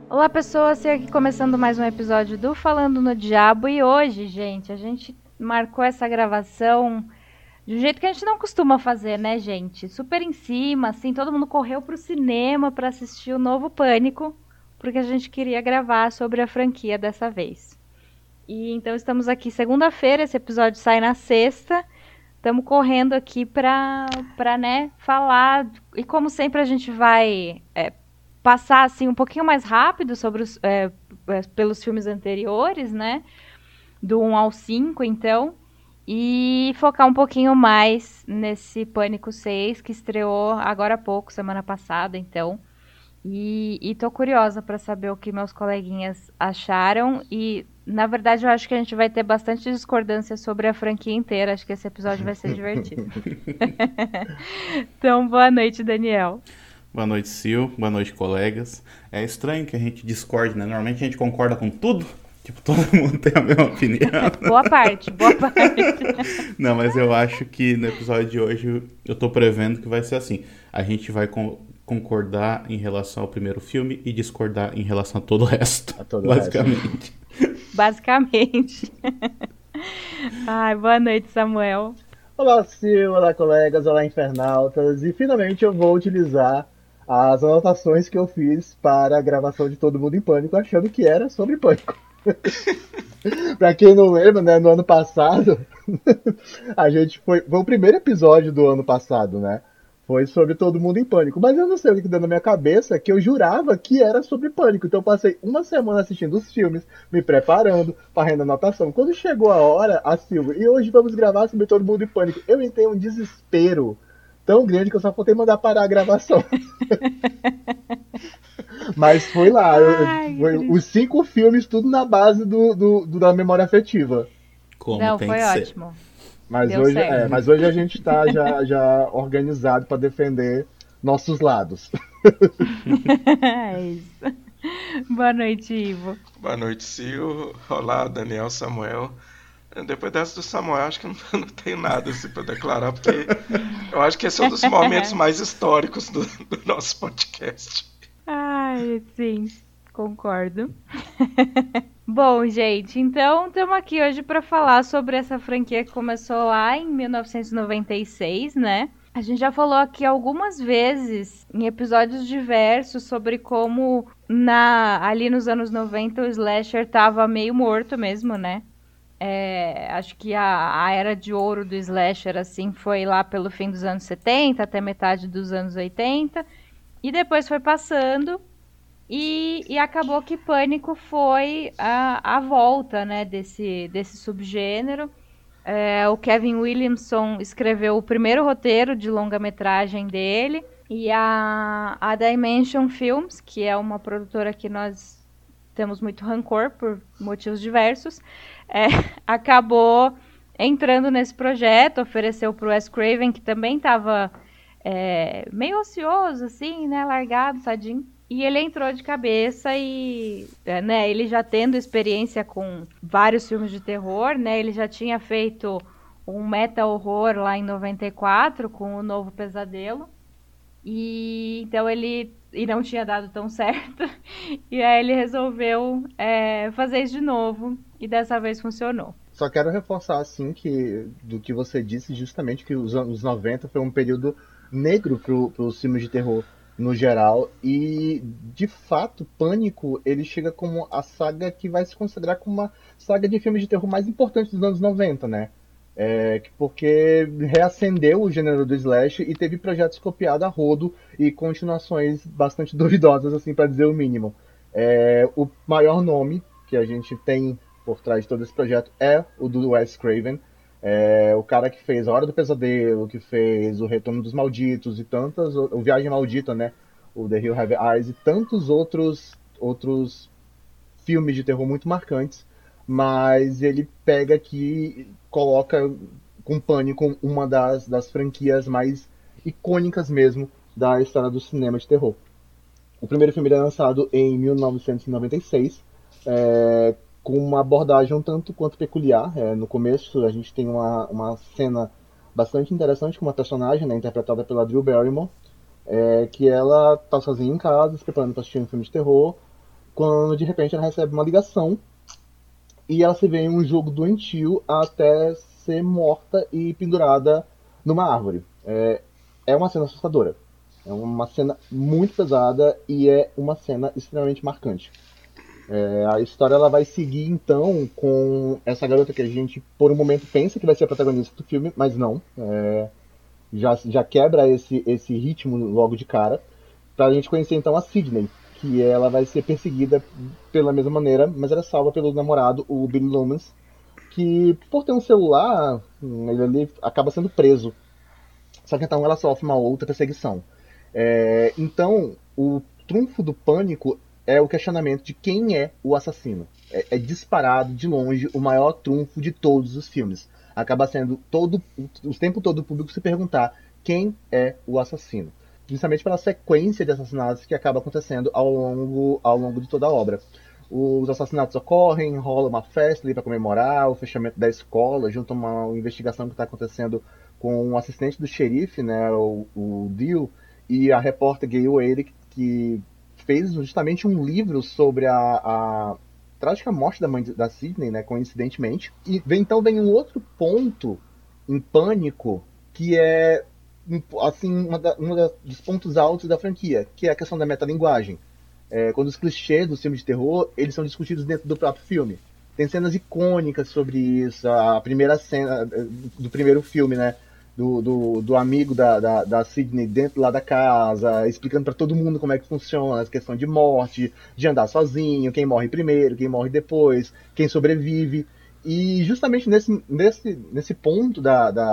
Olá pessoas, estou aqui começando mais um episódio do Falando no Diabo e hoje, gente, a gente marcou essa gravação de um jeito que a gente não costuma fazer, né, gente? Super em cima, assim, todo mundo correu pro cinema para assistir o novo Pânico, porque a gente queria gravar sobre a franquia dessa vez. E então estamos aqui segunda-feira, esse episódio sai na sexta. Estamos correndo aqui para, né, falar. E como sempre a gente vai passar assim um pouquinho mais rápido sobre pelos filmes anteriores, né? Do 1 ao 5, então. E focar um pouquinho mais nesse Pânico 6, que estreou agora há pouco, semana passada, então. E tô curiosa para saber o que meus coleguinhas acharam. E, na verdade, eu acho que a gente vai ter bastante discordância sobre a franquia inteira. Acho que esse episódio vai ser divertido. Então, boa noite, Daniel. Boa noite, Sil. Boa noite, colegas. É estranho que a gente discorde, né? Normalmente a gente concorda com tudo. Tipo, todo mundo tem a mesma opinião. Boa parte, boa parte. Não, mas eu acho que no episódio de hoje eu tô prevendo que vai ser assim. A gente vai concordar em relação ao primeiro filme e discordar em relação a todo o resto. A todo basicamente. O resto. Basicamente. Ai, boa noite, Samuel. Olá, Sil, olá, colegas, olá, infernautas. E finalmente eu vou utilizar as anotações que eu fiz para a gravação de Todo Mundo em Pânico, achando que era sobre pânico. Pra quem não lembra, né, no ano passado, a gente foi o primeiro episódio do ano passado, né? Foi sobre Todo Mundo em Pânico. Mas eu não sei o que deu na minha cabeça, que eu jurava que era sobre pânico. Então eu passei uma semana assistindo os filmes, me preparando, fazendo anotação. Quando chegou a hora, a Silvia, e hoje vamos gravar sobre Todo Mundo em Pânico. Eu entrei um desespero tão grande que eu só faltei mandar parar a gravação. Mas foi lá, foi os 5 filmes, tudo na base da memória afetiva. Como não, tem foi que ser. ótimo. Mas hoje a gente tá já organizado para defender nossos lados. É isso. Boa noite, Ivo. Boa noite, Sil. Olá, Daniel, Samuel. Depois dessa do Samuel, acho que não tenho nada assim para declarar, porque eu acho que esse é um dos momentos mais históricos do nosso podcast. Ai, sim, concordo. Bom, gente, então estamos aqui hoje para falar sobre essa franquia que começou lá em 1996, né? A gente já falou aqui algumas vezes, em episódios diversos, sobre como ali nos anos 90 o slasher tava meio morto mesmo, né? Acho que a era de ouro do slasher, assim, foi lá pelo fim dos anos 70 até metade dos anos 80. E depois foi passando e acabou que Pânico foi a volta, né, desse subgênero. O Kevin Williamson escreveu o primeiro roteiro de longa-metragem dele. E a Dimension Films, que é uma produtora que nós temos muito rancor por motivos diversos, acabou entrando nesse projeto, ofereceu para o Wes Craven, que também estava meio ocioso, assim, né, largado, tadinho. E ele entrou de cabeça e, né, ele já tendo experiência com vários filmes de terror, né, ele já tinha feito um meta-horror lá em 94 com O Novo Pesadelo. E então e não tinha dado tão certo. E aí ele resolveu fazer isso de novo e dessa vez funcionou. Só quero reforçar, assim, do que você disse, justamente que os anos 90 foi um período negro para os filmes de terror no geral, e de fato Pânico ele chega como a saga que vai se considerar como uma saga de filmes de terror mais importante dos anos 90, né? Porque reacendeu o gênero do slash e teve projetos copiados a rodo e continuações bastante duvidosas, assim, para dizer o mínimo. O maior nome que a gente tem por trás de todo esse projeto é o do Wes Craven. O cara que fez A Hora do Pesadelo, que fez O Retorno dos Malditos e tantas... O Viagem Maldita, né? O The Hill Have Eyes e tantos outros filmes de terror muito marcantes. Mas ele pega aqui e coloca com Pânico uma das franquias mais icônicas mesmo da história do cinema de terror. O primeiro filme é lançado em 1996, com uma abordagem um tanto quanto peculiar. No começo a gente tem uma cena bastante interessante com uma personagem, né, interpretada pela Drew Barrymore, que ela está sozinha em casa, se preparando para assistir um filme de terror, quando de repente ela recebe uma ligação e ela se vê em um jogo doentio até ser morta e pendurada numa árvore. É uma cena assustadora. É uma cena muito pesada e é uma cena extremamente marcante. A história ela vai seguir então com essa garota que a gente por um momento pensa que vai ser a protagonista do filme, mas não. Já quebra esse ritmo logo de cara, pra gente conhecer então a Sydney, que ela vai ser perseguida pela mesma maneira, mas ela é salva pelo namorado, o Billy Loomis, que por ter um celular, ele ali acaba sendo preso. Só que então ela sofre uma outra perseguição. Então, o trunfo do Pânico é o questionamento de quem é o assassino. É disparado, de longe, o maior trunfo de todos os filmes. Acaba sendo o tempo todo o público se perguntar quem é o assassino. Principalmente pela sequência de assassinatos que acaba acontecendo ao longo de toda a obra. Os assassinatos ocorrem, rola uma festa ali para comemorar o fechamento da escola, junto a uma investigação que está acontecendo com um assistente do xerife, né, o Dio, e a repórter Gayle Wade, que fez justamente um livro sobre a trágica morte da mãe da Sydney, né, coincidentemente. E então vem um outro ponto em Pânico, que é assim, um dos pontos altos da franquia, que é a questão da metalinguagem. Quando os clichês do filme de terror, eles são discutidos dentro do próprio filme. Tem cenas icônicas sobre isso, a primeira cena do primeiro filme, né? Do amigo da Sydney dentro lá da casa, explicando para todo mundo como é que funciona a questão de morte, de andar sozinho, quem morre primeiro, quem morre depois, quem sobrevive. E justamente nesse ponto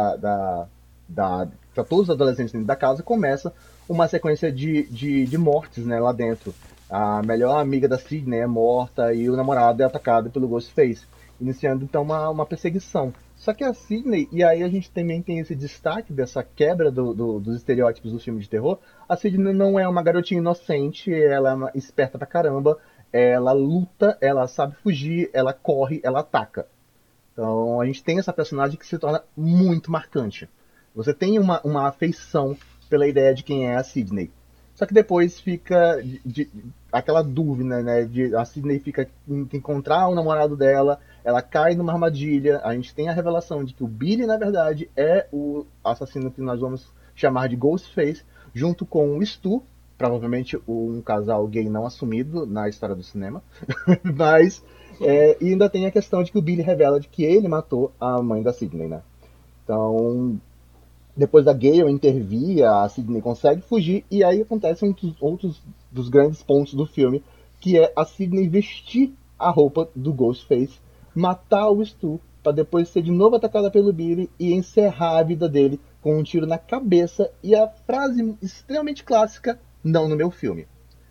para todos os adolescentes dentro da casa, começa uma sequência de mortes, né, lá dentro. A melhor amiga da Sydney é morta e o namorado é atacado pelo Ghostface, iniciando então uma perseguição. Só que a Sydney, e aí a gente também tem esse destaque dessa quebra dos estereótipos do filme de terror, a Sydney não é uma garotinha inocente, ela é uma esperta pra caramba, ela luta, ela sabe fugir, ela corre, ela ataca. Então a gente tem essa personagem que se torna muito marcante. Você tem uma afeição pela ideia de quem é a Sydney. Só que depois fica aquela dúvida, né? A Sydney fica em encontrar o namorado dela, ela cai numa armadilha. A gente tem a revelação de que o Billy, na verdade, é o assassino que nós vamos chamar de Ghostface, junto com o Stu, provavelmente um casal gay não assumido na história do cinema. Mas e ainda tem a questão de que o Billy revela de que ele matou a mãe da Sydney, né? Então, depois da Gale intervir, a Sydney consegue fugir, e aí acontece um dos outros dos grandes pontos do filme, que é a Sydney vestir a roupa do Ghostface, matar o Stu, para depois ser de novo atacada pelo Billy e encerrar a vida dele com um tiro na cabeça e a frase extremamente clássica, não no meu filme.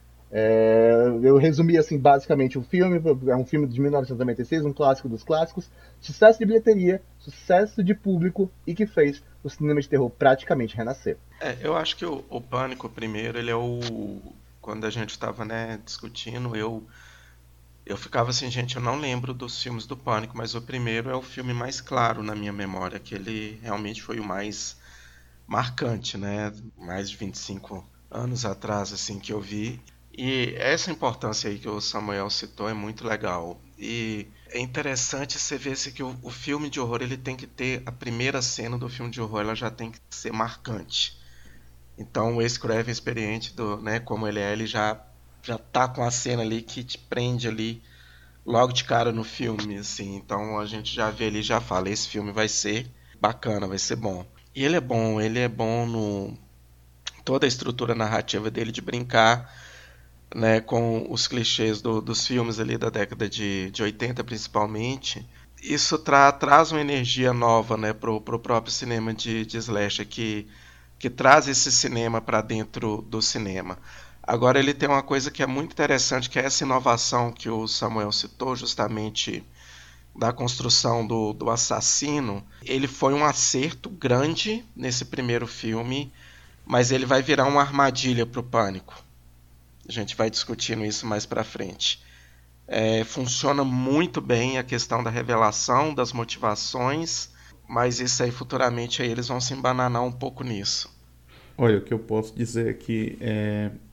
Eu resumi assim basicamente o filme. É um filme de 1996, um clássico dos clássicos, sucesso de bilheteria, sucesso de público e que fez o cinema de terror praticamente renascer. Eu acho que o Pânico primeiro, ele é quando a gente estava, né, discutindo, eu ficava assim, gente, eu não lembro dos filmes do Pânico, mas o primeiro é o filme mais claro na minha memória, que ele realmente foi o mais marcante, né, mais de 25 anos atrás, assim, que eu vi. E essa importância aí que o Samuel citou é muito legal. E é interessante você ver que o filme de horror, ele tem que ter, a primeira cena do filme de horror, ela já tem que ser marcante. Então o Wes Craven experiente, né, como ele já tá com a cena ali que te prende ali logo de cara no filme, assim. Então a gente já vê ali, já fala, esse filme vai ser bacana, vai ser bom. E ele é bom no toda a estrutura narrativa dele de brincar, né, com os clichês dos filmes ali da década de 80 principalmente. Isso traz uma energia nova, né, pro próprio cinema de slasher, que traz esse cinema para dentro do cinema. Agora ele tem uma coisa que é muito interessante, que é essa inovação que o Samuel citou, justamente da construção do assassino. Ele foi um acerto grande nesse primeiro filme, mas ele vai virar uma armadilha pro Pânico. A gente vai discutindo isso mais pra frente. Funciona muito bem a questão da revelação, das motivações, mas isso aí futuramente aí eles vão se embananar um pouco nisso. Olha, o que eu posso dizer aqui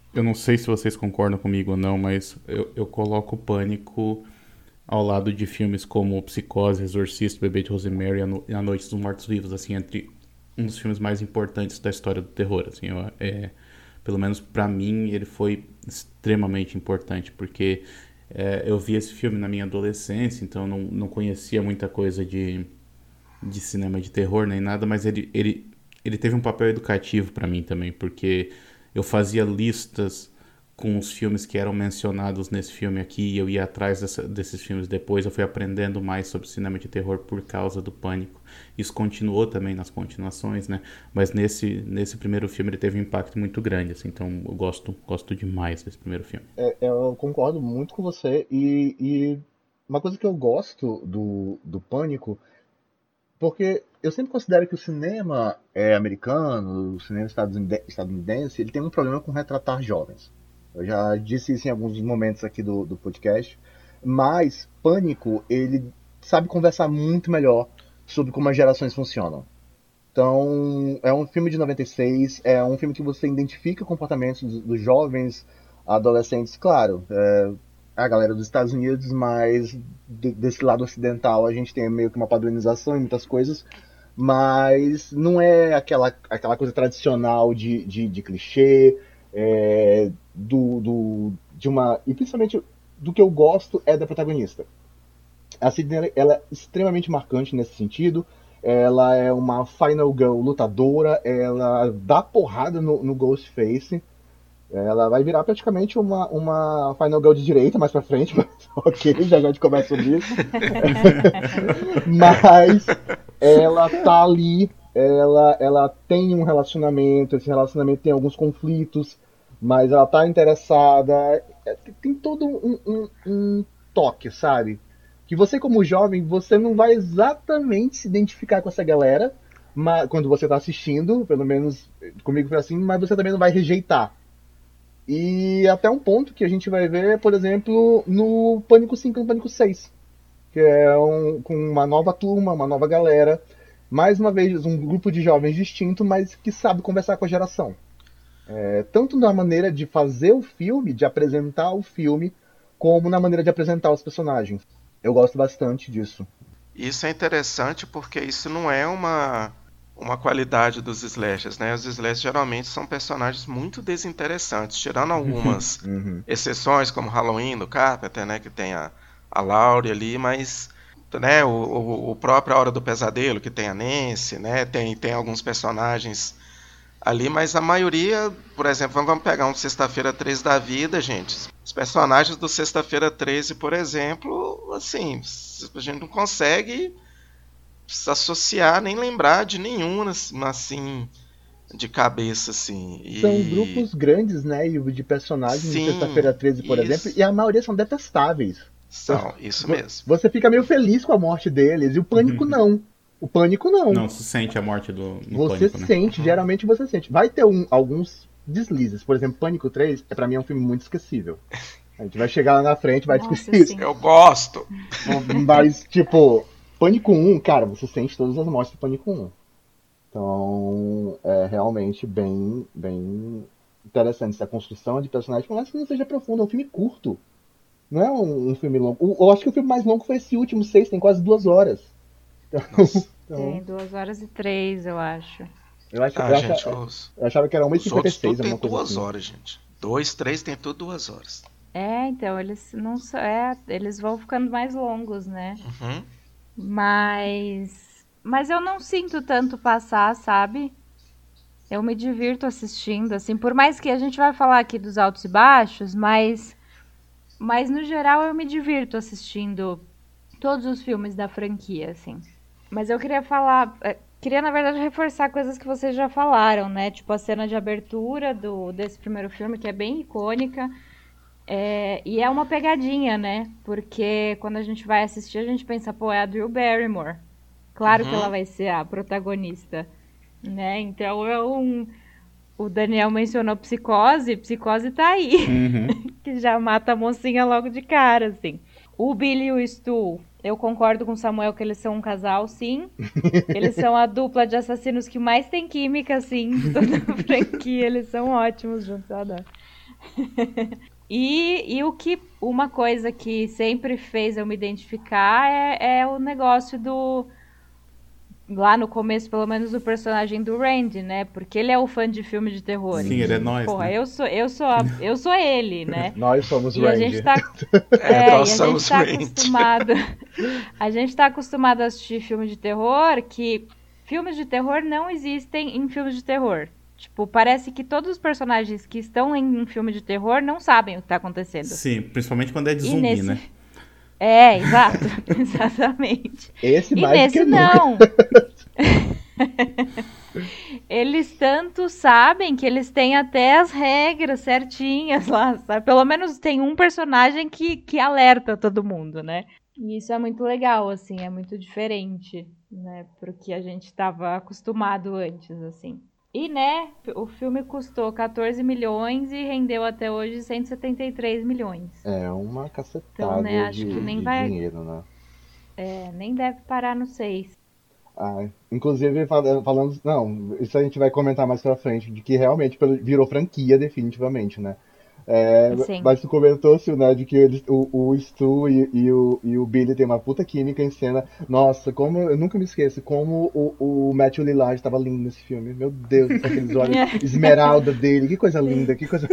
Eu não sei se vocês concordam comigo ou não, mas eu coloco o Pânico ao lado de filmes como Psicose, Exorcista, Bebê de Rosemary e A Noite dos Mortos-Vivos, assim, entre um dos filmes mais importantes da história do terror, assim, pelo menos pra mim ele foi extremamente importante, porque eu vi esse filme na minha adolescência, então não conhecia muita coisa de cinema de terror nem nada, mas ele teve um papel educativo pra mim também, porque eu fazia listas com os filmes que eram mencionados nesse filme aqui, e eu ia atrás desses filmes depois. Eu fui aprendendo mais sobre cinema de terror por causa do Pânico. Isso continuou também nas continuações, né? Mas nesse primeiro filme ele teve um impacto muito grande, assim, então eu gosto demais desse primeiro filme. Eu concordo muito com você, e uma coisa que eu gosto do Pânico, porque eu sempre considero que o cinema americano, o cinema estadunidense, ele tem um problema com retratar jovens. Eu já disse isso em alguns momentos aqui do podcast, mas Pânico, ele sabe conversar muito melhor sobre como as gerações funcionam. Então, é um filme de 96, é um filme que você identifica comportamentos dos jovens, adolescentes, claro, a galera dos Estados Unidos, mas desse lado ocidental a gente tem meio que uma padronização em muitas coisas, mas não é aquela coisa tradicional de clichê, e principalmente do que eu gosto é da protagonista. A Sidney, ela é extremamente marcante nesse sentido. Ela é uma final girl lutadora, ela dá porrada no Ghostface. Ela vai virar praticamente uma final girl de direita mais pra frente, mas ok, já a gente conversa sobre isso. Mas ela tá ali, ela tem um relacionamento, esse relacionamento tem alguns conflitos, mas ela tá interessada. Tem todo um toque, sabe? Que você, como jovem, você não vai exatamente se identificar com essa galera, mas, quando você tá assistindo, pelo menos comigo foi assim, mas você também não vai rejeitar. E até um ponto que a gente vai ver, por exemplo, no Pânico 5 e no Pânico 6, que é com uma nova turma, uma nova galera, mais uma vez um grupo de jovens distinto, mas que sabe conversar com a geração. Tanto na maneira de fazer o filme, de apresentar o filme, como na maneira de apresentar os personagens. Eu gosto bastante disso. Isso é interessante porque isso não é uma qualidade dos slashers, né? Os slashers geralmente são personagens muito desinteressantes, tirando algumas exceções, como Halloween do Carpenter, né? Que tem a Laurie ali, mas, né? O próprio A Hora do Pesadelo, que tem a Nancy, né? Tem alguns personagens ali, mas a maioria, por exemplo, vamos pegar um Sexta-feira 13 da vida, gente. Os personagens do Sexta-feira 13, por exemplo, assim, a gente não consegue se associar, nem lembrar de nenhum, assim, de cabeça, assim. São grupos grandes, né, de personagens de Sexta-feira 13, por exemplo, e a maioria são detestáveis. São, isso mesmo. Você fica meio feliz com a morte deles, e o Pânico não. O Pânico não. Não se sente a morte no você Pânico, sente, geralmente você sente. Vai ter alguns deslizes. Por exemplo, Pânico 3, pra mim é um filme muito esquecível. A gente vai chegar lá na frente, vai discutir isso. Eu gosto! Mas, tipo, Pânico 1, cara, você sente todas as mortes do Pânico 1. Então, é realmente bem interessante essa construção de personagem, por mais que não seja profunda, é um filme curto. Não é um filme longo. Eu acho que o filme mais longo foi esse último, 6, tem quase 2 horas. Tem 2h03, eu acho. Eu achava que era 1h56. Tem 2 horas, gente. 2, 3 tem tudo 2 horas. Então, eles não eles vão ficando mais longos, né? Uhum. Mas eu não sinto tanto passar, sabe? Eu me divirto assistindo, assim, por mais que a gente vai falar aqui dos altos e baixos, mas no geral eu me divirto assistindo todos os filmes da franquia, assim. Mas eu queria queria na verdade reforçar coisas que vocês já falaram, né? Tipo a cena de abertura desse primeiro filme, que é bem icônica. E é uma pegadinha, né? Porque quando a gente vai assistir, a gente pensa, pô, é a Drew Barrymore. Claro que ela vai ser a protagonista, né? Então o Daniel mencionou Psicose tá aí. Que já mata a mocinha logo de cara, assim. O Billy e o Stu, eu concordo com o Samuel que eles são um casal, sim. Eles são a dupla de assassinos que mais tem química, assim, de toda a franquia. Eles são ótimos juntos, eu adoro. E uma coisa que sempre fez eu me identificar é o negócio do... Lá no começo, pelo menos, o personagem do Randy, né? Porque ele é o fã de filme de terror. Sim, ele é nós, porra, né? eu sou ele, né? Nós somos E Randy. a gente tá, nós somos Randy. acostumado. A gente tá acostumado a assistir filmes de terror que filmes de terror não existem em filmes de terror. Tipo, parece que todos os personagens que estão em um filme de terror não sabem o que tá acontecendo. Sim, principalmente quando é de zumbi, né? Exato. Exatamente. Esse E mais nesse que nunca. não. Eles tanto sabem que eles têm até as regras certinhas lá, sabe? Pelo menos tem um personagem que alerta todo mundo, né? E isso é muito legal, assim, é muito diferente, né? Pro que a gente estava acostumado antes, assim. E, né, o filme custou 14 milhões e rendeu até hoje 173 milhões. É uma cacetada Então, né, acho que nem vai... dinheiro, né? nem deve parar no 6. Inclusive, falando... Não, isso a gente vai comentar mais pra frente, de que realmente virou franquia definitivamente, né? Sim. Mas tu comentou, Sil, né, de que o Stu e o Billy tem uma puta química em cena. Nossa, como eu nunca me esqueço, como o Matthew Lillard estava lindo nesse filme. Meu Deus, aqueles olhos esmeralda dele, que coisa linda, que coisa...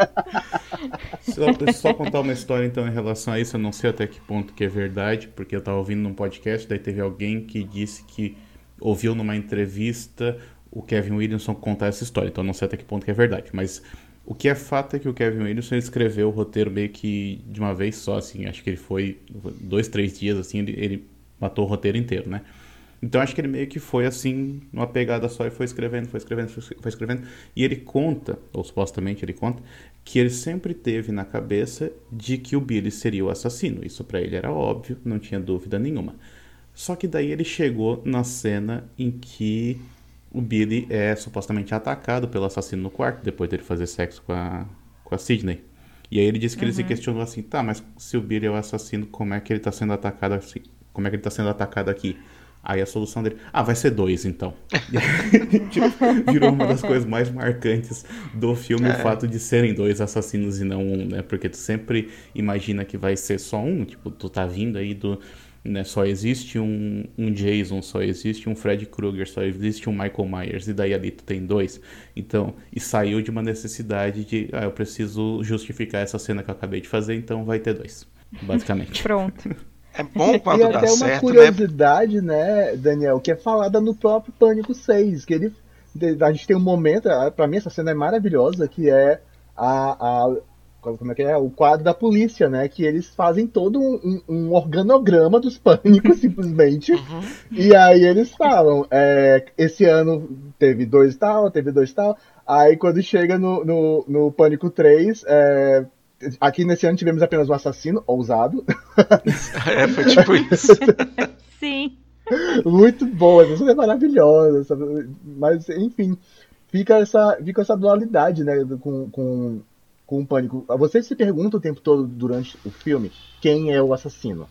Só contar uma história então em relação a isso, eu não sei até que ponto que é verdade, porque eu tava ouvindo num podcast, daí teve alguém que disse que ouviu numa entrevista o Kevin Williamson contar essa história, então eu não sei até que ponto que é verdade, mas o que é fato é que o Kevin Williamson escreveu o roteiro meio que de uma vez só, assim, acho que ele foi 2, 3 dias, assim, ele matou o roteiro inteiro, né? Então acho que ele meio que foi assim, numa pegada só e foi escrevendo. E ele conta, ou supostamente ele conta, que ele sempre teve na cabeça de que o Billy seria o assassino. Isso pra ele era óbvio, não tinha dúvida nenhuma. Só que daí ele chegou na cena em que o Billy é supostamente atacado pelo assassino no quarto, depois dele fazer sexo com a Sidney. E aí ele disse que ele se questionou assim, tá, mas se o Billy é o assassino, como é que ele tá sendo atacado assim? Como é que ele tá sendo atacado aqui? Aí a solução dele, vai ser 2 então. Virou uma das coisas mais marcantes do filme, o fato de serem 2 assassinos e não um, né? Porque tu sempre imagina que vai ser só um, tipo, tu tá vindo aí do... Né, só existe um Jason, só existe um Freddy Krueger, só existe um Michael Myers, e daí ali tu tem 2. Então, e saiu de uma necessidade de, eu preciso justificar essa cena que eu acabei de fazer, então vai ter 2, basicamente. Pronto. É bom quando dá certo, né? E até uma curiosidade, né, Daniel, que é falada no próprio Pânico 6, que a gente tem um momento, pra mim essa cena é maravilhosa, que é como é que é? O quadro da polícia, né? Que eles fazem todo um organograma dos pânicos, simplesmente. E aí eles falam, esse ano teve 2 tal, teve 2 tal. Aí quando chega no Pânico 3, aqui nesse ano tivemos apenas um assassino, ousado. Foi tipo isso. Sim. Muito boa, essa é maravilhosa. Sabe? Mas, enfim, fica essa dualidade, né? Com o Pânico. Você se pergunta o tempo todo durante o filme quem é o assassino.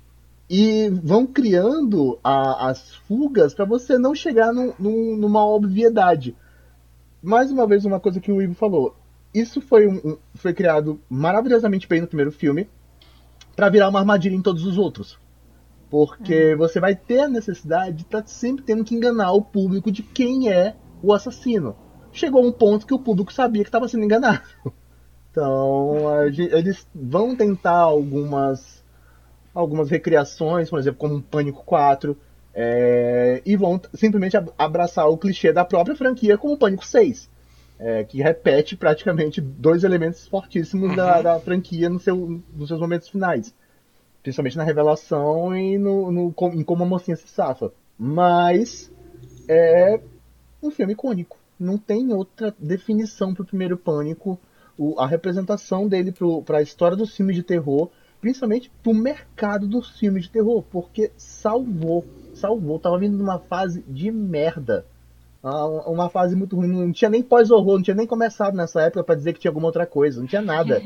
E vão criando as fugas para você não chegar numa obviedade. Mais uma vez, uma coisa que o Ivo falou. Isso foi criado maravilhosamente bem no primeiro filme para virar uma armadilha em todos os outros. Porque você vai ter a necessidade de estar sempre tendo que enganar o público de quem é o assassino. Chegou um ponto que o público sabia que estava sendo enganado. Então, eles vão tentar algumas recriações, por exemplo, como um Pânico 4, e vão simplesmente abraçar o clichê da própria franquia como o Pânico 6, que repete praticamente 2 elementos fortíssimos da franquia nos seus momentos finais. Principalmente na revelação e em como a mocinha se safa. Mas é um filme icônico. Não tem outra definição para o primeiro Pânico. A representação dele para a história dos filmes de terror, principalmente para o mercado dos filmes de terror, porque salvou. Tava vindo numa fase de merda. Uma fase muito ruim. Não tinha nem pós-horror, não tinha nem começado nessa época para dizer que tinha alguma outra coisa. Não tinha nada.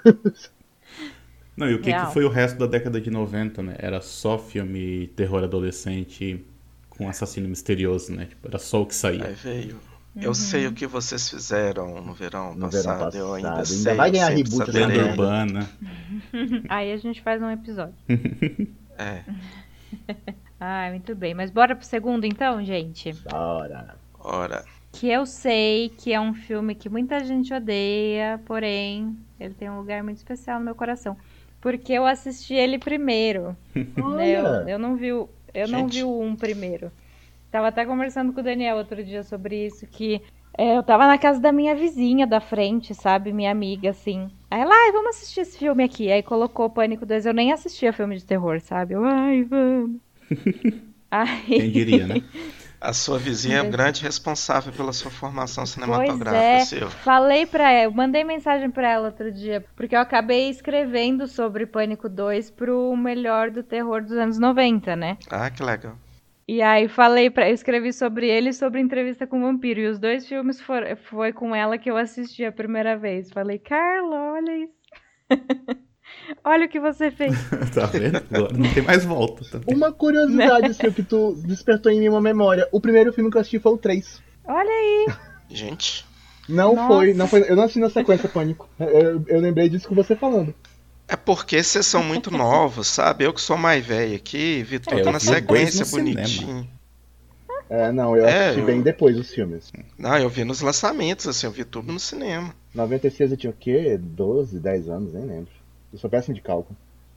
Não, e o que foi o resto da década de 90, né? Era só filme terror adolescente com assassino misterioso, né? Tipo, era só o que saía. Aí veio Eu sei o que vocês fizeram no verão No verão passado. Eu ainda passado. sei. Vai eu ganhar sempre reboot essa saberei. Lenda merda. urbana. Aí a gente faz um episódio. É, Ai, muito bem. Mas bora pro segundo então, gente? Bora. ora. Que eu sei que é um filme que muita gente odeia, porém, ele tem um lugar muito especial no meu coração. Porque eu assisti ele primeiro. Né? Olha. Eu não vi o, não vi o 1 primeiro. Tava até conversando com o Daniel outro dia sobre isso, que eu tava na casa da minha vizinha da frente, sabe? Minha amiga, assim. Aí ela, ai, vamos assistir esse filme aqui. Aí colocou Pânico 2. Eu nem assistia filme de terror, sabe? Eu, ai, vamos. Quem diria, né? A sua vizinha é grande responsável pela sua formação Pois cinematográfica, é, seu. falei pra ela, mandei mensagem pra ela outro dia, porque eu acabei escrevendo sobre Pânico 2 pro melhor do terror dos anos 90, né? Ah, que legal. E aí eu escrevi sobre ele e sobre Entrevista com o Vampiro, e os dois filmes foi com ela que eu assisti a primeira vez. Falei, Carla, olha isso. Olha o que você fez. Tá vendo? Agora não tem mais volta. Tá vendo? Uma curiosidade, assim, que tu despertou em mim uma memória. O primeiro filme que eu assisti foi o 3. Olha aí. Gente, Não Nossa. foi. Eu não assisti na sequência Pânico. Eu lembrei disso com você falando. é porque vocês são muito novos, sabe? Eu que sou mais velho aqui, vi tudo eu na vi dois sequência, no cinema. bonitinho. Não, eu assisti eu- bem depois os filmes. Não, eu vi nos lançamentos, assim, eu vi tudo no cinema. 96 eu tinha o quê? 12, 10 anos, nem lembro. Eu sou péssimo de cálculo.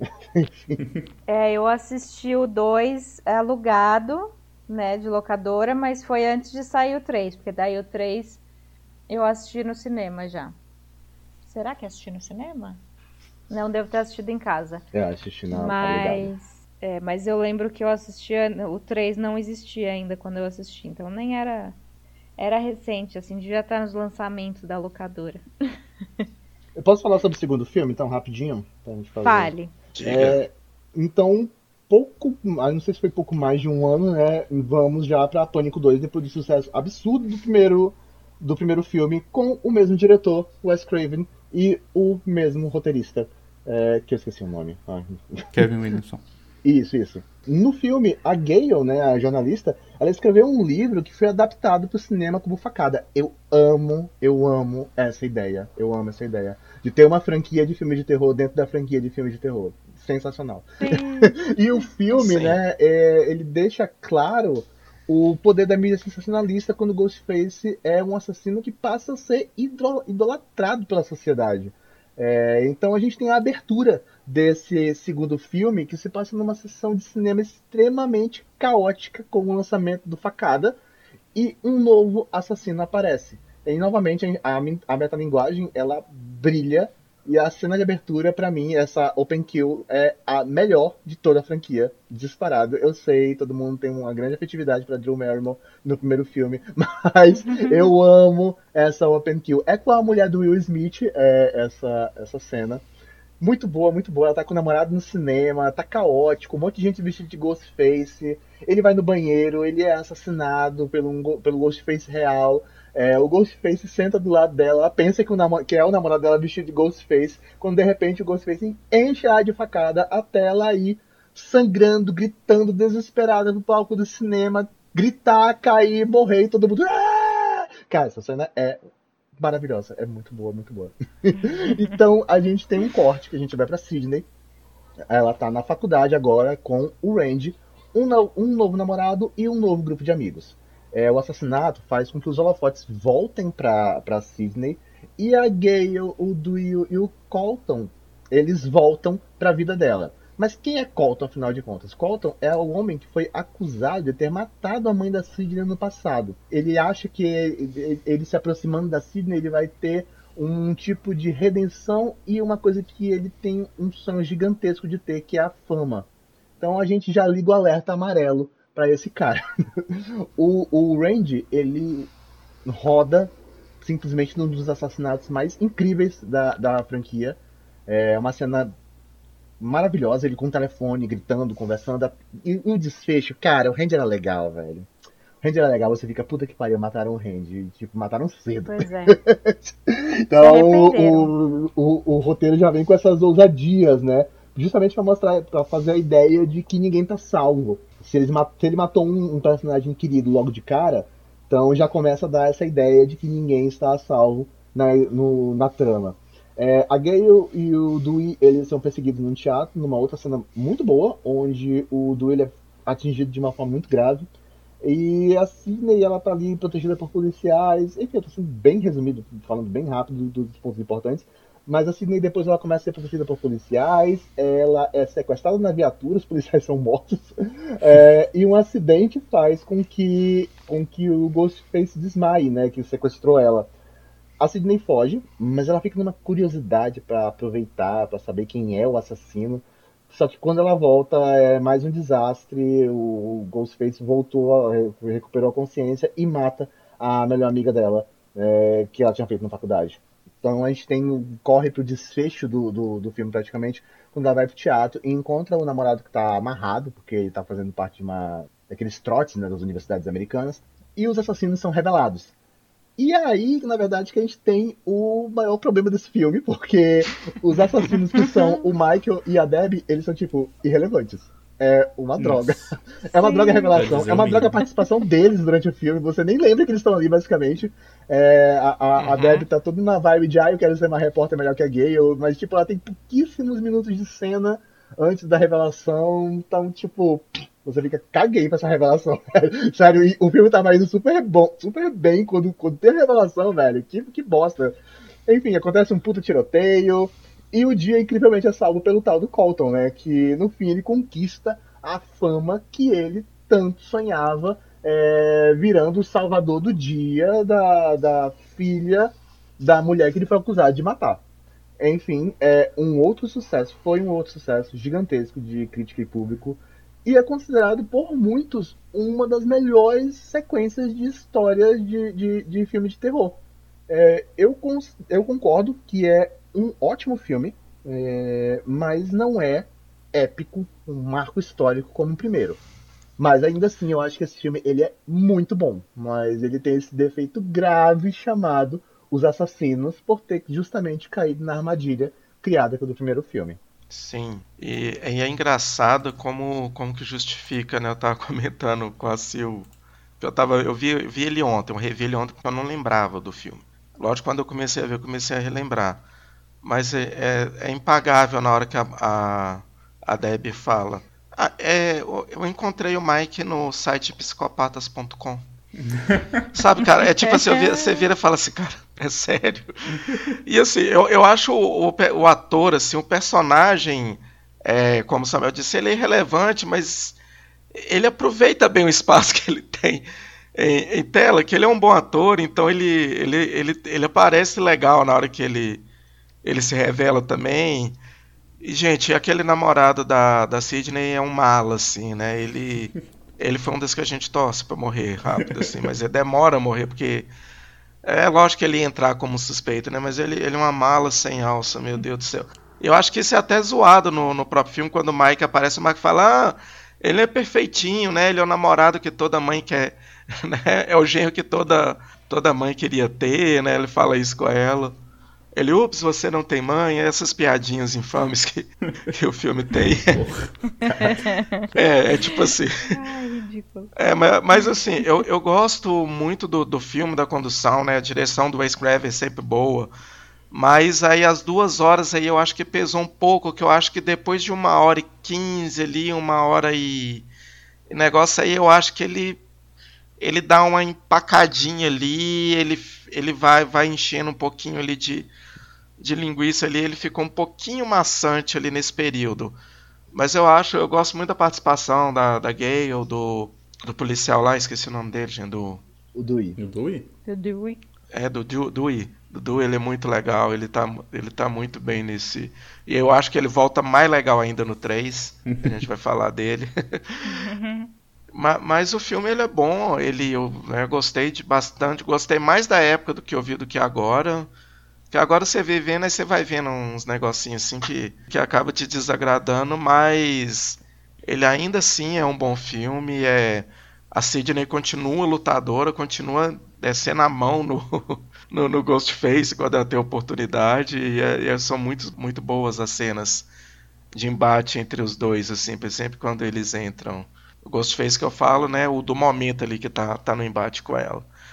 Eu assisti o 2 alugado, né, de locadora, mas foi antes de sair o 3, porque daí o 3 eu assisti no cinema já. Será que assisti no cinema? Não, devo ter assistido em casa. Eu assisti na alugada. Mas eu lembro que eu assistia, o 3 não existia ainda quando eu assisti, então nem era recente, assim, devia estar nos lançamentos da locadora. Eu posso falar sobre o segundo filme, então, rapidinho? Pra gente fazer. Fale. Diga. Então, não sei se foi pouco mais de um ano, né? Vamos já pra Pânico 2, depois do sucesso absurdo do primeiro filme, com o mesmo diretor, Wes Craven, e o mesmo roteirista, que eu esqueci o nome. Kevin Williamson. Isso. No filme, a Gale, né, a jornalista, ela escreveu um livro que foi adaptado pro cinema como facada. Eu amo essa ideia. Eu amo essa ideia. De ter uma franquia de filme de terror dentro da franquia de filme de terror. Sensacional. E o filme, Sim. né, ele deixa claro o poder da mídia sensacionalista quando Ghostface é um assassino que passa a ser idolatrado pela sociedade. Então a gente tem a abertura desse segundo filme que se passa numa sessão de cinema extremamente caótica com o lançamento do Facada e um novo assassino aparece. E novamente a metalinguagem ela brilha e a cena de abertura pra mim, essa Open Kill é a melhor de toda a franquia, disparado. Eu sei, todo mundo tem uma grande afetividade pra Drew Barrymore no primeiro filme, mas eu amo essa Open Kill. É com a mulher do Will Smith essa cena. Muito boa. Ela tá com o namorado no cinema, tá caótico, um monte de gente vestida de Ghostface. Ele vai no banheiro, ele é assassinado pelo Ghostface real. O Ghostface senta do lado dela, ela pensa que é o namorado dela vestido de Ghostface, quando de repente o Ghostface enche ela de facada até ela ir sangrando, gritando, desesperada no palco do cinema, gritar, cair, morrer e todo mundo... "Ah!" Cara, essa cena é maravilhosa, é muito boa. Então a gente tem um corte que a gente vai pra Sydney. Ela tá na faculdade agora com o Randy, um novo namorado e um novo grupo de amigos. O assassinato faz com que os holofotes voltem pra Sydney e a Gale, o Dewey e o Colton, eles voltam pra vida dela. Mas quem é Colton, afinal de contas? Colton é o homem que foi acusado de ter matado a mãe da Sydney no passado. Ele acha que ele se aproximando da Sydney, ele vai ter um tipo de redenção e uma coisa que ele tem um sonho gigantesco de ter, que é a fama. Então a gente já liga o alerta amarelo pra esse cara. O Randy, ele roda simplesmente num dos assassinatos mais incríveis da franquia. É uma cena maravilhosa, ele com o telefone, gritando, conversando. E o desfecho, cara, o Randy era legal, velho. O Randy era legal, você fica, puta que pariu, mataram o Randy. Tipo, mataram cedo. Pois é. Então arrependeram. o roteiro já vem com essas ousadias, né? Justamente pra mostrar, pra fazer a ideia de que ninguém tá salvo. Se ele matou um personagem querido logo de cara, Então já começa a dar essa ideia de que ninguém está a salvo na trama. A Gale e o Dewey, eles são perseguidos num teatro, numa outra cena muito boa, onde o Dewey ele é atingido de uma forma muito grave. E a Sidney, ela tá ali protegida por policiais. Enfim, eu tô sendo bem resumido, falando bem rápido dos pontos importantes. Mas a Sidney depois ela começa a ser protegida por policiais, ela é sequestrada na viatura, os policiais são mortos, e um acidente faz com que o Ghostface desmaie, né, que sequestrou ela. A Sidney foge, mas ela fica numa curiosidade pra aproveitar, pra saber quem é o assassino. Só que quando ela volta é mais um desastre, o Ghostface recuperou a consciência e mata a melhor amiga dela, que ela tinha feito na faculdade. Então a gente corre pro desfecho do filme praticamente, quando ela vai pro teatro e encontra o namorado que tá amarrado, porque ele tá fazendo parte daqueles trotes, né, das universidades americanas, e os assassinos são revelados. E é aí, na verdade, que a gente tem o maior problema desse filme, porque os assassinos que são o Michael e a Debbie, eles são, tipo, irrelevantes. É uma droga. É uma droga revelação. É uma droga a participação deles durante o filme. Você nem lembra que eles estão ali, basicamente. A Debbie tá toda na vibe de eu quero ser uma repórter melhor que a Gale. Mas, tipo, ela tem pouquíssimos minutos de cena antes da revelação. Então, tipo, você fica caguei pra essa revelação, velho. Sério, e o filme tava indo super bem quando teve a revelação, velho. Que bosta. Enfim, acontece um puto tiroteio. E o dia, incrivelmente, é salvo pelo tal do Colton, né? Que, no fim, ele conquista a fama que ele tanto sonhava, virando o salvador do dia da filha da mulher que ele foi acusado de matar. Enfim, foi um outro sucesso gigantesco de crítica e público. E é considerado, por muitos, uma das melhores sequências de história de filme de terror. Eu concordo que é um ótimo filme, mas não é épico, um marco histórico como o primeiro. Mas ainda assim, eu acho que esse filme ele é muito bom, mas ele tem esse defeito grave chamado Os Assassinos, por ter justamente caído na armadilha criada pelo primeiro filme. Sim, e é engraçado como que justifica, né? Eu tava comentando com a Sil, eu vi ele ontem, eu revi ele ontem porque eu não lembrava do filme. Lógico, quando eu comecei a ver, eu comecei a relembrar. Mas é impagável na hora que a Debbie fala. Eu encontrei o Mike no site psicopatas.com. Sabe, cara, é tipo assim, você vira e fala assim, cara, é sério? E assim, eu acho o ator, assim, o personagem, como o Samuel disse, ele é irrelevante, mas ele aproveita bem o espaço que ele tem em tela, que ele é um bom ator, então ele aparece legal na hora que ele se revela também. E, gente, aquele namorado da Sidney é um mala, assim, né? Ele foi um dos que a gente torce pra morrer rápido, assim, mas ele demora a morrer, porque é lógico que ele ia entrar como suspeito, né? Mas ele é uma mala sem alça, meu Deus do céu. Eu acho que isso é até zoado no próprio filme, quando o Mike aparece, o Mike fala, ele é perfeitinho, né? Ele é o namorado que toda mãe quer, né? É o genro que toda mãe queria ter, né? Ele fala isso com ela. Ele, ups, você não tem mãe, essas piadinhas infames que o filme tem. Tipo assim. Ai, ridículo. Mas assim, eu gosto muito do filme, da condução, né? A direção do Wes Craven é sempre boa. Mas aí as 2 horas aí eu acho que pesou um pouco, que eu acho que depois de 1h15 ali, 1h e negócio aí, eu acho que ele dá uma empacadinha ali, ele vai enchendo um pouquinho ali de linguiça ali, ele ficou um pouquinho maçante ali nesse período. Mas eu gosto muito da participação da Gale, do policial lá, esqueci o nome dele, gente, O Dewey. O Dewey? Do Dewey. Do Dewey. Do Dewey, ele é muito legal, ele tá muito bem nesse... E eu acho que ele volta mais legal ainda no 3, a gente vai falar dele. Mas o filme ele é bom, eu gostei bastante, gostei mais da época do que eu vi do que agora. Que agora você vendo, aí você vai vendo uns negocinhos assim que acaba te desagradando, mas ele ainda assim é um bom filme. A Sidney continua lutadora, continua descendo a mão no Ghostface quando ela tem oportunidade, e são muito boas as cenas de embate entre os dois, assim, sempre quando eles entram. O Ghostface que eu falo, né, o do momento ali que tá no embate com ela.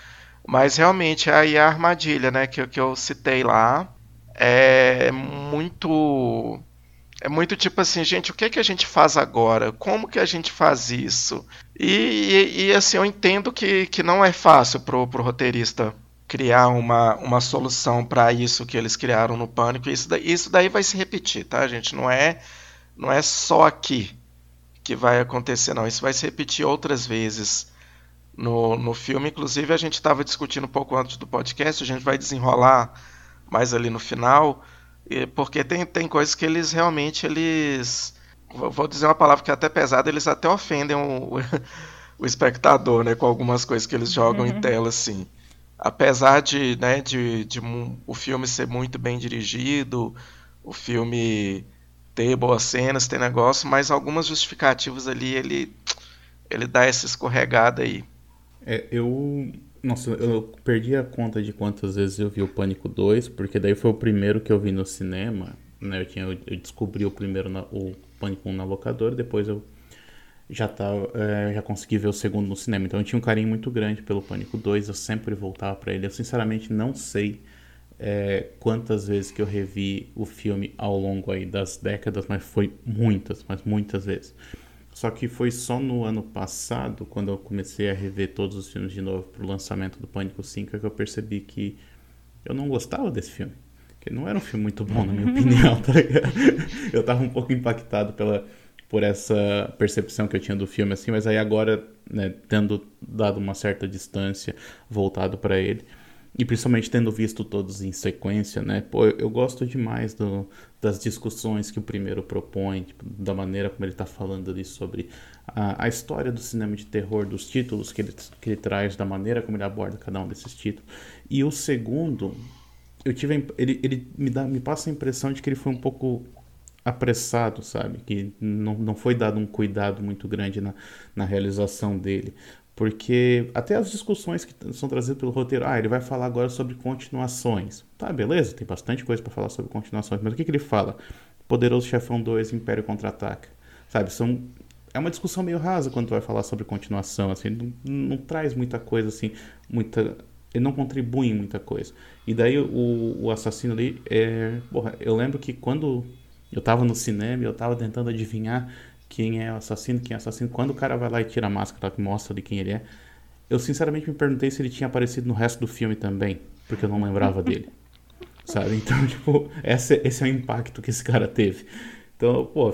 Mas realmente aí a armadilha, né, que eu citei lá é muito. É muito tipo assim, gente, o que é que a gente faz agora? Como que a gente faz isso? Assim, eu entendo que não é fácil pro roteirista criar uma solução para isso que eles criaram no Pânico. Isso daí vai se repetir, tá, gente? Não é só aqui que vai acontecer, não. Isso vai se repetir outras vezes no filme. Inclusive, a gente estava discutindo um pouco antes do podcast, a gente vai desenrolar mais ali no final, porque tem coisas que eles realmente, vou dizer uma palavra que é até pesada, eles até ofendem o espectador, né, com algumas coisas que eles jogam em tela, assim. Apesar de o filme ser muito bem dirigido, o filme ter boas cenas, ter negócio, mas algumas justificativas ali, ele dá essa escorregada aí. Nossa, eu perdi a conta de quantas vezes eu vi o Pânico 2, porque daí foi o primeiro que eu vi no cinema, né? Eu descobri o primeiro, o Pânico 1 na locadora, depois eu já consegui ver o segundo no cinema. Então eu tinha um carinho muito grande pelo Pânico 2, eu sempre voltava pra ele. Eu sinceramente não sei quantas vezes que eu revi o filme ao longo aí das décadas, mas foi mas muitas vezes. Só que foi só no ano passado, quando eu comecei a rever todos os filmes de novo pro lançamento do Pânico 5, que eu percebi que eu não gostava desse filme. Que não era um filme muito bom, na minha opinião, tá ligado? Eu tava um pouco impactado por essa percepção que eu tinha do filme, assim, mas aí agora, né, tendo dado uma certa distância, voltado pra ele, e principalmente tendo visto todos em sequência, né? Pô, eu gosto demais das discussões que o primeiro propõe, tipo, da maneira como ele tá falando ali sobre a história do cinema de terror, dos títulos que ele traz, da maneira como ele aborda cada um desses títulos. E o segundo, ele me passa a impressão de que ele foi um pouco apressado, sabe? Que não foi dado um cuidado muito grande na realização dele. Porque até as discussões que são trazidas pelo roteiro, ele vai falar agora sobre continuações. Tá, beleza, tem bastante coisa pra falar sobre continuações, mas o que ele fala? Poderoso Chefão 2, Império Contra-Ataca. Sabe, é uma discussão meio rasa quando tu vai falar sobre continuação, assim, não traz muita coisa, assim, ele não contribui em muita coisa. E daí o assassino ali, eu lembro que quando eu tava no cinema, eu tava tentando adivinhar quem é o assassino, quando o cara vai lá e tira a máscara que mostra ali quem ele é, eu sinceramente me perguntei se ele tinha aparecido no resto do filme também, porque eu não lembrava dele, sabe? Então, tipo, esse é o impacto que esse cara teve. Então, pô,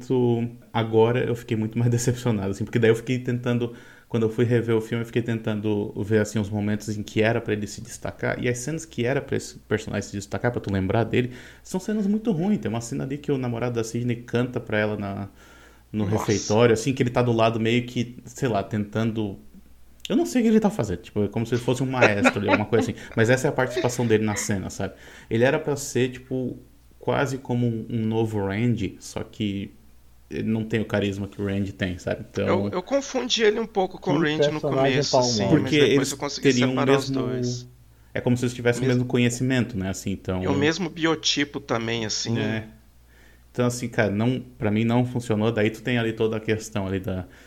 agora eu fiquei muito mais decepcionado, assim, porque daí eu fiquei tentando, quando eu fui rever o filme, eu fiquei tentando ver, assim, os momentos em que era pra ele se destacar, e as cenas que era pra esse personagem se destacar, pra tu lembrar dele, são cenas muito ruins. Tem uma cena ali que o namorado da Sidney canta pra ela no Nossa. refeitório, assim, que ele tá do lado meio que, sei lá, tentando... Eu não sei o que ele tá fazendo, tipo, é como se ele fosse um maestro, alguma coisa assim. Mas essa é a participação dele na cena, sabe? Ele era pra ser, tipo, quase como um novo Randy, só que ele não tem o carisma que o Randy tem, sabe? Então... Eu confundi ele um pouco com o Randy no personagem começo, Paulo assim, Moro. mas Porque depois eles eu consegui teriam o separar os mesmo... dois. É como se eles tivessem o mesmo conhecimento, né? Assim, então... E o mesmo biotipo também, assim. Então, assim, cara, pra mim não funcionou. Daí tu tem ali toda a questão ali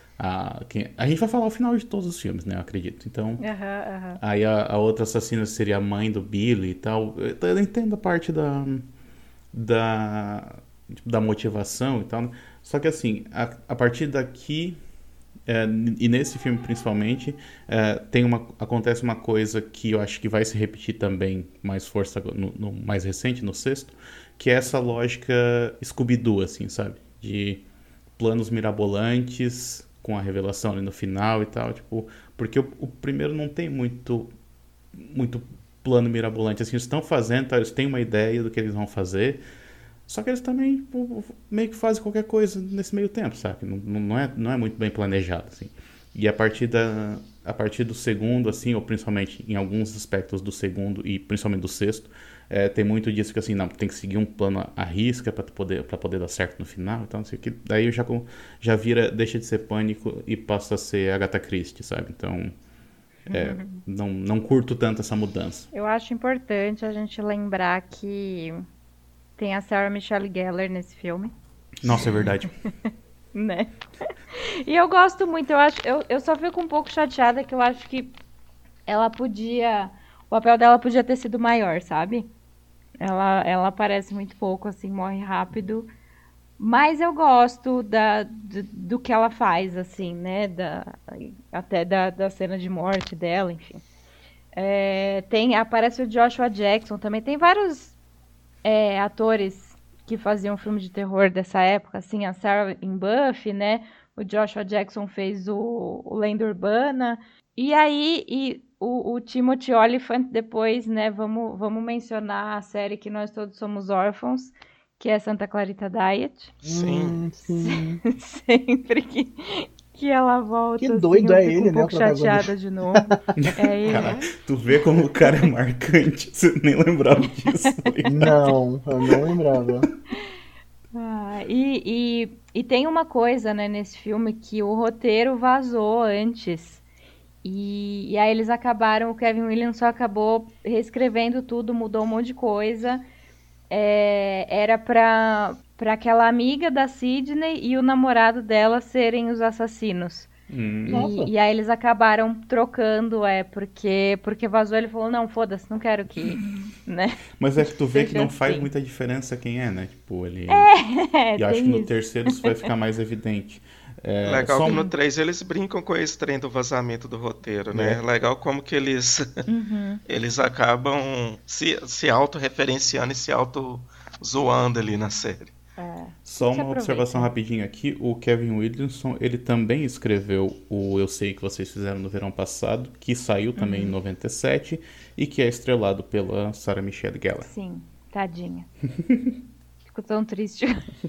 a gente vai falar o final de todos os filmes, né? Eu acredito. Então, aí a outra assassina seria a mãe do Billy e tal. Eu entendo a parte da motivação e tal, né? Só que, assim, a partir daqui... e nesse filme principalmente acontece uma coisa que eu acho que vai se repetir também mais força no mais recente, no sexto, que é essa lógica Scooby-Doo, assim, sabe? De planos mirabolantes com a revelação ali no final e tal, tipo, porque o primeiro não tem muito plano mirabolante, assim, eles estão fazendo, tá? Eles têm uma ideia do que eles vão fazer, só que eles também, tipo, meio que fazem qualquer coisa nesse meio tempo, sabe? Não é muito bem planejado, assim. E a partir do segundo, assim, ou principalmente em alguns aspectos do segundo e principalmente do sexto, tem muito disso que, assim, não, tem que seguir um plano à risca para poder dar certo no final, então, assim, que daí já deixa de ser Pânico e passa a ser Agatha Christie, sabe? Então, não curto tanto essa mudança. Eu acho importante a gente lembrar que tem a Sarah Michelle Gellar nesse filme. Nossa, é verdade. Né? E eu gosto muito, eu só fico um pouco chateada que eu acho que ela podia. O papel dela podia ter sido maior, sabe? Ela aparece muito pouco, assim, morre rápido. Mas eu gosto do que ela faz, assim, né? Até da cena de morte dela, enfim. Aparece o Joshua Jackson também. Tem vários atores que faziam filme de terror dessa época, assim, a Sarah em Buffy, né? O Joshua Jackson fez o Lenda Urbana. E aí, o Timothy Olyphant depois, né? Vamos mencionar a série que nós todos somos órfãos, que é Santa Clarita Diet. Sim. Sim. Sempre que ela volta, Que doido assim, é eu fico ele, um né, pouco o protagonista. chateada de novo. É ele. Cara, tu vê como o cara é marcante. Você nem lembrava disso. Não, eu não lembrava. E tem uma coisa, né, nesse filme que o roteiro vazou antes. E aí eles acabaram, o Kevin Williams só acabou reescrevendo tudo, mudou um monte de coisa. Era pra aquela amiga da Sidney e o namorado dela serem os assassinos. Nossa. E aí eles acabaram trocando, porque vazou, ele falou, não, foda-se, não quero que, né? Mas é que tu vê que não Deixa faz assim. muita diferença quem é, né? Tipo, ele... E acho tem que no isso. terceiro isso vai ficar mais evidente. Legal Só que um- no 3 eles brincam com esse trem do vazamento do roteiro, né? Legal como que eles acabam se autorreferenciando e se auto-zoando ali na série. Só Se uma aproveita. observação rapidinho aqui, o Kevin Williamson, ele também escreveu o Eu Sei Que Vocês Fizeram no Verão Passado, que saiu também em 97 e que é estrelado pela Sarah Michelle Gellar. Sim, tadinha. Fico tão triste.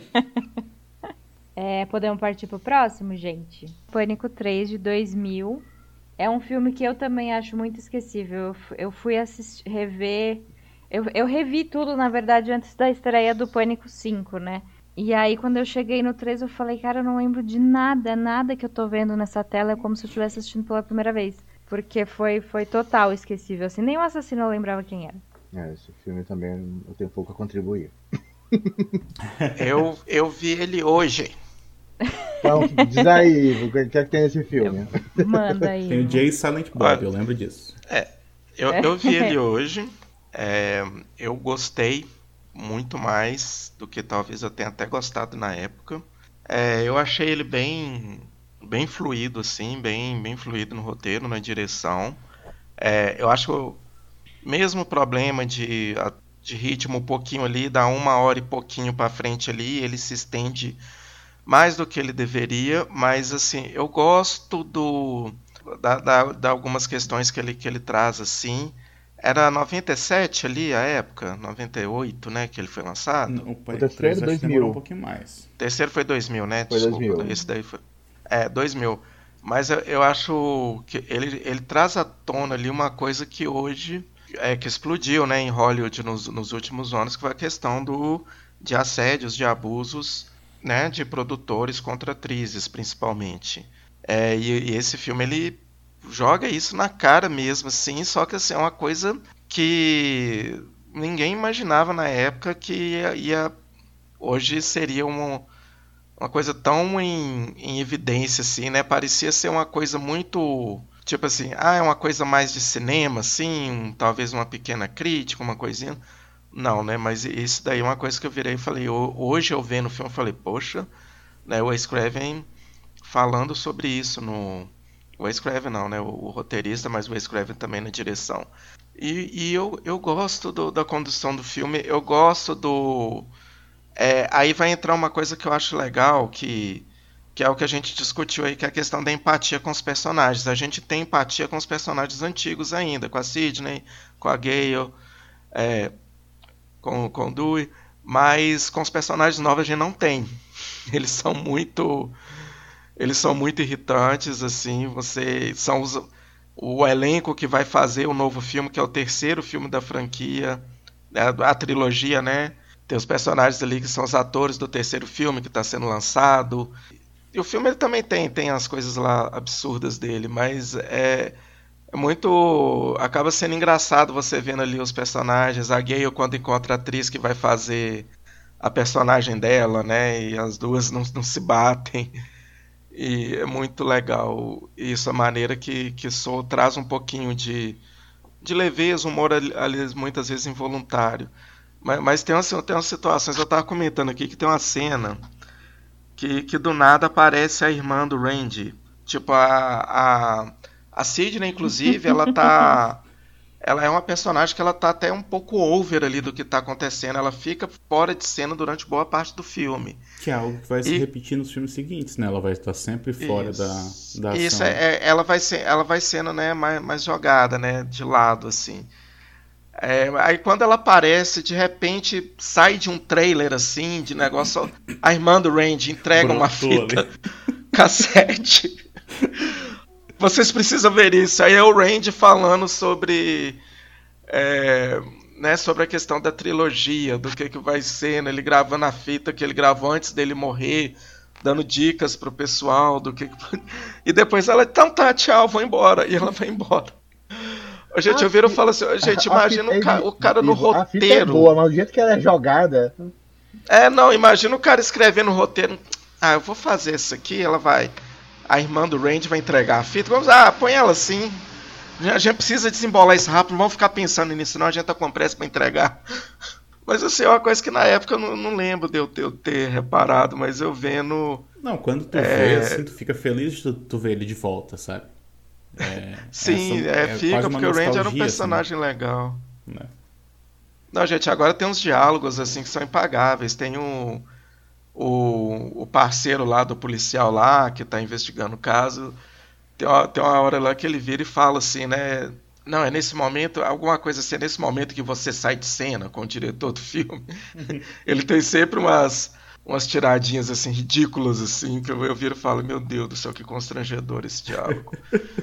Podemos partir pro próximo, gente? Pânico 3, de 2000. É um filme que eu também acho muito esquecível. Eu fui rever... Eu revi tudo, na verdade, antes da estreia do Pânico 5, né? E aí, quando eu cheguei no 3, eu falei, cara, eu não lembro de nada que eu tô vendo nessa tela. É como se eu estivesse assistindo pela primeira vez. Porque foi total esquecível, assim. Nem o assassino eu lembrava quem era. Esse filme também eu tenho pouco a contribuir. Eu vi ele hoje. Então, diz aí, o que é que tem nesse filme? Manda aí. Tem o Jay Silent Bob, Olha. eu lembro disso. Eu vi ele hoje. Eu gostei muito mais do que talvez eu tenha até gostado na época. Eu achei ele bem fluido, assim, bem fluido no roteiro, na direção. Eu acho que o mesmo problema de ritmo um pouquinho ali, dá 1 hora e pouquinho pra frente ali, ele se estende mais do que ele deveria, mas assim, eu gosto da algumas questões que ele traz, assim. Era 97 ali a época, 98, né, que ele foi lançado. O terceiro, 3 acho que 2000. demorou um pouquinho mais. O terceiro foi 2000, né? Foi Desculpa, 2000. esse daí foi... 2000. Mas eu acho que ele traz à tona ali uma coisa que hoje... que explodiu, né, em Hollywood nos últimos anos, que foi a questão de assédios, de abusos, né, de produtores contra atrizes, principalmente. E esse filme, ele joga isso na cara mesmo, assim, só que assim, é uma coisa que ninguém imaginava na época que hoje seria uma coisa tão em evidência, assim, né? Parecia ser uma coisa muito... Tipo assim, é uma coisa mais de cinema, assim, talvez uma pequena crítica, uma coisinha. Não, né? Mas isso daí é uma coisa que eu virei e falei... Hoje eu vendo o filme, eu falei, poxa, né? O Wes Craven falando sobre isso no... O Wes Craven não, né? O roteirista, mas o Wes Craven também na direção. E eu gosto da condução do filme, eu gosto do... aí vai entrar uma coisa que eu acho legal, que é o que a gente discutiu aí, que é a questão da empatia com os personagens. A gente tem empatia com os personagens antigos ainda, com a Sidney, com a Gale, com o Dewey, mas com os personagens novos a gente não tem. Eles são muito irritantes, assim, o elenco que vai fazer o novo filme, que é o terceiro filme da franquia, a trilogia, né? Tem os personagens ali que são os atores do terceiro filme que está sendo lançado. E o filme ele também tem as coisas lá absurdas dele, mas é muito... Acaba sendo engraçado você vendo ali os personagens. A Gale, quando encontra a atriz que vai fazer a personagem dela, né? E as duas não se batem. E é muito legal isso, a maneira que Soul traz um pouquinho de leveza, humor ali, muitas vezes involuntário. Mas tem umas situações, eu tava comentando aqui que tem uma cena que do nada aparece a irmã do Randy. Tipo, a Sidney, inclusive, ela é uma personagem que ela tá até um pouco over ali do que tá acontecendo. Ela fica fora de cena durante boa parte do filme. Que é algo que vai se repetir nos filmes seguintes, né? Ela vai estar sempre fora da ação. Isso, ela vai sendo, né, mais jogada, né, de lado, assim. Aí quando ela aparece, de repente sai de um trailer assim, de negócio. A irmã do Randy entrega uma fita cassete. Vocês precisam ver isso. Aí é o Randy falando sobre. Né, sobre a questão da trilogia, do que vai ser, né, ele gravando a fita que ele gravou antes dele morrer, dando dicas pro pessoal do que. E depois ela, então tá, tchau, vou embora. E ela vai embora. Gente, eu viro e falo assim, gente, imagina o cara no roteiro. A fita é boa, mas o jeito que ela é jogada. Não, imagina o cara escrevendo o roteiro. Eu vou fazer isso aqui, ela vai. A irmã do Randy vai entregar a fita. Vamos, põe ela assim. A gente precisa desembolar isso rápido, não vamos ficar pensando nisso, senão a gente tá com pressa pra entregar. Mas assim, é uma coisa que na época eu não lembro de eu ter reparado, mas eu vendo. Não, quando tu vê, assim, tu fica feliz de tu ver ele de volta, sabe? Sim, fica, porque o Randy era um personagem assim, legal. Né? Não, gente, agora tem uns diálogos assim que são impagáveis. Tem o parceiro lá do policial lá, que tá investigando o caso. Tem uma hora lá que ele vira e fala assim, né? Não, é nesse momento, alguma coisa assim, é nesse momento que você sai de cena com o diretor do filme. Ele tem sempre umas tiradinhas assim, ridículas, assim, que eu viro e falo, meu Deus do céu, que constrangedor esse diálogo.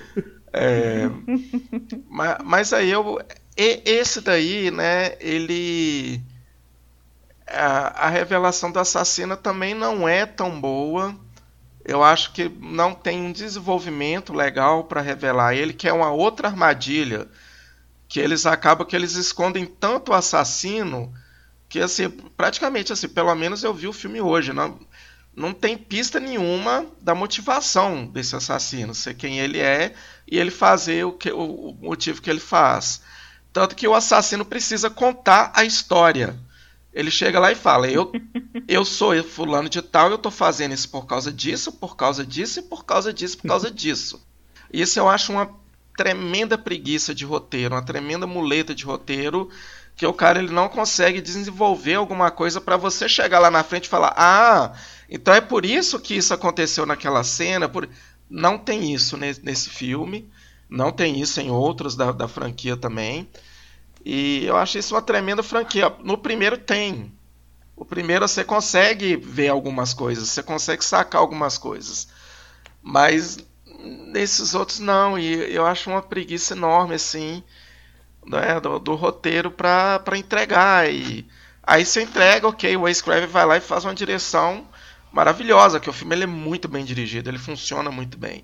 Mas aí esse daí, né, ele... A revelação do assassino também não é tão boa. Eu acho que não tem um desenvolvimento legal para revelar ele, que é uma outra armadilha, que eles acabam que eles escondem tanto o assassino que, assim, praticamente, assim, pelo menos eu vi o filme hoje, não tem pista nenhuma da motivação desse assassino, ser quem ele é e ele fazer o motivo que ele faz. Tanto que o assassino precisa contar a história. Ele chega lá e fala, eu sou fulano de tal, eu tô fazendo isso por causa disso, por causa disso e por causa disso, por causa disso. Isso eu acho uma tremenda preguiça de roteiro, uma tremenda muleta de roteiro, que o cara ele não consegue desenvolver alguma coisa para você chegar lá na frente e falar, então é por isso que isso aconteceu naquela cena. Não tem isso nesse filme, não tem isso em outros da franquia também. E eu acho isso uma tremenda franquia. No primeiro tem. O primeiro você consegue ver algumas coisas, você consegue sacar algumas coisas. Mas nesses outros não. E eu acho uma preguiça enorme, assim, né, do roteiro para entregar. E aí você entrega, ok, o Wes Craven vai lá e faz uma direção maravilhosa, que o filme ele é muito bem dirigido, ele funciona muito bem.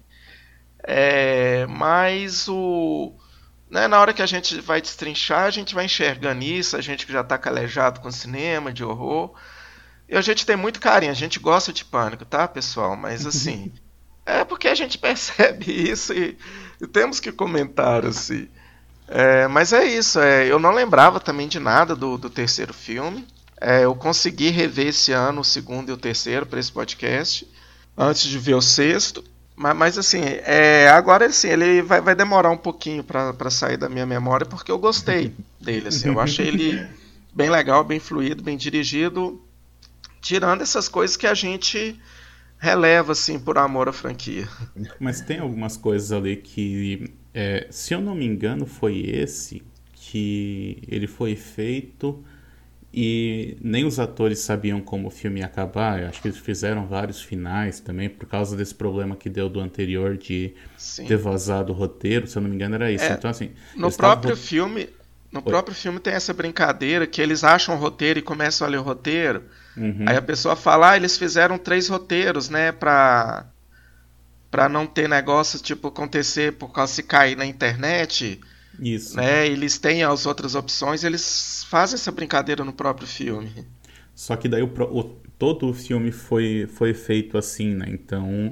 Mas né, na hora que a gente vai destrinchar, a gente vai enxergando isso, a gente que já está calejado com cinema, de horror. E a gente tem muito carinho, a gente gosta de Pânico, tá, pessoal? Mas assim, porque a gente percebe isso e temos que comentar, assim. Mas é isso, eu não lembrava também de nada do terceiro filme. Eu consegui rever esse ano o segundo e o terceiro para esse podcast, antes de ver o sexto. Mas assim, agora assim, ele vai demorar um pouquinho para sair da minha memória, porque eu gostei dele, assim, eu achei ele bem legal, bem fluido, bem dirigido, tirando essas coisas que a gente releva, assim, por amor à franquia. Mas tem algumas coisas ali que, se eu não me engano, foi esse que ele foi feito e nem os atores sabiam como o filme ia acabar. Eu acho que eles fizeram vários finais também, por causa desse problema que deu do anterior de ter vazado o roteiro, se eu não me engano era isso. Então, assim, no próprio filme tem essa brincadeira que eles acham o roteiro e começam a ler o roteiro. Aí a pessoa fala, eles fizeram 3 roteiros, né, pra não ter negócio, tipo, acontecer por causa se cair na internet. Isso. Né, eles têm as outras opções, eles fazem essa brincadeira no próprio filme. Só que daí todo o filme foi feito assim, né? Então,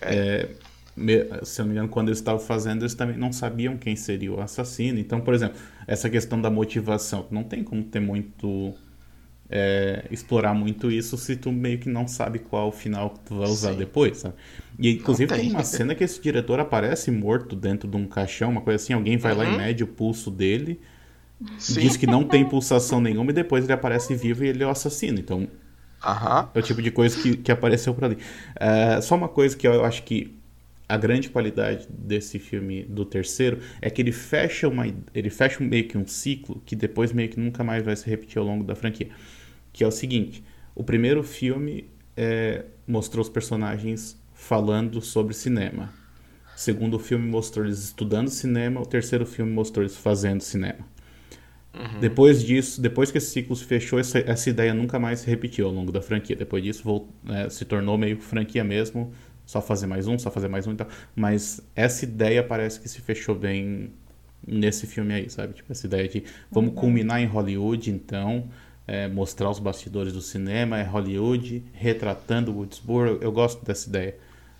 se eu não me engano, quando eles estavam fazendo, eles também não sabiam quem seria o assassino. Então, por exemplo, essa questão da motivação, não tem como ter muito... explorar muito isso se tu meio que não sabe qual final que tu vai usar depois, sabe? E inclusive tem uma cena que esse diretor aparece morto dentro de um caixão, uma coisa assim, alguém vai lá e mede o pulso dele, diz que não tem pulsação nenhuma e depois ele aparece vivo e ele é o assassino. Então é o tipo de coisa que apareceu por ali. Só uma coisa que eu acho que a grande qualidade desse filme, do terceiro, é que ele fecha meio que um ciclo que depois meio que nunca mais vai se repetir ao longo da franquia. Que é o seguinte: o primeiro filme mostrou os personagens falando sobre cinema. O segundo filme mostrou eles estudando cinema. O terceiro filme mostrou eles fazendo cinema. Depois disso, depois que esse ciclo se fechou, essa ideia nunca mais se repetiu ao longo da franquia. Depois disso, se tornou meio franquia mesmo. Só fazer mais um e tal. Mas essa ideia parece que se fechou bem nesse filme aí, sabe? Tipo, essa ideia de vamos culminar em Hollywood, então, mostrar os bastidores do cinema, Hollywood, retratando Woodsboro. Eu gosto dessa ideia.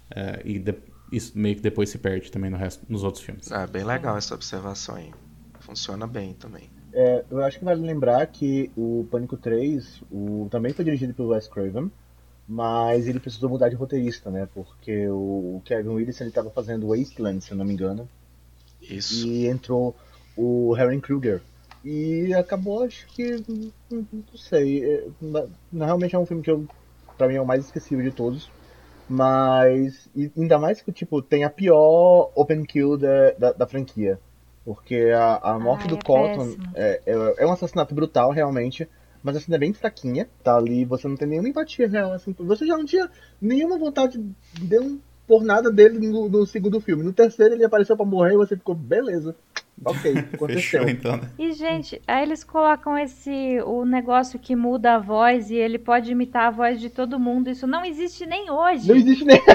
Isso meio que depois se perde também nos outros filmes. Bem legal essa observação aí. Funciona bem também. Eu acho que vale lembrar que o Pânico 3 também foi dirigido pelo Wes Craven, mas ele precisou mudar de roteirista, né? Porque o Kevin Willis estava fazendo Wasteland, se eu não me engano. Isso. E entrou o Harry Kruger. E acabou, acho que... Não sei. Realmente é um filme que pra mim é o mais esquecível de todos. Mas... ainda mais que, tipo, tem a pior open kill da franquia. Porque a morte do Cotton é um assassinato brutal, realmente. Mas assim, é bem fraquinha, tá ali, você não tem nenhuma empatia real, assim, você já não tinha nenhuma vontade por nada dele no segundo filme. No terceiro ele apareceu pra morrer e você ficou, beleza, ok, aconteceu. Fechou, então, né? E, gente, aí eles colocam o negócio que muda a voz e ele pode imitar a voz de todo mundo. Isso não existe nem hoje. Não existe nem...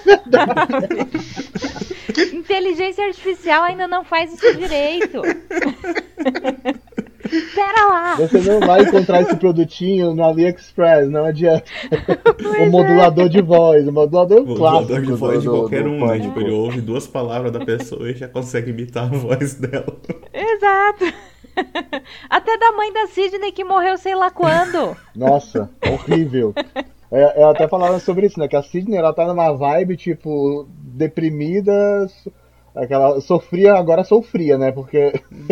Inteligência artificial ainda não faz isso direito. Pera lá! Você não vai encontrar esse produtinho no AliExpress, não adianta. O modulador de voz, o modulador clássico. O modulador de voz de qualquer um, né? Pânico. Tipo, ele ouve duas palavras da pessoa e já consegue imitar a voz dela. Exato! Até da mãe da Sidney que morreu sei lá quando. Nossa, horrível. Eu até falava sobre isso, né? Que a Sidney, ela tá numa vibe, tipo, deprimida... Aquela sofria, agora sofria, né? Porque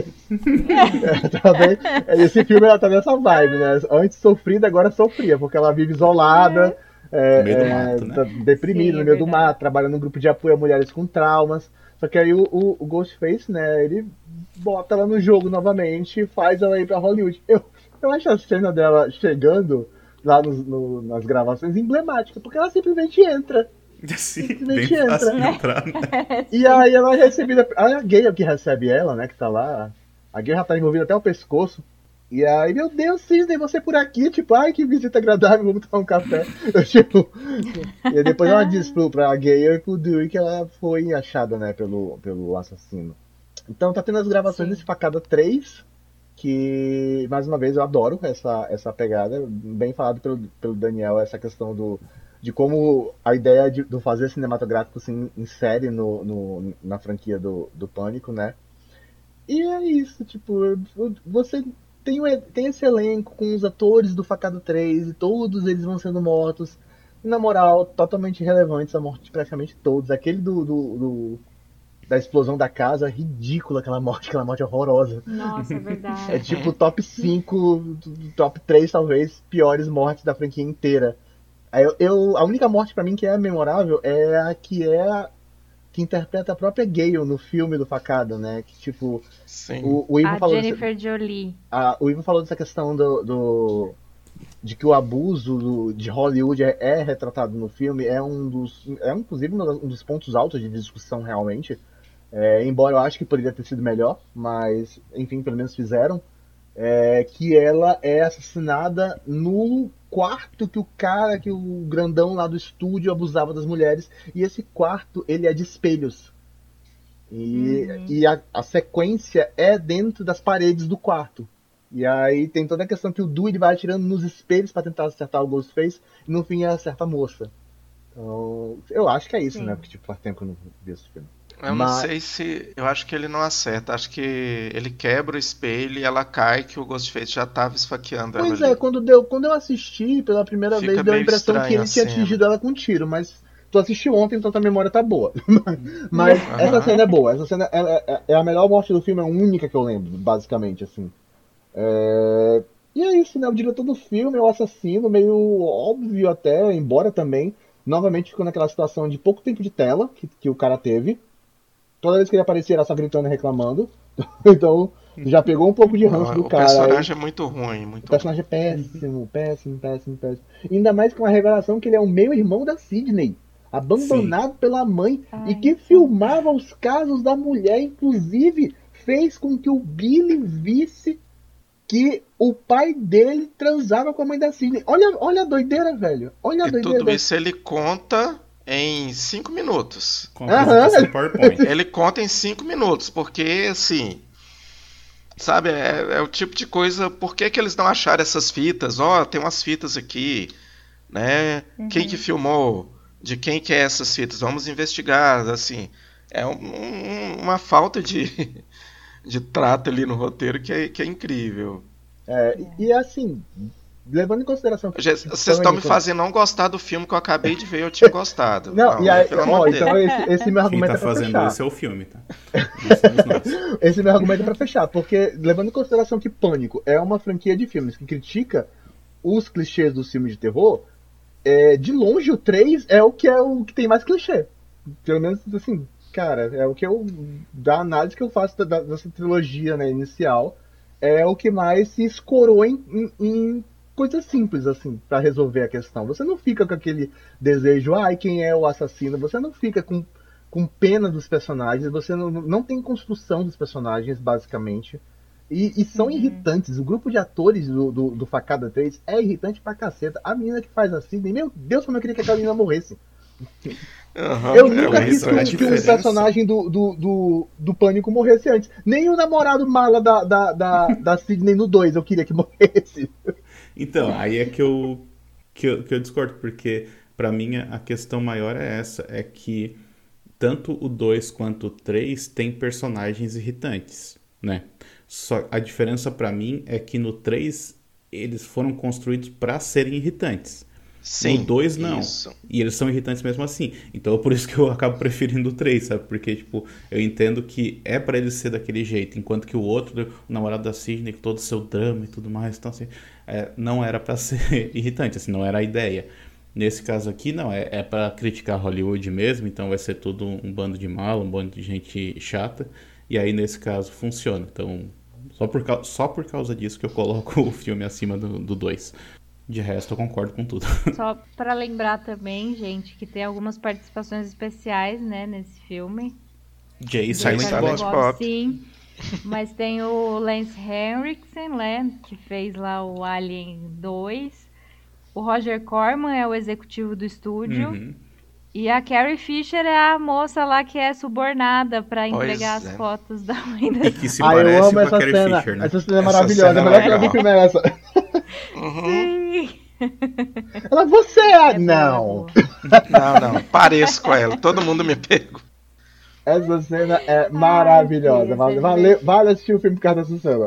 também, esse filme ela tá nessa vibe, né? Antes sofrida, agora sofria, porque ela vive isolada, no meio do mato, né? Tá deprimida. Sim, no meio do verdade. mato, trabalhando num grupo de apoio a mulheres com traumas. Só que aí o Ghostface, né? Ele bota ela no jogo novamente e faz ela ir pra Hollywood. Eu acho a cena dela chegando lá nas gravações emblemática, porque ela simplesmente entra. Sim, bem fácil de entrar, né? E aí ela é recebida. A Gale que recebe ela, né? Que tá lá. A Gale já tá envolvida até o pescoço. E aí, meu Deus, Sidney, você por aqui? Tipo, ai, que visita agradável, vamos tomar um café. Tipo, e aí depois ela diz pra Gale e pro Dewey que ela foi achada, né, pelo assassino. Então tá tendo as gravações desse Facada 3. Que, mais uma vez, eu adoro essa pegada. Bem falado pelo Daniel, essa questão de como a ideia do fazer cinematográfico se insere na franquia do Pânico, né? E é isso, tipo, você tem esse elenco com os atores do Facada 3 e todos eles vão sendo mortos. E, na moral, totalmente irrelevantes a morte de praticamente todos. Aquele da explosão da casa, ridícula aquela morte horrorosa. Nossa, é verdade. É tipo top 5, top 3 talvez, piores mortes da franquia inteira. A única morte pra mim que é memorável é a que interpreta a própria Gale no filme do Facada, né? Que tipo, Sim. o Ivo A falou Jennifer Jolie. o Ivo falou dessa questão de que o abuso de Hollywood é retratado no filme, inclusive um dos pontos altos de discussão realmente. Embora eu acho que poderia ter sido melhor, mas enfim, pelo menos fizeram. Que ela é assassinada no quarto que o grandão lá do estúdio abusava das mulheres, e esse quarto ele é de espelhos e a sequência é dentro das paredes do quarto, E aí tem toda a questão que o Dewey ele vai atirando nos espelhos pra tentar acertar o Ghostface e no fim acerta a moça. Então, eu acho que é isso, Sim. né? Porque tipo, faz tempo que eu não vi esse filme. Eu não sei se. Eu acho que ele não acerta. Acho que ele quebra o espelho e ela cai, que o Ghostface já tava esfaqueando ela Pois ali. é, quando eu assisti pela primeira Fica vez, deu a meio impressão que estranha ele a tinha cena. atingido ela com um tiro, mas tu assistiu ontem, então tua memória tá boa. Mas essa Aham. cena é boa, essa cena é a melhor morte do filme, é a única que eu lembro, basicamente, assim. E é isso, né? O diretor do filme é o assassino, meio óbvio até, embora também, novamente ficou naquela situação de pouco tempo de tela que o cara teve. Toda vez que ele aparecia era só gritando e reclamando. Então, já pegou um pouco de ranço do O cara. Aí, personagem é muito ruim, o muito ruim. personagem é péssimo, péssimo, péssimo, péssimo. Ainda mais com a revelação que ele é o meio-irmão da Sidney, abandonado pela mãe, e que filmava os casos da mulher, inclusive fez com que o Billy visse que o pai dele transava com a mãe da Sidney. Olha a doideira, velho. Olha a E doideira. tudo isso ele conta em 5 minutos. Com a apresentação do PowerPoint. Ele conta em 5 minutos, porque assim. Sabe, é o tipo de coisa. Por que eles não acharam essas fitas? Ó, tem umas fitas aqui, né? Quem que filmou? De quem que é essas fitas? Vamos investigar, assim. É uma falta de trato ali no roteiro que é incrível. E assim, levando em consideração que Vocês estão me fazendo não gostar do filme que eu acabei de ver, eu tinha gostado. Não, e aí, pelo amor de então Deus. esse meu Quem argumento tá é pra fazendo fechar. isso é o filme, tá? Não somos nós. Esse meu argumento é pra fechar, porque levando em consideração que Pânico é uma franquia de filmes que critica os clichês dos filmes de terror, de longe o 3 é o que tem mais clichê. Pelo menos, assim, cara, é o que eu. Da análise que eu faço dessa trilogia, né, inicial, é o que mais se escorou em coisas simples, assim, pra resolver a questão. Você não fica com aquele desejo, ai, quem é o assassino? Você não fica com pena dos personagens, você não tem construção dos personagens, basicamente. E são irritantes. O grupo de atores do Facada 3 é irritante pra caceta. A menina que faz assim, meu Deus, como eu queria que aquela menina morresse. Eu nunca quis que um personagem do Pânico morresse antes. Nem o namorado mala da Sidney no 2 eu queria que morresse. Então, aí é que eu discordo, porque pra mim a questão maior é essa, é que tanto o 2 quanto o 3 tem personagens irritantes, né? Só a diferença pra mim é que no 3 eles foram construídos pra serem irritantes. Sim, no 2 não. Isso. E eles são irritantes mesmo assim. Então é por isso que eu acabo preferindo o 3, sabe? Porque, tipo, eu entendo que é pra ele ser daquele jeito. Enquanto que o outro, o namorado da Sidney, com todo o seu drama e tudo mais, então assim, não era pra ser irritante, assim, não era a ideia. Nesse caso aqui, não, é pra criticar Hollywood mesmo, então vai ser tudo um bando de mala, um bando de gente chata. E aí, nesse caso, funciona. Então, só por causa disso que eu coloco o filme acima do 2. De resto, eu concordo com tudo. Só pra lembrar também, gente, que tem algumas participações especiais, né, nesse filme. Jay Silent Silent Bob. Bob. Sim, mas tem o Lance Henriksen, né, que fez lá o Alien 2. O Roger Corman é o executivo do estúdio. Uhum. E a Carrie Fisher é a moça lá que é subornada pra entregar as fotos da mãe da... E que se Eu parece amo com a essa Carrie cena. Fisher, né? Essa cena é Essa maravilhosa. cena A é melhor cena legal. do filme é essa. Sim. Ela, você é. É Não. boa. Não, pareço com ela. Todo mundo me pegou. Essa cena é maravilhosa. Deus, Vale assistir o filme por causa dessa cena.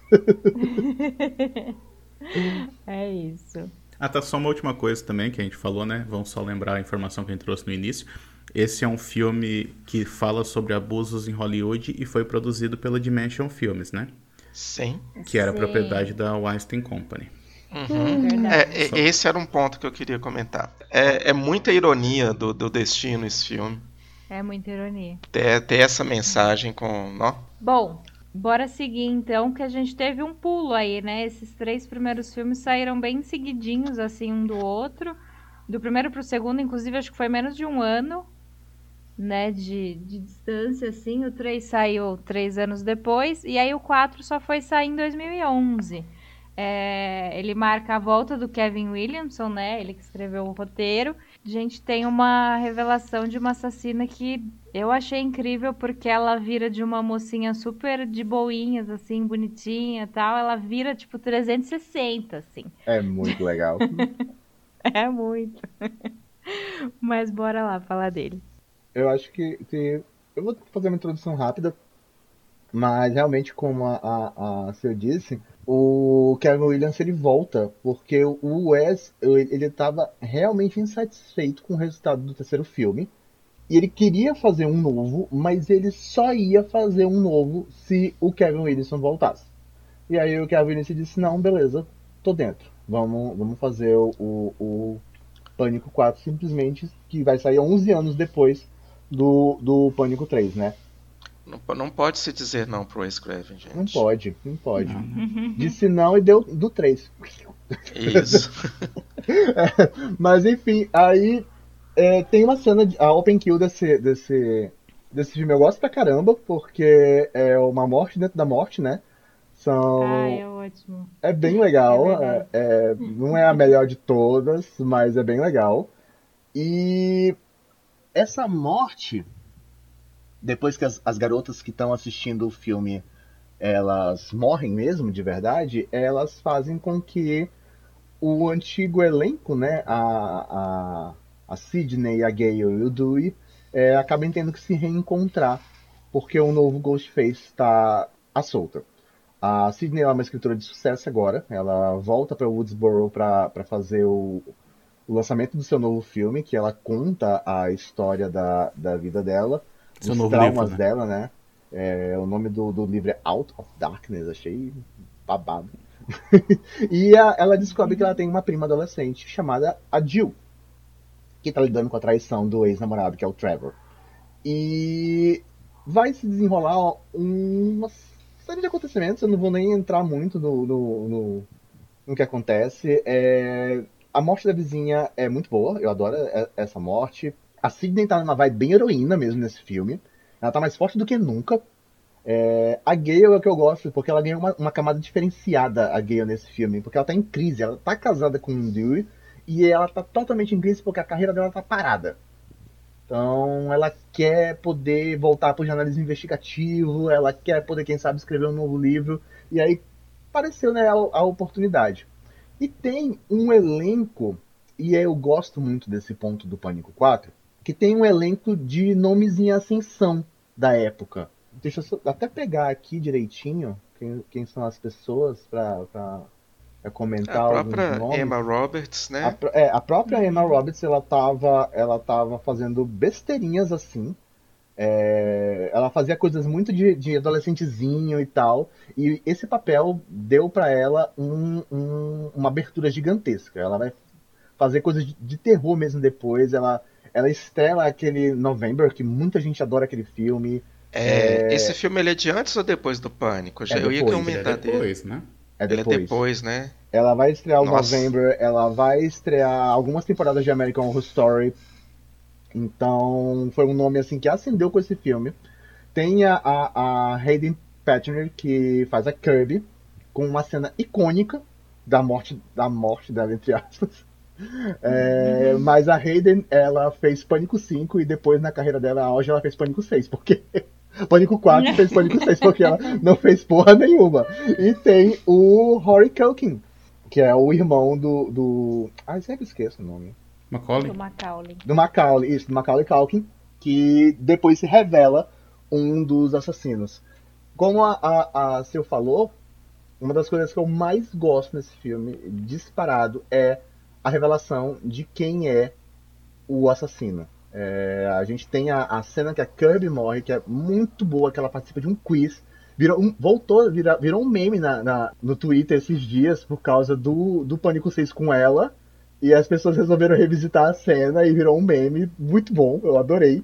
É isso. Tá, só uma última coisa também que a gente falou, né? Vamos só lembrar a informação que a gente trouxe no início. Esse é um filme que fala sobre abusos em Hollywood e foi produzido pela Dimension Films, né? Sim. Que era Sim. propriedade da Weinstein Company. Verdade. Esse era um ponto que eu queria comentar. É muita ironia do destino esse filme. É muita ironia. Ter essa mensagem com... Ó, Bom, bora seguir então, que a gente teve um pulo aí, né? Esses 3 primeiros filmes saíram bem seguidinhos, assim, um do outro. Do primeiro pro segundo, inclusive, acho que foi menos de um ano, né? De distância, assim. O 3 saiu 3 anos depois. E aí o 4 só foi sair em 2011. Ele marca a volta do Kevin Williamson, né? Ele que escreveu o roteiro. a gente tem uma revelação de uma assassina que eu achei incrível, porque ela vira de uma mocinha super de boinhas, assim, bonitinha e tal, ela vira, tipo, 360, assim. É muito legal. É muito. Mas bora lá falar dele. Eu acho que eu vou fazer uma introdução rápida, mas realmente, como a Seu disse, o Kevin Williams ele volta, porque o Wes ele estava realmente insatisfeito com o resultado do terceiro filme. E ele queria fazer um novo, mas ele só ia fazer um novo se o Kevin Williamson voltasse. E aí o Kevin Williamson disse, não, beleza, tô dentro. Vamos fazer o Pânico 4 simplesmente, que vai sair 11 anos depois do Pânico 3, né? Não pode se dizer não pro Wes Craven, gente. Não pode, não pode. Não, né? Disse não e deu do 3. Isso. Mas enfim, aí tem uma cena, a open kill desse filme eu gosto pra caramba, porque é uma morte dentro da morte, né? Ai, é ótimo. É bem legal, É verdade. não é a melhor de todas, mas é bem legal. E essa morte, depois que as garotas que estão assistindo o filme, elas morrem mesmo, de verdade, elas fazem com que o antigo elenco, né, a Sidney, a Gale e o Dewey, acabem tendo que se reencontrar, porque o novo Ghostface está à solta. A Sidney é uma escritora de sucesso agora, ela volta para Woodsboro para fazer o lançamento do seu novo filme, que ela conta a história da vida dela, Seu dos novo traumas livro, né? dela, né? O nome do livro é Out of Darkness, achei babado. E ela descobre que ela tem uma prima adolescente chamada a Jill, que tá lidando com a traição do ex-namorado, que é o Trevor. E vai se desenrolar uma série de acontecimentos, eu não vou nem entrar muito no que acontece. A morte da vizinha é muito boa, eu adoro essa morte. A Sidney tá numa vibe bem heroína mesmo nesse filme. Ela tá mais forte do que nunca. A Gale é o que eu gosto, porque ela ganha uma camada diferenciada, a Gale, nesse filme. Porque ela tá em crise, ela tá casada com o Dewey, e ela tá totalmente em crise porque a carreira dela tá parada. Então ela quer poder voltar pro jornalismo investigativo, ela quer poder, quem sabe, escrever um novo livro. E aí apareceu, né, a oportunidade. E tem um elenco, e eu gosto muito desse ponto do Pânico 4, que tem um elenco de nomes em ascensão da época. Deixa eu até pegar aqui direitinho quem são as pessoas para comentar A alguns própria nomes. Emma Roberts, né? A própria Emma Roberts, ela tava fazendo besteirinhas assim. Ela fazia coisas muito de adolescentezinho e tal. E esse papel deu pra ela uma abertura gigantesca. Ela vai fazer coisas de terror mesmo depois. Ela estrela aquele November, que muita gente adora aquele filme. Esse filme ele é de antes ou depois do Pânico? Eu ia depois. Ele é comentar dele. depois, né? Ele é depois, né? Ela vai estrear o Nossa. November, ela vai estrear algumas temporadas de American Horror Story. Então, foi um nome assim que acendeu com esse filme. Tem a Hayden Panettiere, que faz a Kirby, com uma cena icônica da morte dela, entre aspas. Mas a Hayden, ela fez Pânico 5 e depois na carreira dela, hoje ela fez Pânico 6, porque Pânico 4 fez Pânico 6, porque ela não fez porra nenhuma. E tem o Rory Culkin, que é o irmão do... Ah, sempre esqueço o nome. Macaulay? Do Macaulay. Do Macaulay Culkin, que depois se revela um dos assassinos. Como a Sil falou, uma das coisas que eu mais gosto nesse filme, disparado, é a revelação de quem é o assassino. A gente tem a cena que a Kirby morre, que é muito boa, que ela participa de um quiz. Virou um meme no Twitter esses dias por causa do Pânico 6 com ela. E as pessoas resolveram revisitar a cena e virou um meme muito bom, eu adorei.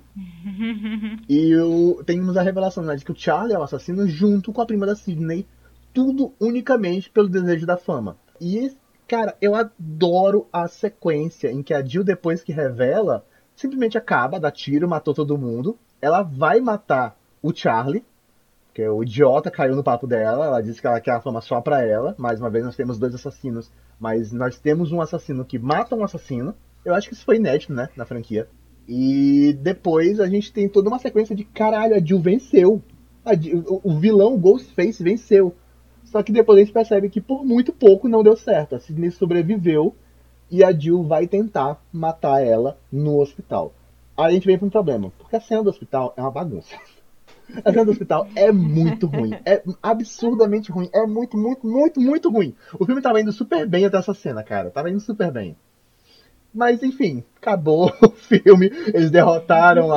E temos a revelação, né, de que o Charlie é o assassino junto com a prima da Sidney, tudo unicamente pelo desejo da fama. E, cara, eu adoro a sequência em que a Jill, depois que revela, simplesmente acaba, dá tiro, matou todo mundo. Ela vai matar o Charlie, porque o idiota caiu no papo dela, ela disse que ela quer a fama só pra ela. Mais uma vez, nós temos dois assassinos, mas nós temos um assassino que mata um assassino. Eu acho que isso foi inédito, né, na franquia. E depois a gente tem toda uma sequência de caralho, a Jill venceu. O vilão, o Ghostface, venceu. Só que depois a gente percebe que por muito pouco não deu certo. A Sidney sobreviveu e a Jill vai tentar matar ela no hospital. Aí a gente vem para um problema, porque a cena do hospital é uma bagunça. A cena do hospital é muito ruim. É absurdamente ruim. É muito, muito, muito, muito ruim. O filme tava indo super bem até essa cena, cara. Tava indo super bem. Mas, enfim, acabou o filme. Eles derrotaram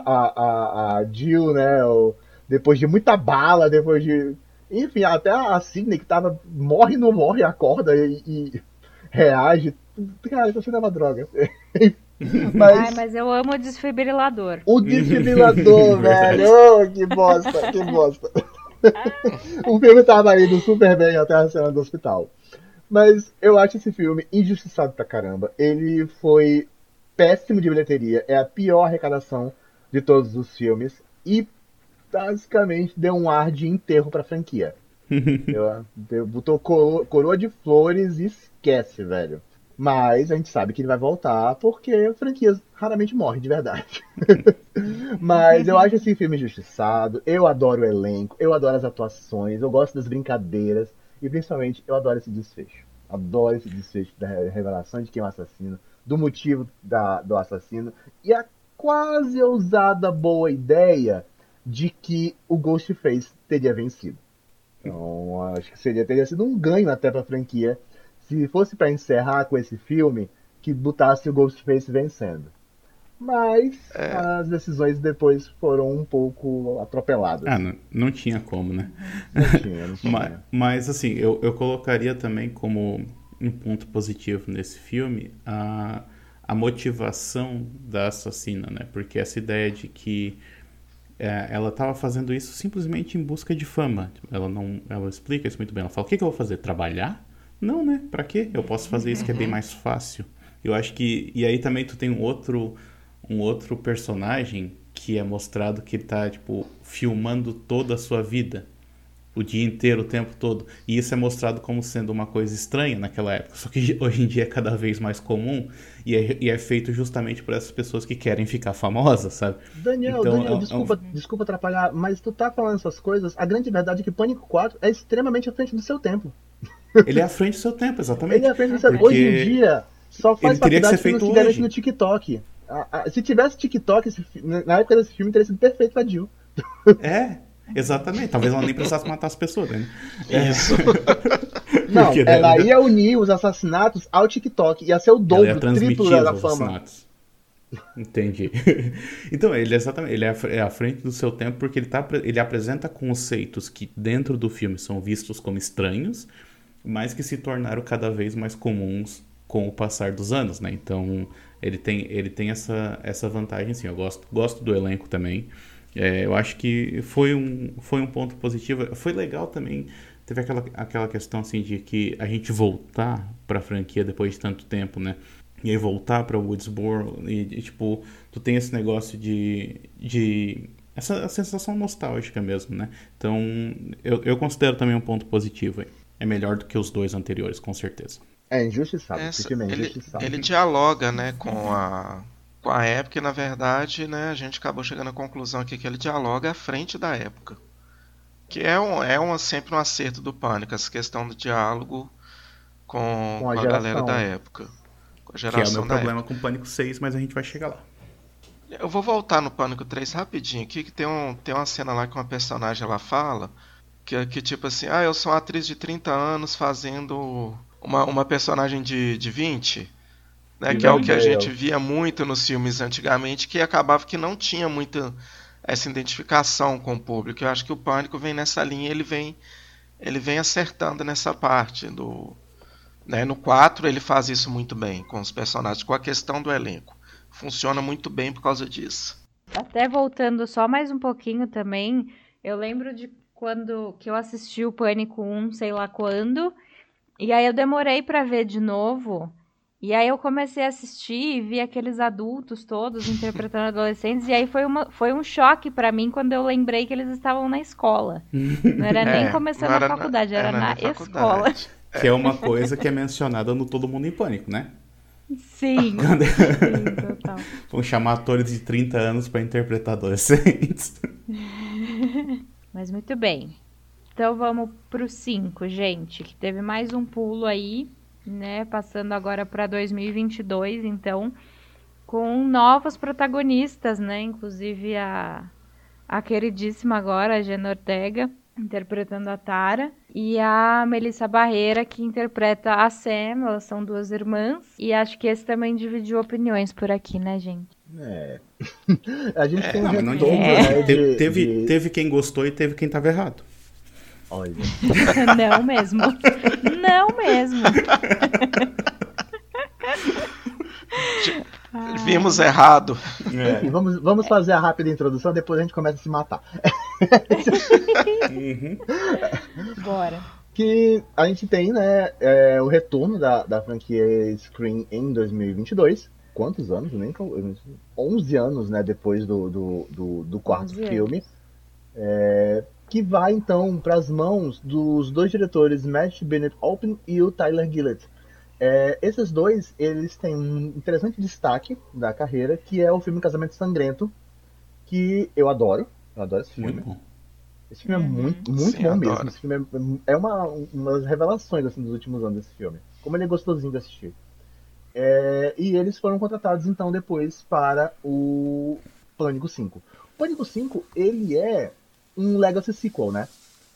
a Jill, né? Depois de muita bala, depois de... Enfim, até a Sidney, que tava... Morre, não morre, acorda e reage. Cara, essa cena é uma droga. Mas eu amo o desfibrilador. O desfibrilador, velho. Oh, que bosta, que bosta. O filme tava indo super bem até a cena do hospital. Mas eu acho esse filme injustiçado pra caramba. Ele foi péssimo de bilheteria. É a pior arrecadação de todos os filmes. E basicamente deu um ar de enterro pra franquia. Botou coroa de flores e esquece, velho. Mas a gente sabe que ele vai voltar porque franquias raramente morrem de verdade. Mas eu acho esse filme injustiçado. Eu adoro o elenco, eu adoro as atuações, eu gosto das brincadeiras. E principalmente eu adoro esse desfecho. Adoro esse desfecho da revelação de quem é o assassino, do motivo do assassino. E a quase ousada boa ideia de que o Ghostface teria vencido. Então acho que teria sido um ganho até pra franquia se fosse para encerrar com esse filme, que botasse o Ghostface vencendo. Mas as decisões depois foram um pouco atropeladas. Não tinha como, né? Não tinha. Mas assim, eu colocaria também como um ponto positivo nesse filme a motivação da assassina, né? Porque essa ideia de que ela estava fazendo isso simplesmente em busca de fama. Ela explica isso muito bem. Ela fala, o que eu vou fazer? Trabalhar? Não, né? Pra quê? Eu posso fazer isso que é bem mais fácil. Eu acho que... E aí também tu tem um outro personagem que é mostrado que ele tá, tipo, filmando toda a sua vida. O dia inteiro, o tempo todo. E isso é mostrado como sendo uma coisa estranha naquela época. Só que hoje em dia é cada vez mais comum. E é feito justamente por essas pessoas que querem ficar famosas, sabe? Daniel, desculpa atrapalhar, mas tu tá falando essas coisas. A grande verdade é que Pânico 4 é extremamente à frente do seu tempo. Ele é à frente do seu tempo, exatamente. Ele é à frente do seu tempo. Hoje em dia, só faz faculdade que não se garante no TikTok. Se tivesse TikTok, na época desse filme, teria sido perfeito pra Jill. Exatamente. Talvez ela nem precisasse matar as pessoas, né? Isso. Não, ela ia unir os assassinatos ao TikTok. Ia ser o dobro, o triplo da fama. Entendi. Então, ele é à frente do seu tempo porque ele apresenta conceitos que dentro do filme são vistos como estranhos, mas que se tornaram cada vez mais comuns com o passar dos anos, né? Então, ele tem essa vantagem, assim. Eu gosto do elenco também. Eu acho que foi um ponto positivo. Foi legal também. Teve aquela questão, assim, de que a gente voltar pra franquia depois de tanto tempo, né? E aí voltar pra Woodsboro e tipo, tu tem esse negócio de essa sensação nostálgica mesmo, né? Então, eu considero também um ponto positivo aí. É melhor do que os dois anteriores, com certeza. É injustiçado, injustiçado. Ele dialoga, né, com a época e, na verdade, né, a gente acabou chegando à conclusão aqui que ele dialoga à frente da época. Que sempre um acerto do Pânico, essa questão do diálogo com a galera da época. Que é o meu problema com o Pânico 6, mas a gente vai chegar lá. Eu vou voltar no Pânico 3 rapidinho aqui, que tem uma cena lá que uma personagem ela fala, que tipo assim, eu sou uma atriz de 30 anos fazendo uma personagem de 20, né, que é o que a gente via muito nos filmes antigamente, que acabava que não tinha muita essa identificação com o público. Eu acho que o Pânico vem nessa linha, ele vem acertando nessa parte do... Né, no 4 ele faz isso muito bem com os personagens, com a questão do elenco. Funciona muito bem por causa disso. Até voltando só mais um pouquinho também, eu lembro de que eu assisti o Pânico 1, sei lá quando, e aí eu demorei pra ver de novo, e aí eu comecei a assistir e vi aqueles adultos todos interpretando adolescentes, e aí foi um choque pra mim quando eu lembrei que eles estavam na escola. Não era nem começando a faculdade, era na escola. Que é uma coisa que é mencionada no Todo Mundo em Pânico, né? Sim, sim, total. Vão chamar atores de 30 anos pra interpretar adolescentes. Mas muito bem. Então vamos pro 5, gente, que teve mais um pulo aí, né? Passando agora para 2022, então, com novos protagonistas, né? Inclusive a queridíssima agora, a Jenna Ortega, interpretando a Tara, e a Melissa Barrera, que interpreta a Sam. Elas são duas irmãs, e acho que esse também dividiu opiniões por aqui, né, gente? A gente tem um Não, retorno, né, teve quem gostou e teve quem tava errado. Olha. Não mesmo. Não mesmo. Vimos errado. Enfim, vamos fazer a rápida introdução, depois a gente começa a se matar. Bora. Que a gente tem, né, o retorno da franquia Scream em 2022. Quantos anos? 11 anos, né, depois do quarto filme. Que vai, então, para as mãos dos dois diretores, Matt Bennett-Olpin e o Tyler Gillett. Esses dois, eles têm um interessante destaque da carreira, que é o filme Casamento Sangrento, que eu adoro. Eu adoro esse filme. Muito bom. Esse filme é muito Sim, bom adoro. mesmo. Esse filme é uma das revelações assim, dos últimos anos desse filme. Como ele é gostosinho de assistir. E eles foram contratados, então, depois para o Pânico 5. O Pânico 5, ele é um Legacy Sequel, né?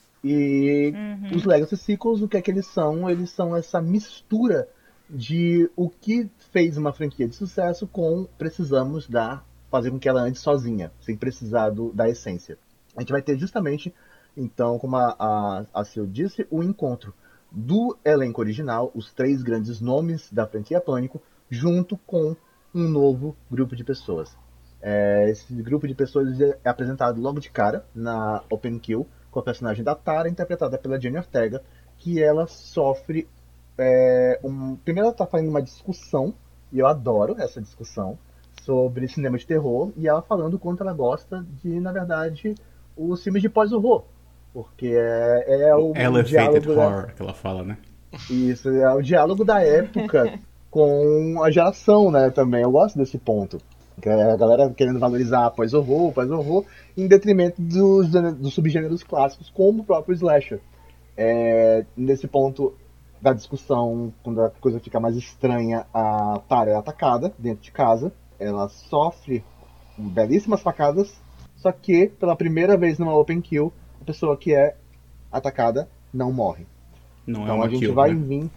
E os Legacy Sequels, o que é que eles são? Eles são essa mistura de o que fez uma franquia de sucesso com precisamos fazer com que ela ande sozinha, sem precisar da essência. A gente vai ter justamente, então, como a Sil disse, o encontro do elenco original, os 3 grandes nomes da franquia Pânico, junto com um novo grupo de pessoas. Esse grupo de pessoas é apresentado logo de cara na Open Kill, com a personagem da Tara, interpretada pela Jenna Ortega, que ela sofre... Primeiro ela está fazendo uma discussão, e eu adoro essa discussão, sobre cinema de terror, e ela falando o quanto ela gosta de, na verdade, os filmes de pós-horror. Porque é o Elevated diálogo horror, que ela fala, né? Isso, é o diálogo da época com a geração, né, também. Eu gosto desse ponto. A galera querendo valorizar pós-horror, em detrimento dos subgêneros clássicos, como o próprio slasher. Nesse ponto da discussão, quando a coisa fica mais estranha, a Tara é atacada dentro de casa. Ela sofre belíssimas facadas, só que, pela primeira vez numa Open Kill, a pessoa que é atacada não morre. Não então é uma a gente kill, vai né? vir...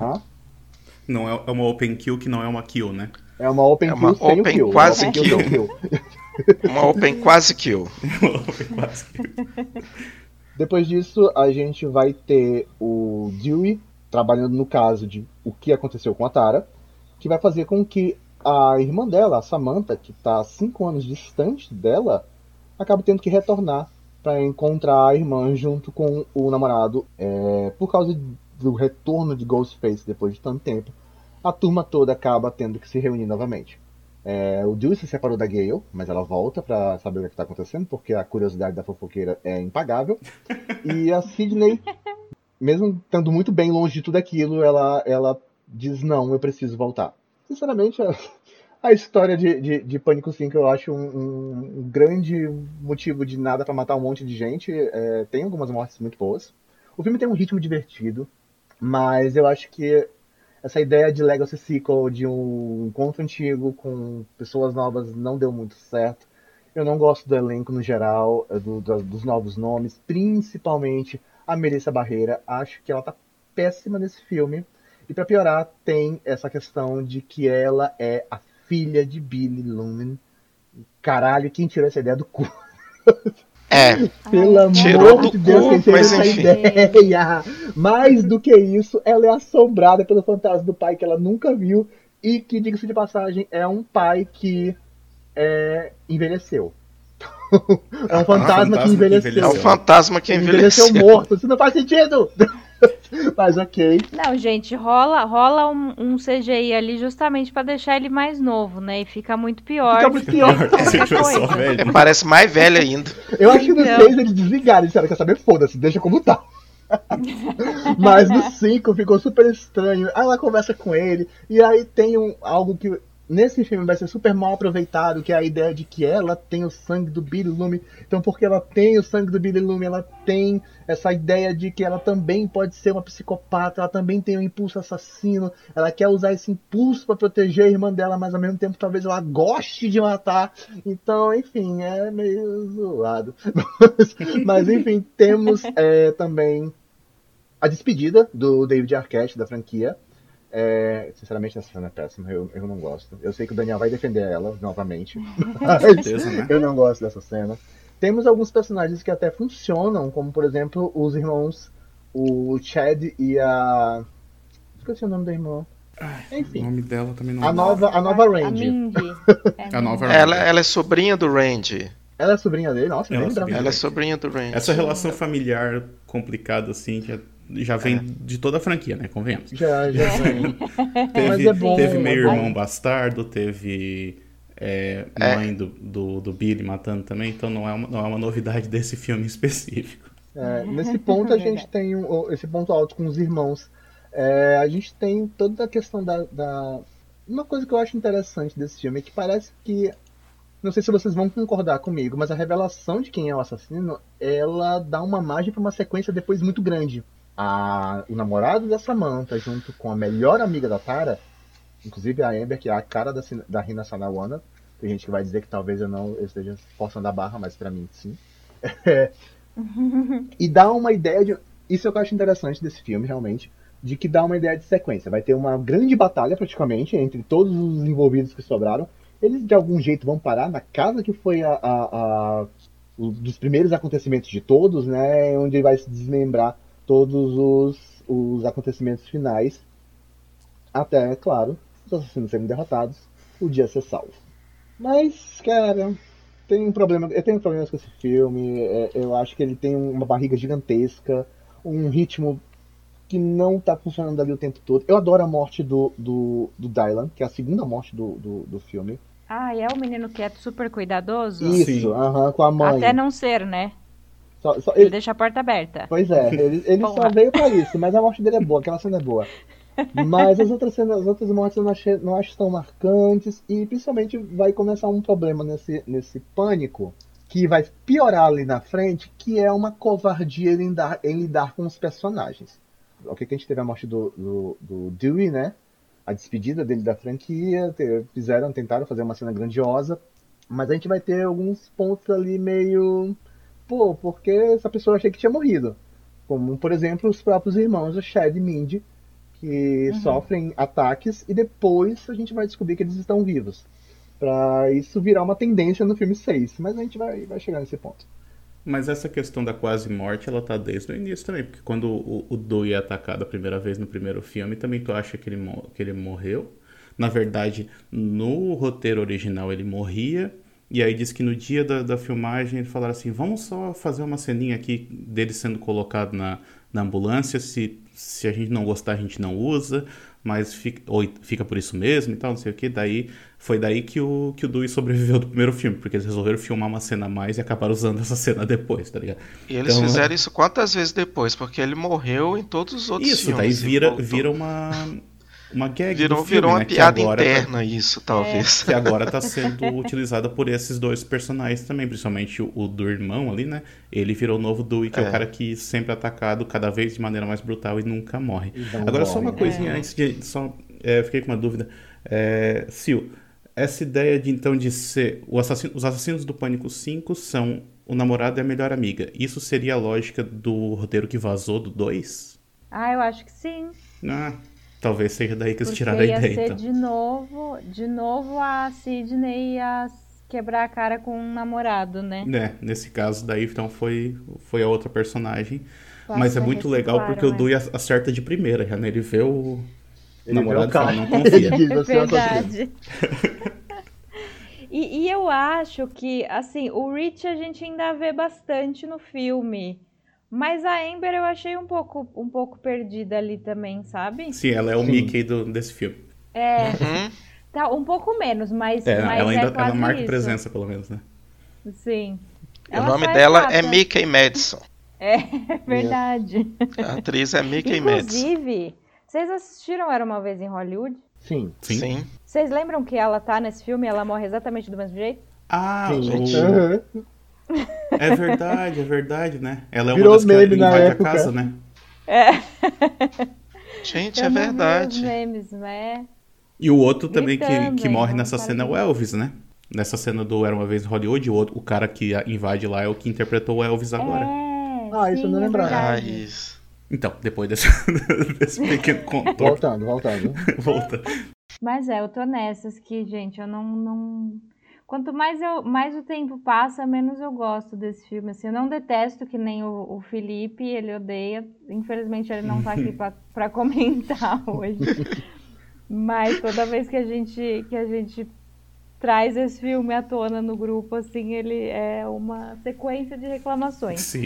Não é uma open kill que não é uma kill, né? É uma Open É Kill uma sem o open kill. quase Uma open kill. sem kill. Uma Open quase kill. Uma open quase kill. Depois disso, a gente vai ter o Dewey trabalhando no caso de o que aconteceu com a Tara, que vai fazer com que a irmã dela, a Samantha, que está 5 anos distante dela, acabe tendo que retornar para encontrar a irmã junto com o namorado. Por causa do retorno de Ghostface depois de tanto tempo, a turma toda acaba tendo que se reunir novamente. O Dewey se separou da Gale, mas ela volta pra saber o que está acontecendo, porque a curiosidade da fofoqueira é impagável. E a Sidney, mesmo estando muito bem longe de tudo aquilo, ela diz, não, eu preciso voltar. Sinceramente, a história de Pânico 5 eu acho um grande motivo de nada pra matar um monte de gente. Tem algumas mortes muito boas. O filme tem um ritmo divertido, mas eu acho que essa ideia de Legacy Sequel, de um encontro antigo com pessoas novas, não deu muito certo. Eu não gosto do elenco no geral, dos novos nomes, principalmente a Melissa Barrera. Acho que ela tá péssima nesse filme. E pra piorar, tem essa questão de que ela é a filha de Billy Lumen. Caralho, quem tirou essa ideia do cu? Pelo amor de Deus, quem tirou essa ideia? Mais do que isso, ela é assombrada pelo fantasma do pai que ela nunca viu e que, diga-se de passagem, é um pai que envelheceu. É um fantasma que envelheceu. É um fantasma que envelheceu. Morto. Isso não faz sentido. Mas ok. Não, gente, rola um CGI ali justamente pra deixar ele mais novo, né? E fica muito pior. Fica muito pior. Parece mais velho ainda. Eu acho que nos 6 eles desligaram. Eles disseram, quer saber? Foda-se, deixa como tá. Mas no 5 ficou super estranho. Aí ela conversa com ele, e aí tem algo que nesse filme vai ser super mal aproveitado, que é a ideia de que ela tem o sangue do Billy Loomis. Então, porque ela tem o sangue do Billy Loomis, ela tem essa ideia de que ela também pode ser uma psicopata, ela também tem um impulso assassino, ela quer usar esse impulso para proteger a irmã dela, mas ao mesmo tempo talvez ela goste de matar. Então, enfim, é meio zoado. Mas enfim, temos também a despedida do David Arquette da franquia. Sinceramente, essa cena é péssima, eu não gosto. Eu sei que o Daniel vai defender ela novamente, mas certeza, né? eu não gosto dessa cena. Temos alguns personagens que até funcionam, como por exemplo os irmãos, o Chad e a... Esqueci o nome da irmã. O Enfim, nome dela também não a nova A Randy. Mindy. A nova Ela é sobrinha do Randy. Ela é sobrinha dele? Nossa, Ela nem é lembrava. sobrinha. Ela é sobrinha do Randy. Essa relação familiar complicada, assim, já vem de toda a franquia, né? Convenhamos. Já vem. Mas Teve, é bom, teve é meio bom. irmão bastardo, teve mãe do Billy matando também, então não é uma novidade desse filme em específico. Nesse ponto a gente tem esse ponto alto com os irmãos. A gente tem toda a questão da... Uma coisa que eu acho interessante desse filme é que parece que... Não sei se vocês vão concordar comigo, mas a revelação de quem é o assassino, ela dá uma margem para uma sequência depois muito grande. O namorado da Samantha, junto com a melhor amiga da Tara, inclusive a Amber, que é a cara da Rina Sanawana. Tem gente que vai dizer que talvez eu esteja forçando a barra, mas pra mim sim. E dá uma ideia de... Isso é o que eu acho interessante desse filme, realmente, de que dá uma ideia de sequência. Vai ter uma grande batalha, praticamente, entre todos os envolvidos que sobraram. Eles, de algum jeito, vão parar na casa que foi dos primeiros acontecimentos de todos, né? Onde vai se desmembrar todos os acontecimentos finais. Até, é claro, os assassinos serem derrotados, o dia ser salvo. Mas, cara, eu tenho problemas com esse filme. Eu acho que ele tem uma barriga gigantesca, um ritmo que não tá funcionando ali o tempo todo. Eu adoro a morte do Dylan, que é a segunda morte do filme. É o menino quieto, super cuidadoso? Isso, com a mãe. Até não ser, né? Ele deixa a porta aberta. Pois é, ele só veio pra isso, mas a morte dele é boa, aquela cena é boa. Mas as outras mortes eu não acho tão marcantes, e principalmente vai começar um problema nesse pânico, que vai piorar ali na frente, que é uma covardia em lidar com os personagens. O que a gente teve a morte do Dewey, né? A despedida dele da franquia, tentaram fazer uma cena grandiosa, mas a gente vai ter alguns pontos ali meio... Pô, porque essa pessoa eu achei que tinha morrido. Como, por exemplo, os próprios irmãos, o Chad e Mindy, que sofrem ataques, e depois a gente vai descobrir que eles estão vivos. Pra isso virar uma tendência no filme 6, mas a gente vai chegar nesse ponto. Mas essa questão da quase morte, ela tá desde o início também, porque quando o Dewey é atacado a primeira vez no primeiro filme, também tu acha que ele morreu. Na verdade, no roteiro original ele morria, e aí diz que no dia da filmagem eles falaram assim, vamos só fazer uma ceninha aqui dele sendo colocado na ambulância, se a gente não gostar a gente não usa, mas fica por isso mesmo e tal, não sei o que. Foi daí que o Dewey sobreviveu do primeiro filme, porque eles resolveram filmar uma cena a mais e acabaram usando essa cena depois, tá ligado? E eles fizeram isso quantas vezes depois? Porque ele morreu em todos os outros filmes. Isso, daí vira uma gag virou do filme, uma né? piada interna isso, talvez. Que agora tá sendo utilizada por esses dois personagens também, principalmente o do irmão ali, né? Ele virou o novo Dewey, que é o cara que sempre é atacado cada vez de maneira mais brutal e nunca morre. Agora, só uma coisinha antes de... eu fiquei com uma dúvida. Sil, essa ideia de ser... Os assassinos do Pânico 5 são o namorado e a melhor amiga. Isso seria a lógica do roteiro que vazou do 2? Eu acho que sim. Talvez seja daí que eles tiraram a ideia, então. De novo a Sidney ia quebrar a cara com um namorado, né? Nesse caso daí, então, foi a outra personagem. Mas é muito legal porque o Dewey acerta de primeira, já, né? Ele vê o namorado e fala, não confia. É verdade. E eu acho que, assim, o Rich a gente ainda vê bastante no filme. Mas a Amber eu achei um pouco perdida ali também, sabe? Sim, ela é o Mickey desse filme. Tá, um pouco menos, mas ela ainda quase marca isso. Presença, pelo menos, né? Sim. O nome dela é Mickey Madison. É verdade. A atriz é Mickey Metz. Inclusive, vocês assistiram Era Uma Vez em Hollywood? Sim. Sim. Vocês lembram que ela tá nesse filme e ela morre exatamente do mesmo jeito? Ah, Gente. é verdade, né? Ela é Virou uma das que meme na invade a época. casa, né? Gente, Eu é não vi verdade. os memes, né? E o outro também que Gritando, morre hein, nessa vamos cena é o parar. Elvis, né? Nessa cena do Era Uma Vez em Hollywood, o cara que invade lá é o que interpretou o Elvis agora. Ah, isso eu não sim, é lembrava. Ah, verdade. isso. Então, depois desse pequeno contorno, Voltando. volta. Mas eu tô nessas que, gente, eu não... Quanto mais o tempo passa, menos eu gosto desse filme. Assim, eu não detesto que nem o Felipe, ele odeia. Infelizmente ele não tá aqui pra comentar hoje. Mas toda vez que a gente traz esse filme à tona no grupo, assim, ele é uma sequência de reclamações. Sim.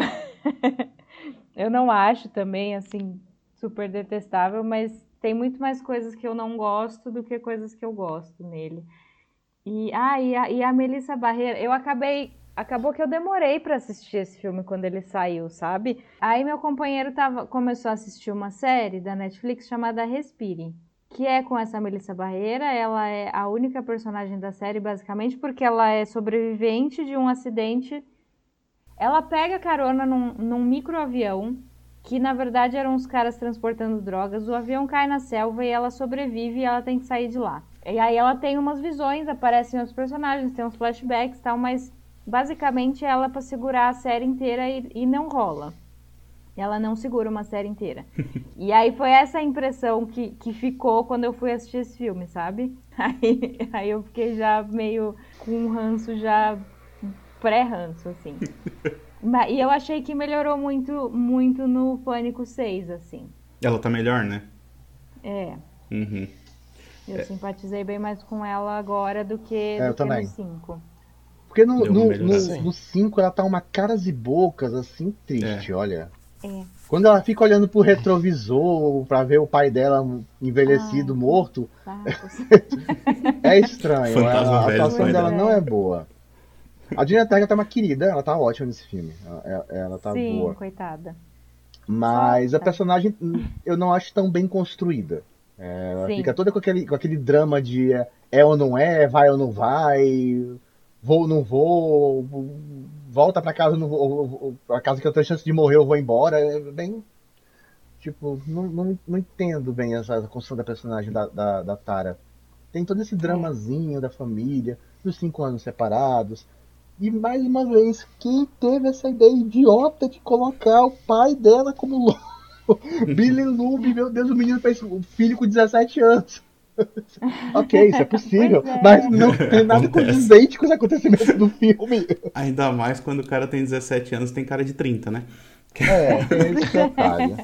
Eu não acho também, assim, super detestável, mas tem muito mais coisas que eu não gosto do que coisas que eu gosto nele. E a Melissa Barreira, acabou que eu demorei pra assistir esse filme quando ele saiu, sabe? Aí meu companheiro começou a assistir uma série da Netflix chamada Respire, que é com essa Melissa Barreira. Ela é a única personagem da série, basicamente, porque ela é sobrevivente de um acidente. Ela pega carona num microavião, que na verdade eram os caras transportando drogas. O avião cai na selva e ela sobrevive e ela tem que sair de lá. E aí ela tem umas visões, aparecem outros personagens, tem uns flashbacks e tal, mas basicamente ela pra segurar a série inteira e não rola. Ela não segura uma série inteira. E aí foi essa a impressão que ficou quando eu fui assistir esse filme, sabe? Aí eu fiquei já meio com um ranço já pré-ranço, assim. E eu achei que melhorou muito, muito no Pânico 6, assim. Ela tá melhor, né? É. Uhum. Eu simpatizei bem mais com ela agora do que eu também. no 5. Porque Deu uma melhorada. no 5 ela tá uma caras e bocas, assim, triste, olha. É. Quando ela fica olhando pro retrovisor pra ver o pai dela envelhecido, morto, é estranho. Fantasma A velho, atuação pai dela dela. não é boa. A Gina Tega tá uma querida, ela tá ótima nesse filme. Ela tá Sim, boa. coitada. Mas a Nossa. personagem eu não acho tão bem construída. Ela Sim. fica toda com aquele drama de é ou não é, vai ou não vai, vou ou não vou, volta pra casa, não vou, pra casa que eu tenho chance de morrer, eu vou embora. É bem. Tipo, não entendo bem essa construção da personagem da Tara. Tem todo esse dramazinho da família, dos 5 anos separados. E mais uma vez, quem teve essa ideia idiota de colocar o pai dela como louco? Billy Lube, meu Deus, o menino fez um filho com 17 anos. Ok, isso é possível, Pois é. mas não tem nada condizente com os acontecimentos do filme. Ainda mais quando o cara tem 17 anos, tem cara de 30, né? Tem esse detalhe.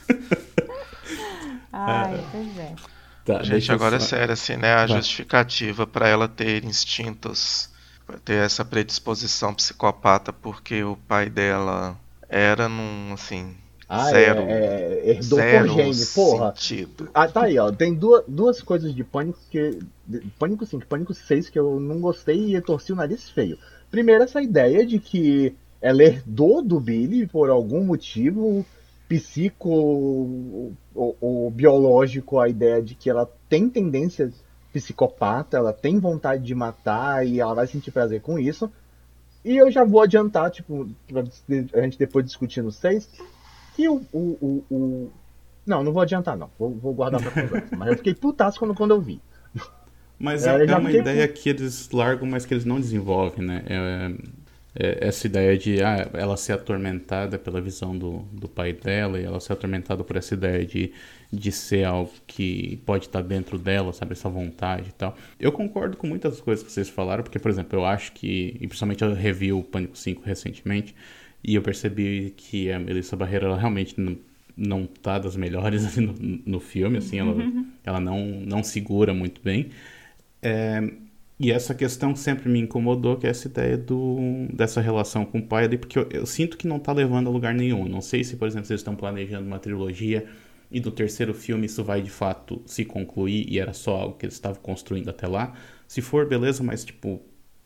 Ai, pois é. Tá, Gente, deixa eu agora é só- sério, assim, né? A Vai. justificativa pra ela ter instintos, pra ter essa predisposição psicopata, porque o pai dela era assim, zero, Herdou zero por gene, porra. sentido. Tá aí, ó. Tem duas coisas de Pânico Pânico 5, Pânico 6 que eu não gostei e eu torci o nariz feio. Primeiro, essa ideia de que ela herdou do Billy por algum motivo psico ou biológico, a ideia de que ela tem tendência psicopata, ela tem vontade de matar e ela vai sentir prazer com isso. E eu já vou adiantar, tipo, pra a gente depois discutir no 6, que Não vou adiantar, não. Vou guardar pra conversa. Mas eu fiquei putaço quando eu vi. Mas Eu é já uma fiquei ideia que eles largam, mas que eles não desenvolvem, né? Essa ideia de ela ser atormentada pela visão do pai dela e ela ser atormentada por essa ideia de ser algo que pode estar dentro dela, sabe? Essa vontade e tal. Eu concordo com muitas das coisas que vocês falaram, porque, por exemplo, eu acho que, e principalmente eu revi o Pânico 5 recentemente, e eu percebi que a Melissa Barreira, ela realmente não tá das melhores assim, no filme, assim, ela não segura muito bem. E essa questão sempre me incomodou, que é essa ideia dessa relação com o pai ali, porque eu sinto que não tá levando a lugar nenhum. Não sei se, por exemplo, vocês estão planejando uma trilogia e do terceiro filme isso vai de fato se concluir e era só algo que eles estavam construindo até lá. Se for, beleza, mas tipo,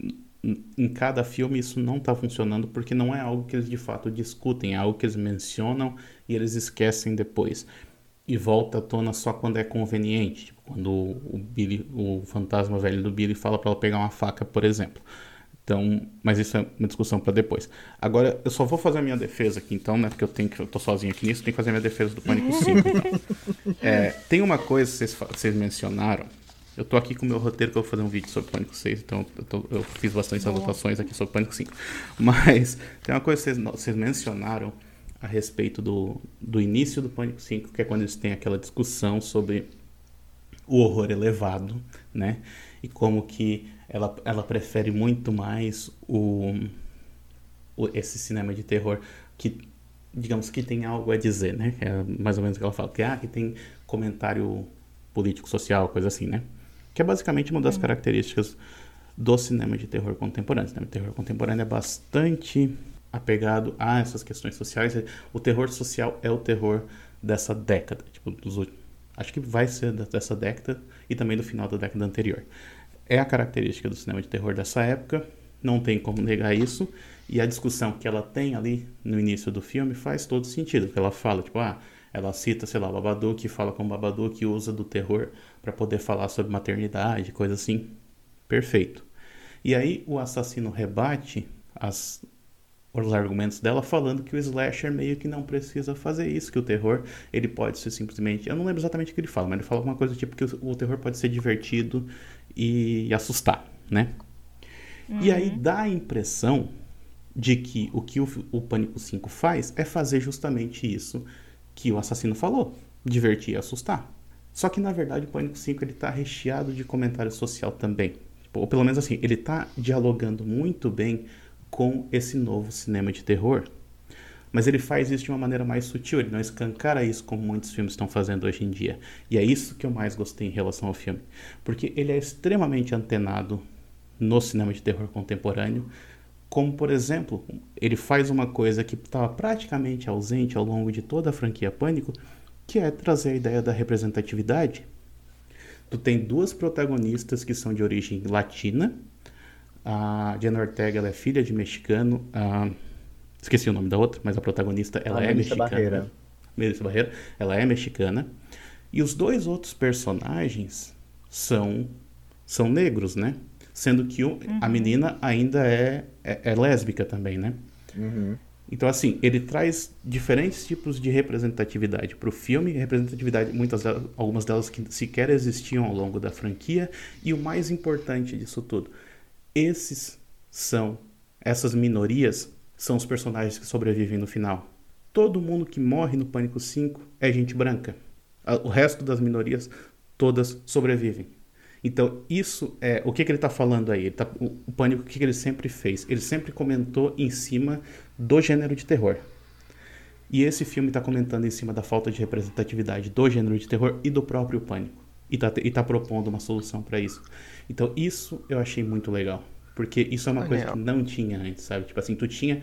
em cada filme isso não tá funcionando porque não é algo que eles de fato discutem, é algo que eles mencionam e eles esquecem depois. E volta à tona só quando é conveniente, tipo quando o fantasma velho do Billy fala pra ela pegar uma faca, por exemplo. Então, mas isso é uma discussão pra depois. Agora, eu só vou fazer a minha defesa aqui então, né, porque eu tô sozinho aqui nisso, tenho que fazer a minha defesa do Pânico 5. Tem uma coisa que vocês mencionaram. Eu tô aqui com o meu roteiro que eu vou fazer um vídeo sobre Pânico 6, então eu fiz bastante anotações aqui sobre Pânico 5. Mas tem uma coisa que vocês mencionaram a respeito do início do Pânico 5, que é quando eles têm aquela discussão sobre o horror elevado, né? E como que ela prefere muito mais esse cinema de terror que, digamos, que tem algo a dizer, né? É mais ou menos o que ela fala, que tem comentário político-social, coisa assim, né? Que é basicamente uma das características do cinema de terror contemporâneo. O cinema de terror contemporâneo é bastante apegado a essas questões sociais. O terror social é o terror dessa década, tipo, acho que vai ser dessa década e também do final da década anterior. É a característica do cinema de terror dessa época, não tem como negar isso, e a discussão que ela tem ali no início do filme faz todo sentido, porque ela fala, tipo, ela cita, sei lá, o Babadook, fala com o Babadook, usa do terror para poder falar sobre maternidade, coisa assim. Perfeito. E aí o assassino rebate os argumentos dela falando que o slasher meio que não precisa fazer isso, que o terror, ele pode ser simplesmente... Eu não lembro exatamente o que ele fala, mas ele fala alguma coisa tipo que o terror pode ser divertido e assustar, né? E aí dá a impressão de que o Pânico 5 faz é fazer justamente isso que o assassino falou, divertir e assustar. Só que, na verdade, o Pânico 5 ele tá recheado de comentário social também. Ou pelo menos assim, ele tá dialogando muito bem com esse novo cinema de terror. Mas ele faz isso de uma maneira mais sutil, ele não escancara isso como muitos filmes estão fazendo hoje em dia. E é isso que eu mais gostei em relação ao filme. Porque ele é extremamente antenado no cinema de terror contemporâneo, como, por exemplo, ele faz uma coisa que estava praticamente ausente ao longo de toda a franquia Pânico, que é trazer a ideia da representatividade. Tu tem duas protagonistas que são de origem latina. A Jenna Ortega, ela é filha de mexicano. Esqueci o nome da outra, mas a protagonista, ela é mexicana. Melissa Barreira. Ela é mexicana. E os dois outros personagens são negros, né? Sendo que a menina ainda é lésbica também, né? Uhum. Então, assim, ele traz diferentes tipos de representatividade para o filme, representatividade, algumas delas que sequer existiam ao longo da franquia, e o mais importante disso tudo, essas minorias são os personagens que sobrevivem no final. Todo mundo que morre no Pânico 5 é gente branca. O resto das minorias, todas sobrevivem. Então, isso é... O que ele está falando aí? O Pânico, o que ele sempre fez? Ele sempre comentou em cima do gênero de terror. E esse filme está comentando em cima da falta de representatividade do gênero de terror e do próprio Pânico. E tá propondo uma solução para isso. Então, isso eu achei muito legal. Porque isso é uma coisa que não tinha antes, sabe? Tipo assim, tu tinha...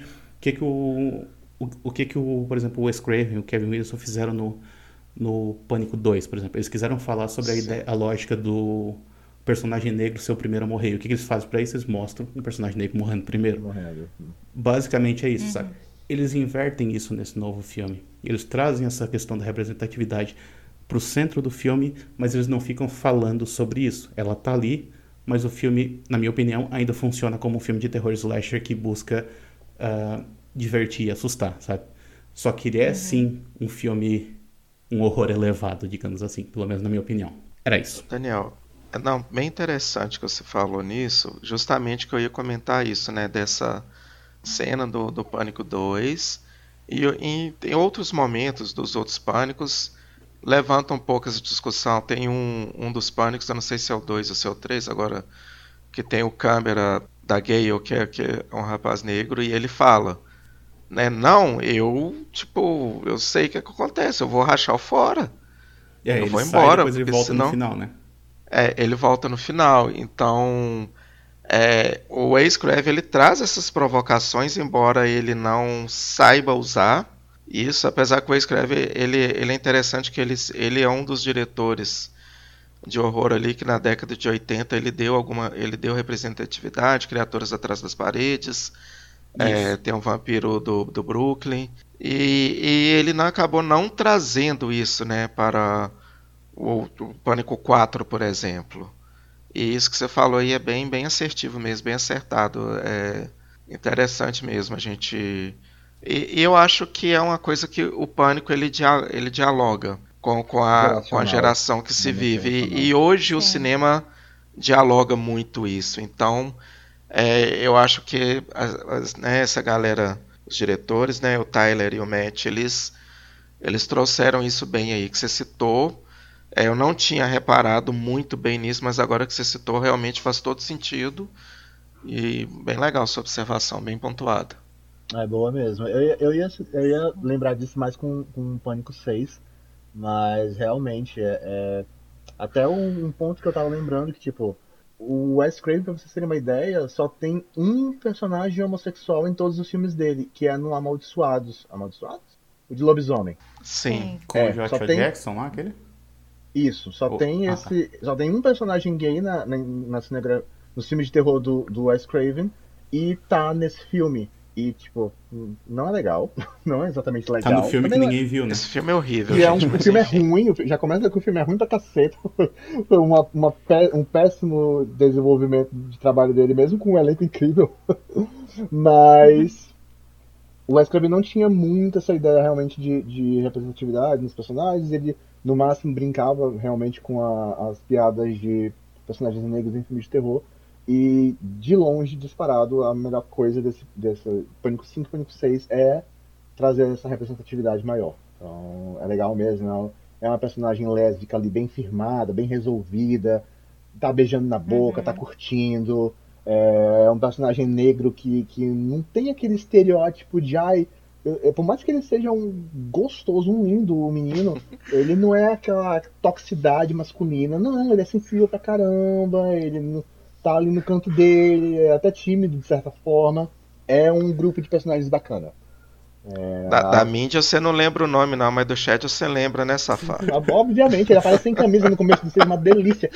por exemplo, o Wes Craven e o Kevin Williamson fizeram no Pânico 2, por exemplo. Eles quiseram falar sobre a lógica do personagem negro ser o primeiro a morrer. O que eles fazem pra isso? Eles mostram um personagem negro morrendo primeiro. Basicamente é isso, sabe? Eles invertem isso nesse novo filme. Eles trazem essa questão da representatividade pro centro do filme, mas eles não ficam falando sobre isso. Ela tá ali, mas o filme, na minha opinião, ainda funciona como um filme de terror slasher que busca divertir e assustar, sabe? Só que ele é, sim, um filme, um horror elevado, digamos assim, pelo menos na minha opinião. Era isso. Daniel, não, bem interessante que você falou nisso, justamente que eu ia comentar isso, né, dessa cena do Pânico 2, e em outros momentos dos outros Pânicos, levanta um pouco essa discussão. Tem um dos Pânicos, eu não sei se é o 2 ou se é o 3 agora, que tem o câmera da Gale, que é um rapaz negro, e ele fala, né, não, eu sei o que acontece, eu vou rachar o fora, eu vou embora, depois ele volta no final, né? Ele volta no final. Então, o Wes Craven, ele traz essas provocações, embora ele não saiba usar isso, apesar que o Wes Craven, ele é interessante que ele é um dos diretores de horror ali, que na década de 80 ele deu representatividade, Criaturas Atrás das Paredes, tem um vampiro do Brooklyn, e ele acabou não trazendo isso, né, para o Pânico 4, por exemplo. E isso que você falou aí é bem assertivo mesmo, bem acertado, é interessante mesmo a gente... E eu acho que é uma coisa que o Pânico ele dialoga com a geração que se vive. E hoje o cinema dialoga muito isso. Então, eu acho que né, essa galera, os diretores, né, o Tyler e o Matt, eles trouxeram isso bem aí, que você citou. Eu não tinha reparado muito bem nisso, mas agora que você citou, realmente faz todo sentido. E bem legal sua observação, bem pontuada. É boa mesmo. Eu ia lembrar disso mais com Pânico 6, mas realmente até um ponto que eu tava lembrando que, tipo, o Wes Craven, pra vocês terem uma ideia, só tem um personagem homossexual em todos os filmes dele, que é no Amaldiçoados. Amaldiçoados? O de lobisomem. Sim. Com o Joshua Jackson lá, aquele? Isso, só tem um personagem gay nos filmes de terror do Wes Craven, e tá nesse filme. E, tipo, não é legal. Não é exatamente legal. Tá no filme também que ninguém viu, né? Esse filme é horrível, gente. O filme é ruim. Já começa que o filme é ruim pra caceta. Foi um péssimo desenvolvimento de trabalho dele, mesmo com um elenco incrível. Mas o Wes Craven não tinha muito essa ideia realmente de representatividade nos personagens. Ele, no máximo, brincava realmente com as piadas de personagens negros em filmes de terror. E, de longe, disparado, a melhor coisa desse Pânico 5 e Pânico 6 é trazer essa representatividade maior. Então, é legal mesmo. É uma personagem lésbica ali, bem firmada, bem resolvida, tá beijando na boca, tá curtindo. É um personagem negro que não tem aquele estereótipo de... por mais que ele seja um gostoso, um lindo menino, ele não é aquela toxicidade masculina. Não, ele é sensível pra caramba, ele não... tá ali no canto dele, é até tímido de certa forma. É um grupo de personagens bacana. Da Mindy você não lembra o nome não, mas do Chad você lembra, né, safado? Obviamente, ele aparece sem camisa no começo do filme, uma delícia.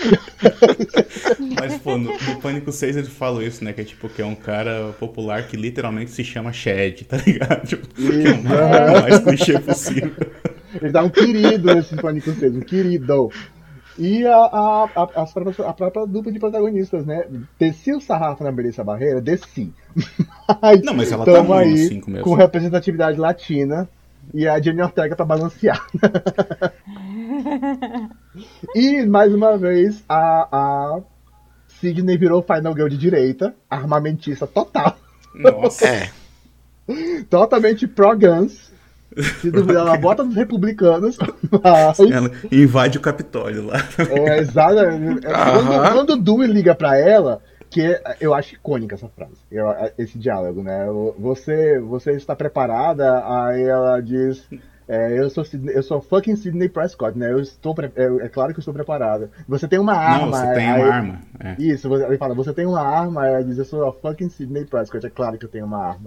Mas, pô, no Pânico 6 eles falam isso, né, que é tipo, que é um cara popular que literalmente se chama Chad, tá ligado? Tipo, que é o mais clichê possível. Ele dá um querido nesse Pânico 6, um querido. E a própria dupla de protagonistas, né? Desci o sarrafo na Melissa Barreira? Desci. Não, mas ela tá muito aí, 5 mesmo. Com representatividade latina e a Jenny Ortega pra balancear. E, mais uma vez, a Sidney virou Final Girl de direita, armamentista total. Nossa. Totalmente pro-guns. Se duvidar, ela bota nos republicanos. Mas... ela invade o Capitólio lá. Exatamente. Quando o Dewey liga pra ela, que eu acho icônica essa frase, esse diálogo, né? Você está preparada? Aí ela diz... eu sou fucking Sidney Prescott, né? É claro que eu estou preparada. Você tem uma arma. Não, você tem uma arma. Isso, ele fala, você tem uma arma. Aí ela diz, eu sou a fucking Sidney Prescott. É claro que eu tenho uma arma.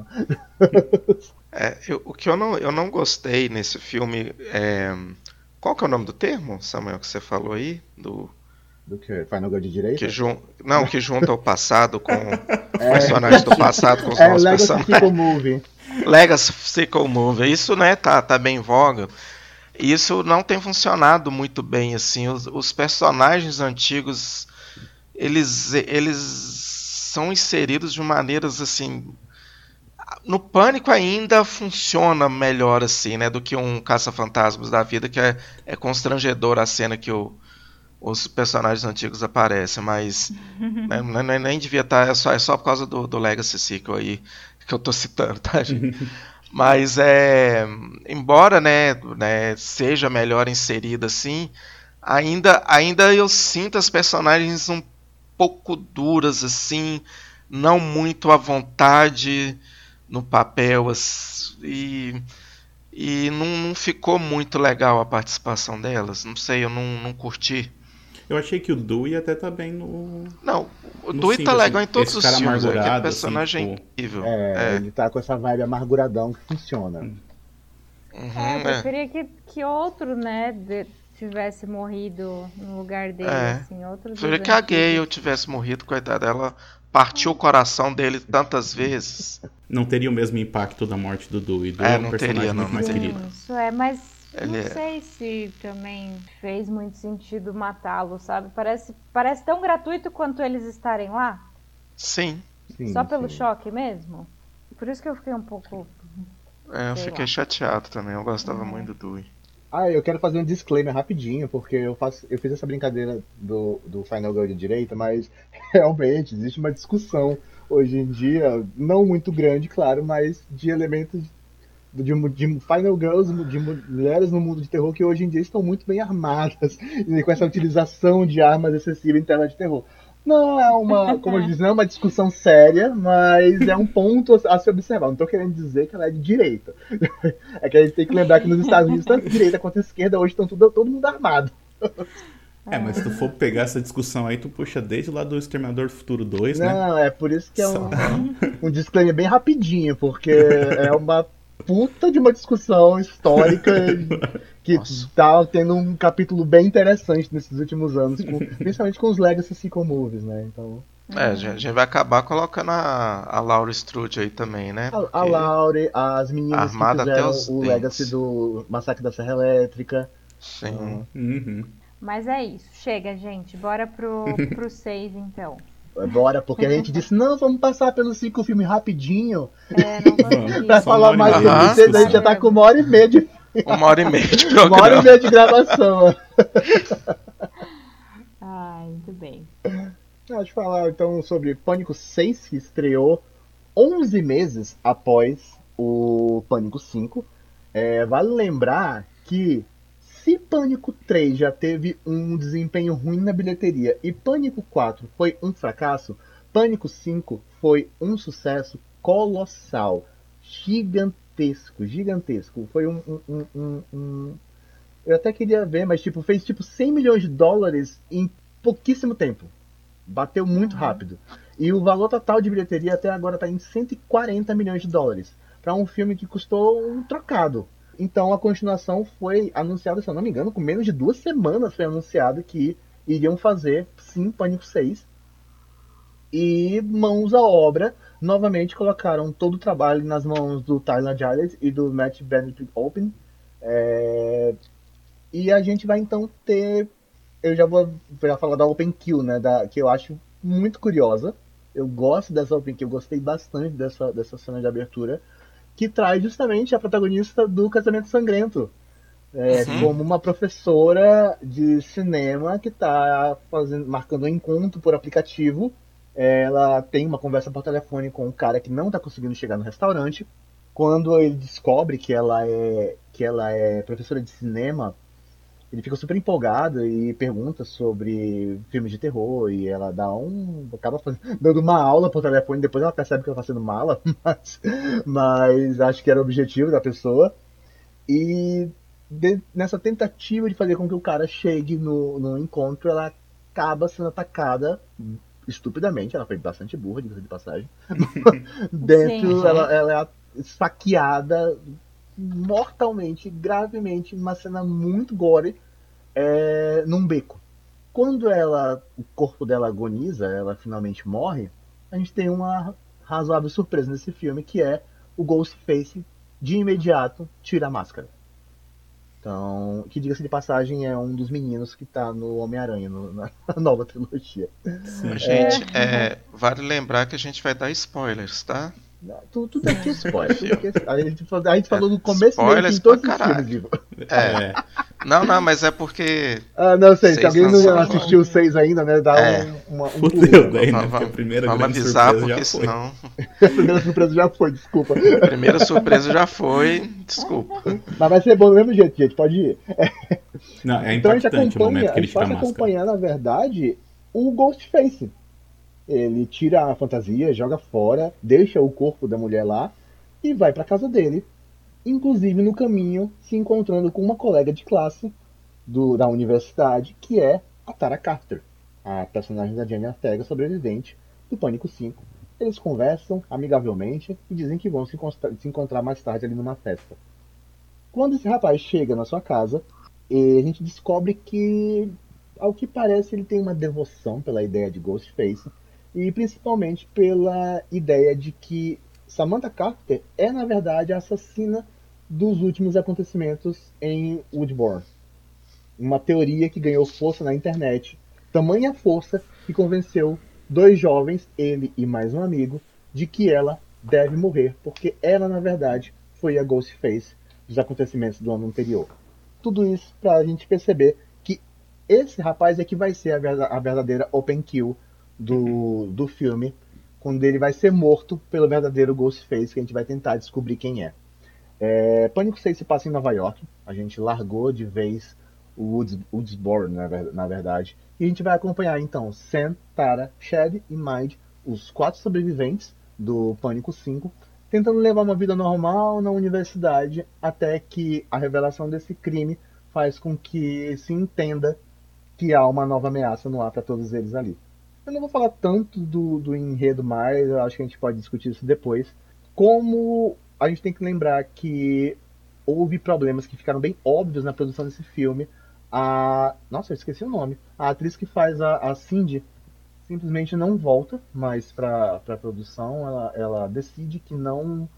O que eu não gostei nesse filme qual que é o nome do termo, Samuel, que você falou aí? Do que? Final Girl de direita? Que junta o passado com os personagens do passado com os novos personagens. Legacy Movie. Legacy Sequel Movie. Isso, né, tá bem em voga. Isso não tem funcionado muito bem, assim. Os personagens antigos, eles são inseridos de maneiras, assim... No Pânico ainda funciona melhor, assim, né, do que um Caça-Fantasmas da vida, que é constrangedor a cena que os personagens antigos aparecem, mas né, nem devia estar, é só por causa do Legacy Sequel aí que eu tô citando, tá, gente? Mas embora né, seja melhor inserida assim, ainda eu sinto as personagens um pouco duras assim, não muito à vontade no papel assim, e não ficou muito legal a participação delas. Não sei, eu não curti. Eu achei que o Dewey até tá bem no... Não, o Dewey tá legal em todos os filmes. Aquele assim, personagem tipo... incrível. Ele tá com essa vibe amarguradão que funciona. Eu preferia que outro, né, tivesse morrido no lugar dele, assim, outro dos Prefiro que a antigos. Gale tivesse morrido, coitada. Ela partiu o coração dele tantas vezes. Não teria o mesmo impacto da morte do Dewey. Dewey É, é um não personagem teria, não, muito não mais teria. querido. Isso mas Ele não é- sei se também fez muito sentido matá-lo, sabe? Parece tão gratuito quanto eles estarem lá, Sim. Sim, só pelo sim. choque mesmo. Por isso que eu fiquei um pouco... Eu Sei fiquei lá. chateado também. Eu gostava muito do Dewey. Eu quero fazer um disclaimer rapidinho, porque eu fiz essa brincadeira do Final Girl de direita, mas realmente existe uma discussão hoje em dia, não muito grande, claro, mas de elementos de Final Girls, de mulheres no mundo de terror que hoje em dia estão muito bem armadas, e com essa utilização de armas excessiva em tela de terror. Não é uma, como eu disse, não é uma discussão séria, mas é um ponto a se observar. Não estou querendo dizer que ela é de direita. É que a gente tem que lembrar que nos Estados Unidos, tanto direita quanto esquerda, hoje estão todo mundo armado. Mas se tu for pegar essa discussão aí, tu puxa desde lá do Exterminador do Futuro 2, né? Não, é por isso que é Só- um disclaimer bem rapidinho, porque é uma puta de uma discussão histórica que Nossa. tá tendo um capítulo bem interessante nesses últimos anos, principalmente com os Legacy Sequel Movies, né? Então, A gente vai acabar colocando a Laura Strode aí também, né? a Porque- Laurie, as meninas que Armada até fizeram os o dentes. Legacy do Massacre da Serra Elétrica. Sim. Uhum. Mas é isso, chega, gente. Bora pro 6, então. Bora, porque a gente disse, não, vamos passar pelos 5 filmes rapidinho Não consegui. pra Só falar uma hora mais e meia sobre de vocês, a gente discussão. já tá com 1h30 de 1h30 de 1h30 programa. de gravação. Ai, muito bem. Deixa eu falar então sobre Pânico 6, que estreou 11 meses após o Pânico 5. Vale lembrar que se Pânico 3 já teve um desempenho ruim na bilheteria e Pânico 4 foi um fracasso, Pânico 5 foi um sucesso colossal, gigantesco. Foi eu até queria ver, mas fez 100 milhões de dólares em pouquíssimo tempo. Bateu muito rápido. E o valor total de bilheteria até agora está em 140 milhões de dólares. Para um filme que custou um trocado. Então a continuação foi anunciada, se eu não me engano, com menos de 2 semanas foi anunciado que iriam fazer, sim, Pânico 6. E mãos à obra, novamente colocaram todo o trabalho nas mãos do Tyler Gillett e do Matt Benedict Open. E a gente vai então ter... Eu já vou falar da Open Kill, né? Que eu acho muito curiosa. Eu gosto dessa Open Kill, gostei bastante dessa cena de abertura, que traz justamente a protagonista do Casamento Sangrento. Como uma professora de cinema que está marcando um encontro por aplicativo. Ela tem uma conversa por telefone com um cara que não está conseguindo chegar no restaurante. Quando ele descobre que ela é professora de cinema, ele fica super empolgado e pergunta sobre filmes de terror. E ela acaba dando uma aula por telefone. Depois ela percebe que ela está sendo mala, mas acho que era o objetivo da pessoa. E nessa tentativa de fazer com que o cara chegue no encontro, ela acaba sendo atacada estupidamente. Ela foi bastante burra, diga-se de passagem. Sim. Ela é esfaqueada mortalmente, gravemente, numa cena muito gore, num beco. Quando o corpo dela agoniza, ela finalmente morre, a gente tem uma razoável surpresa nesse filme, que é o Ghostface, de imediato, tira a máscara. Então, que diga-se de passagem, é um dos meninos que tá no Homem-Aranha, na nova trilogia. Sim. Gente, vale lembrar que a gente vai dar spoilers, tá? Tudo aqui é spoiler. A gente falou no começo meio Spoilers em todos pra os caralho. filmes, Ivo. Não, mas é porque... Não sei, se Seis alguém não lançaram. assistiu o 6 ainda, né, dá um Fudeu pulo. daí, né? Porque a primeira Vamos grande avisar, surpresa porque já foi. senão... A primeira surpresa já foi, desculpa. A primeira surpresa já foi, desculpa. Mas vai ser bom do mesmo jeito, gente, pode ir. Não, é Então a gente impactante o momento acompanha, que a ele gente tira a pode máscara. acompanhar, na verdade, o Ghostface. Ele tira a fantasia, joga fora, deixa o corpo da mulher lá e vai pra casa dele. Inclusive, no caminho, se encontrando com uma colega de classe da universidade, que é a Tara Carter, a personagem da Jenny Ortega, sobrevivente do Pânico 5. Eles conversam amigavelmente e dizem que vão se encontrar mais tarde ali numa festa. Quando esse rapaz chega na sua casa, E a gente descobre que, ao que parece, ele tem uma devoção pela ideia de Ghostface e principalmente pela ideia de que Samantha Carter é, na verdade, a assassina dos últimos acontecimentos em Woodbourne. Uma teoria que ganhou força na internet, tamanha força que convenceu dois jovens, ele e mais um amigo, de que ela deve morrer, porque ela, na verdade, foi a Ghostface dos acontecimentos do ano anterior. Tudo isso para a gente perceber que esse rapaz é que vai ser a verdadeira open kill do filme, quando ele vai ser morto pelo verdadeiro Ghostface, que a gente vai tentar descobrir quem é. Pânico 6 se passa em Nova York. A gente largou de vez o Woodsboro, na verdade. E a gente vai acompanhar então Sam, Tara, Chad e Mind, os 4 sobreviventes do Pânico 5, tentando levar uma vida normal na universidade, até que a revelação desse crime faz com que se entenda que há uma nova ameaça no ar para todos eles ali. Eu não vou falar tanto do enredo mais, eu acho que a gente pode discutir isso depois. Como a gente tem que lembrar que houve problemas que ficaram bem óbvios na produção desse filme. Nossa, eu esqueci o nome. A atriz que faz a Cindy simplesmente não volta mais para a produção. Ela decide que não.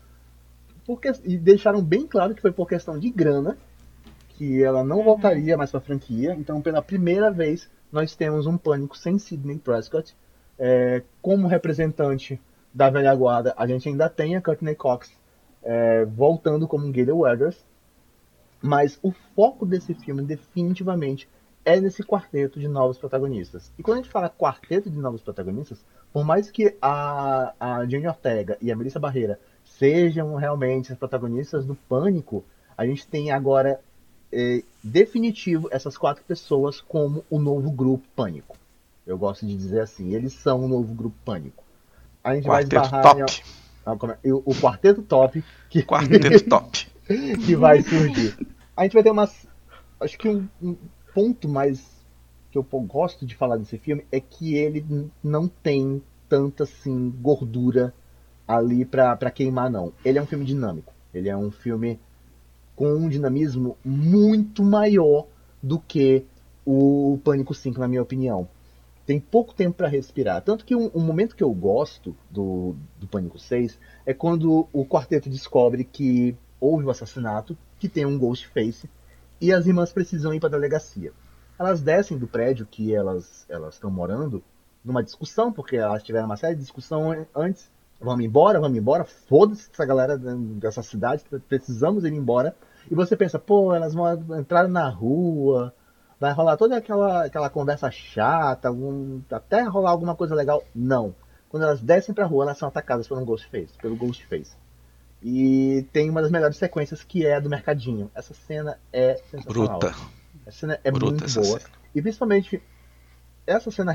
E deixaram bem claro que foi por questão de grana, que ela não voltaria mais para a franquia. Então, pela primeira vez, nós temos um Pânico sem Sidney Prescott. Como representante da velha guarda, a gente ainda tem a Courtney Cox voltando como Gayle Weathers. Mas o foco desse filme, definitivamente, é nesse quarteto de novos protagonistas. E quando a gente fala quarteto de novos protagonistas, por mais que a Jenny Ortega e a Melissa Barrera sejam realmente as protagonistas do Pânico, a gente tem agora definitivo essas 4 pessoas como o novo grupo Pânico. Eu gosto de dizer assim, eles são o novo grupo Pânico. A gente Quarteto vai esbarrar top. O quarteto top Quarteto top. que vai surgir. A gente vai ter acho que um ponto mais que eu gosto de falar desse filme é que ele não tem tanta assim gordura ali pra queimar, não. Ele é um filme dinâmico. Ele é um filme com um dinamismo muito maior do que o Pânico 5, na minha opinião. Tem pouco tempo para respirar. Tanto que um momento que eu gosto do Pânico 6 é quando o quarteto descobre que houve um assassinato, que tem um Ghostface, e as irmãs precisam ir para a delegacia. Elas descem do prédio que elas estão morando, numa discussão, porque elas tiveram uma série de discussão antes. Vamos embora, foda-se essa galera dessa cidade, precisamos ir embora. E você pensa, pô, elas vão entrar na rua, vai rolar toda aquela conversa chata, até rolar alguma coisa legal. Não. Quando elas descem pra rua, elas são atacadas pelo Ghostface. E tem uma das melhores sequências, que é a do mercadinho. Essa cena é sensacional. Bruta. Essa cena é Bruta, muito essa boa. cena. E principalmente, essa cena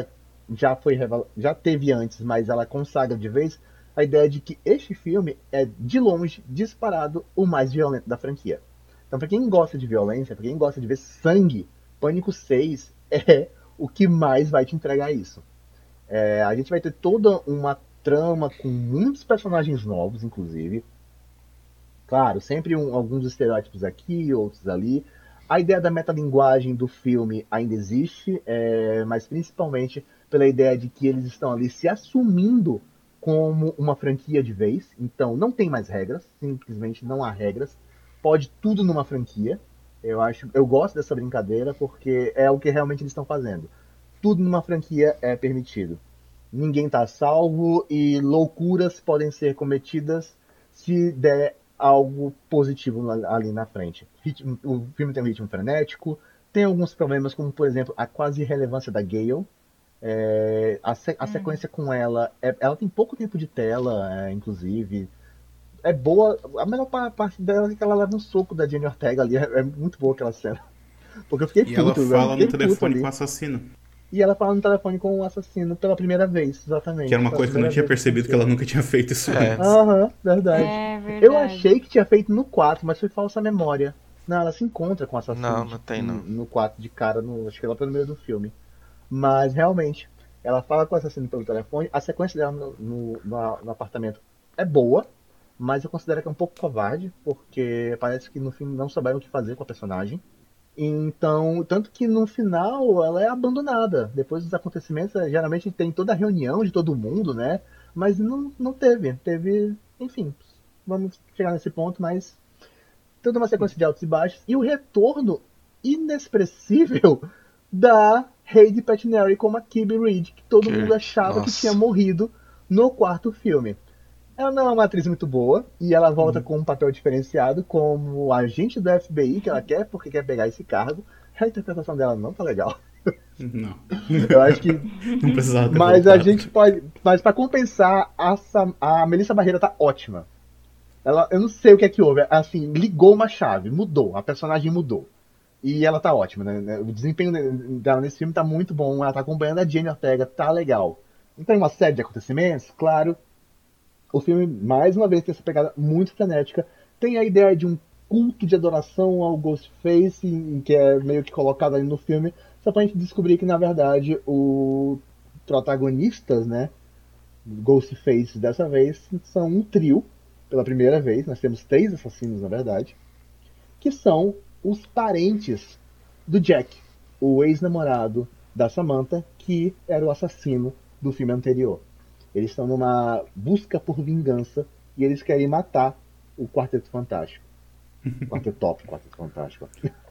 já teve antes, mas ela consagra de vez a ideia de que este filme é, de longe, disparado, o mais violento da franquia. Então, pra quem gosta de violência, pra quem gosta de ver sangue, Pânico 6 é o que mais vai te entregar isso. A gente vai ter toda uma trama com muitos personagens novos, inclusive. Claro, sempre alguns estereótipos aqui, outros ali. A ideia da metalinguagem do filme ainda existe, mas principalmente pela ideia de que eles estão ali se assumindo como uma franquia de vez. Então não tem mais regras, simplesmente não há regras. Pode tudo numa franquia. Eu gosto dessa brincadeira porque é o que realmente eles estão fazendo. Tudo numa franquia é permitido. Ninguém está salvo e loucuras podem ser cometidas se der algo positivo ali na frente. O filme tem um ritmo frenético, tem alguns problemas, como por exemplo a quase irrelevância da Gale. A sequência com ela tem pouco tempo de tela, inclusive. É boa, a melhor parte dela é que ela leva um soco da Jenny Ortega ali, é muito boa aquela cena. Porque eu fiquei E ela puto, fala no telefone ali. com o assassino. E ela fala no telefone com o assassino pela primeira vez, exatamente. Que era uma coisa que eu não tinha percebido, que ela nunca tinha feito isso antes. Aham, verdade. Verdade. Eu achei que tinha feito no 4, mas foi falsa memória. Não, ela se encontra com o assassino. Não tem não. No 4 de cara, acho que lá pelo meio do filme. Mas realmente, ela fala com o assassino pelo telefone. A sequência dela no apartamento é boa, mas eu considero que é um pouco covarde, porque parece que no filme não souberam o que fazer com a personagem. Então, tanto que no final ela é abandonada. Depois dos acontecimentos, geralmente tem toda a reunião de todo mundo, né? Mas não teve. Teve, enfim, vamos chegar nesse ponto, mas toda uma sequência de altos e baixos. E o retorno inexpressível da Hayden Panettiere como a Kibby Reed, que todo mundo achava que tinha morrido no quarto filme. Ela não é uma atriz muito boa, e ela volta com um papel diferenciado como agente do FBI, que ela quer, porque quer pegar esse cargo. A interpretação dela não tá legal. Não. Eu acho que... Não precisava ter Mas voltado. a gente pode... Mas pra compensar, a Melissa Barreira tá ótima. Eu não sei o que é que houve. Assim, ligou uma chave, mudou. A personagem mudou. E ela tá ótima, né? O desempenho dela nesse filme tá muito bom. Ela tá acompanhando a Jenny Ortega, tá legal. Então, uma série de acontecimentos, claro. O filme, mais uma vez, tem essa pegada muito frenética. Tem a ideia de um culto de adoração ao Ghostface, que é meio que colocado ali no filme, só pra gente descobrir que, na verdade, os protagonistas, né, Ghostface dessa vez, são um trio, pela primeira vez. Nós temos 3 assassinos, na verdade, que são os parentes do Jack, o ex-namorado da Samantha, que era o assassino do filme anterior. Eles estão numa busca por vingança e eles querem matar o Quarteto Fantástico. Quarteto Fantástico.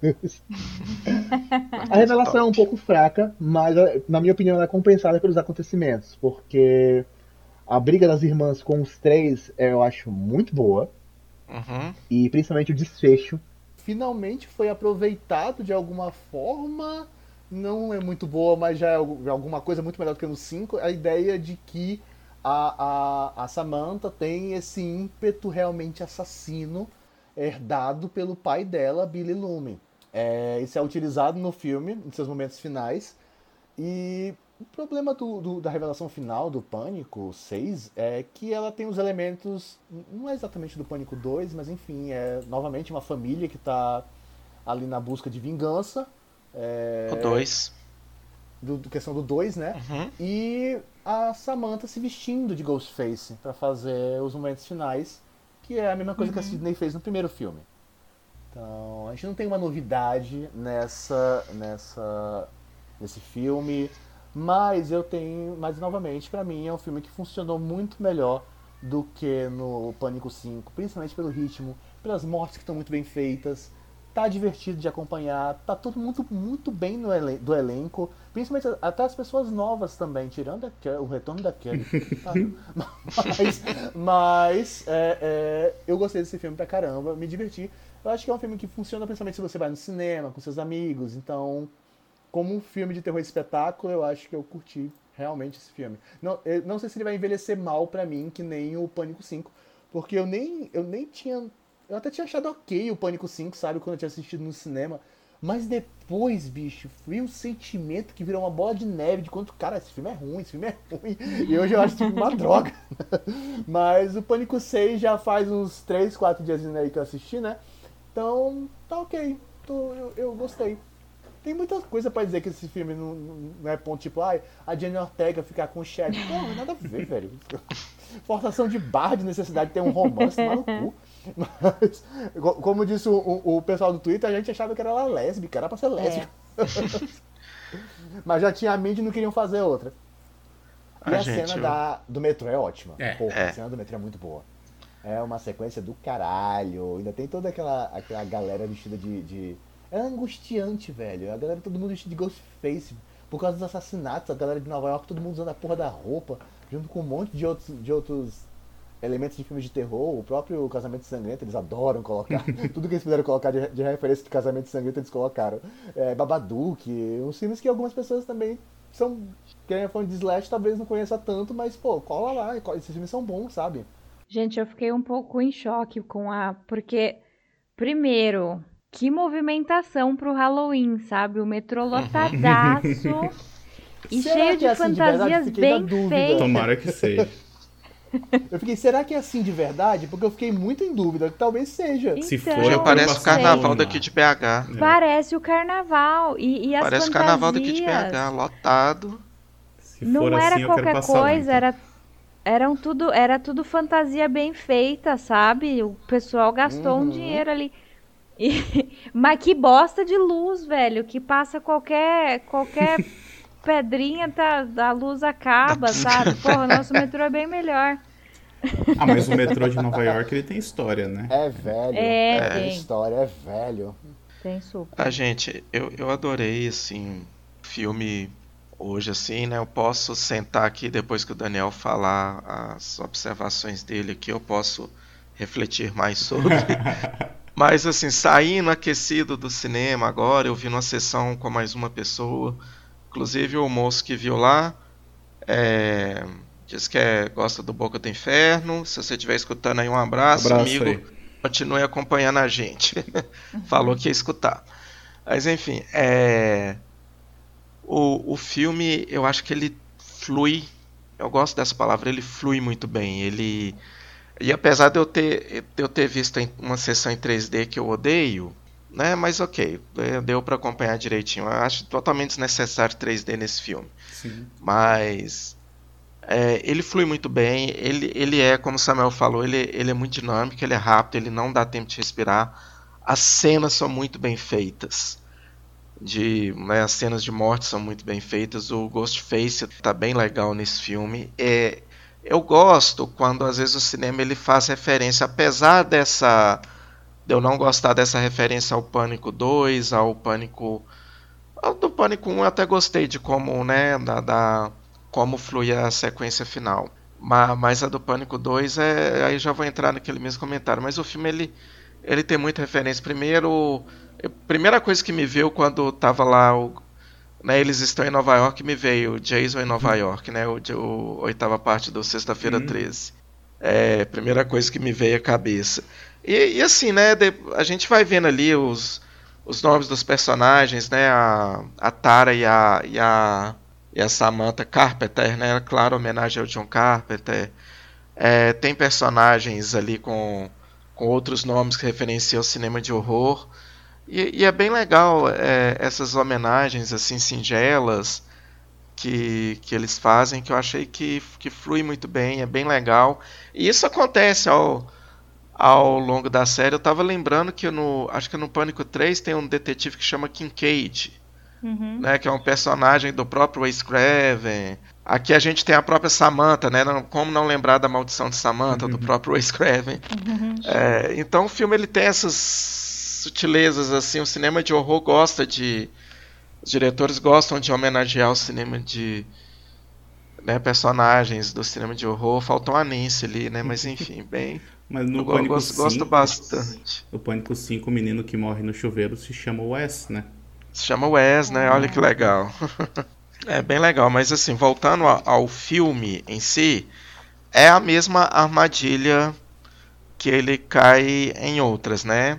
A revelação é um pouco fraca, mas na minha opinião ela é compensada pelos acontecimentos, porque a briga das irmãs com os 3 eu acho muito boa, e principalmente o desfecho. Finalmente foi aproveitado de alguma forma, não é muito boa, mas já é alguma coisa muito melhor do que no 5, a ideia de que a Samantha tem esse ímpeto realmente assassino herdado pelo pai dela, Billy Loomis. Isso é utilizado no filme, em seus momentos finais. E o problema da revelação final do Pânico 6 é que ela tem os elementos, não é exatamente do Pânico 2, mas enfim, é novamente uma família que está ali na busca de vingança. O 2. Questão do 2, né? E a Samantha se vestindo de Ghostface pra fazer os momentos finais, que é a mesma coisa que a Sidney fez no primeiro filme. Então, a gente não tem uma novidade nesse filme, mas novamente, pra mim, é um filme que funcionou muito melhor do que no Pânico 5, principalmente pelo ritmo, pelas mortes que estão muito bem feitas. Tá divertido de acompanhar, tá tudo muito, muito bem do elenco, principalmente até as pessoas novas também, tirando o retorno da Kelly. Mas eu gostei desse filme pra caramba, me diverti. Eu acho que é um filme que funciona principalmente se você vai no cinema, com seus amigos. Então, como um filme de terror espetáculo, eu acho que eu curti realmente esse filme. Não sei se ele vai envelhecer mal pra mim, que nem o Pânico 5, porque eu nem tinha... Eu até tinha achado ok o Pânico 5, sabe? Quando eu tinha assistido no cinema. Mas depois, bicho, foi um sentimento que virou uma bola de neve de quanto, cara, esse filme é ruim. E hoje eu acho esse filme uma droga. Mas o Pânico 6 já faz uns 3, 4 dias aí que eu assisti, né? Então, tá ok. Eu gostei. Tem muita coisa pra dizer que esse filme não é ponto tipo, a Jenny Ortega ficar com o Chad. Não, é nada a ver, velho. Forçação de barra de necessidade de ter um romance, tomar no cu. Mas, como disse o pessoal do Twitter, a gente achava que era ela lésbica, era pra ser lésbica. Mas já tinha a Mindy e não queriam fazer outra. E a cena do metrô é ótima. A cena do metrô é muito boa. É uma sequência do caralho. Ainda tem toda aquela galera vestida de... É angustiante, velho. A galera, todo mundo vestido de Ghostface. Por causa dos assassinatos, a galera de Nova York, todo mundo usando a porra da roupa, junto com um monte de outros elementos de filmes de terror. O próprio Casamento Sangrento, eles adoram colocar. Tudo que eles puderam colocar de referência de Casamento Sangrento, eles colocaram. Babadook, uns filmes que algumas pessoas também são... Quem é fã de Slash talvez não conheça tanto, mas, pô, cola lá. Esses filmes são bons, sabe? Gente, eu fiquei um pouco em choque porque, primeiro, que movimentação pro Halloween, sabe? O metrô lotadaço e cheio de fantasias bem feitas. Tomara que seja. Eu fiquei, será que é assim de verdade? Porque eu fiquei muito em dúvida, que talvez seja. Então, se for, parece o carnaval daqui de BH. Parece o carnaval e as parece fantasias. o carnaval daqui de BH, lotado. Se não for era assim, qualquer coisa, lá, então. era tudo fantasia bem feita, sabe? O pessoal gastou um dinheiro ali. Mas que bosta de luz, velho. Que passa qualquer pedrinha, a luz acaba, sabe? Porra, o nosso metrô é bem melhor. Ah, mas o metrô de Nova York, ele tem história, né? É velho. Tem história, é velho. Tem super. Gente, eu adorei, assim, filme hoje, assim, né? Eu posso sentar aqui depois que o Daniel falar as observações dele aqui, eu posso refletir mais sobre. Mas, assim, saindo aquecido do cinema agora, eu vi numa sessão com mais uma pessoa, inclusive o moço que viu lá, diz que gosta do Boca do Inferno. Se você estiver escutando aí, um abraço amigo. Aí. Continue acompanhando a gente. Falou que ia escutar. Mas enfim, o filme, eu acho que ele flui. Eu gosto dessa palavra, ele flui muito bem. E apesar de eu ter visto uma sessão em 3D que eu odeio, né? Mas ok, deu para acompanhar direitinho. Eu acho totalmente desnecessário 3D nesse filme. Sim. Mas ele flui muito bem. Ele como o Samuel falou, ele é muito dinâmico, ele é rápido, ele não dá tempo de respirar. As cenas são muito bem feitas. As cenas de morte são muito bem feitas. O Ghostface tá bem legal nesse filme. Eu gosto quando às vezes o cinema ele faz referência, apesar de eu não gostar dessa referência ao Pânico 2, do Pânico 1 eu até gostei de como, né, como flui a sequência final. Mas a do Pânico 2, aí já vou entrar naquele mesmo comentário. Mas o filme ele tem muita referência. A primeira coisa que me veio quando tava lá, né, eles estão em Nova York, me veio Jason em Nova York, né, o oitava parte do Sexta-feira 13. A primeira coisa que me veio à cabeça. E assim, né, a gente vai vendo ali os nomes dos personagens, né, a Tara e a Samantha Carpenter, né, claro, homenagem ao John Carpenter. Tem personagens ali com outros nomes que referenciam o cinema de horror. E é bem legal essas homenagens assim singelas que eles fazem, que eu achei que flui muito bem, é bem legal. E isso acontece ao longo da série. Eu tava lembrando que acho que no Pânico 3 tem um detetive que chama Kincaid, né, que é um personagem do próprio Wes Craven. Aqui a gente tem a própria Samantha, né? Como não lembrar da Maldição de Samantha, do próprio Wes Craven. Então o filme ele tem essas sutilezas, assim. O cinema de horror os diretores gostam de homenagear o cinema de, né, personagens do cinema de horror. Faltou a Nancy ali, né? Mas enfim, bem. Mas no Pânico 5, gosto bastante. No Pânico 5, o menino que morre no chuveiro se chama Wes, né? Se chama Wes, né? Olha que legal. É bem legal, mas assim, voltando ao filme em si, é a mesma armadilha que ele cai em outras, né?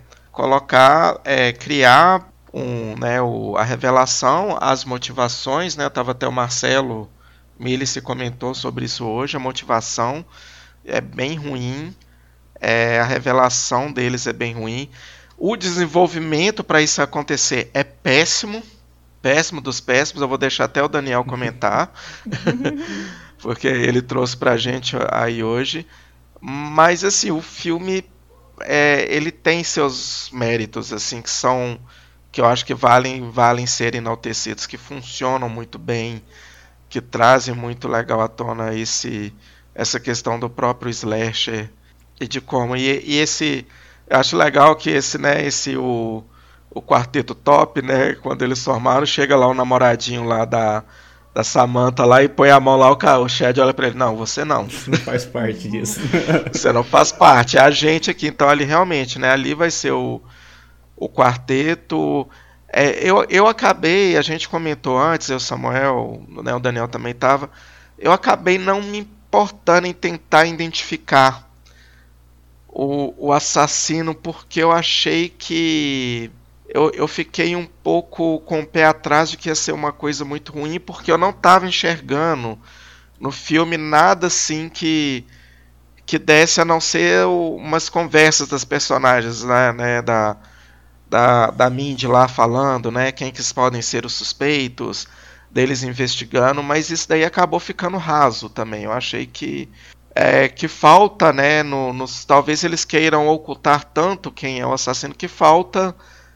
Criar a revelação, as motivações, né? Tava até o Marcelo Milici comentou sobre isso hoje. A motivação é bem ruim, a revelação deles é bem ruim. O desenvolvimento para isso acontecer é péssimo dos péssimos. Eu vou deixar até o Daniel comentar, porque ele trouxe pra gente aí hoje. Mas assim, o filme ele tem seus méritos, assim, que eu acho que valem ser enaltecidos, que funcionam muito bem, que trazem muito legal à tona essa questão do próprio slasher e de como eu acho legal que o quarteto top, né, quando eles formaram, chega lá o namoradinho lá da Samantha lá e põe a mão lá, o Chad olha pra ele, não, você não. Você não faz parte disso. Você não faz parte, é a gente aqui. Então ali realmente, né, ali vai ser o quarteto. Eu acabei, a gente comentou antes, o Samuel, né, o Daniel também estava, eu acabei não me importando em tentar identificar o assassino, porque eu achei que eu fiquei um pouco com o pé atrás de que ia ser uma coisa muito ruim, porque eu não estava enxergando no filme nada assim que desse a não ser umas conversas das personagens, né, da Mindy lá falando, né, quem que podem ser os suspeitos, deles investigando, mas isso daí acabou ficando raso também. Eu achei que falta, né, talvez eles queiram ocultar tanto quem é o assassino, que falta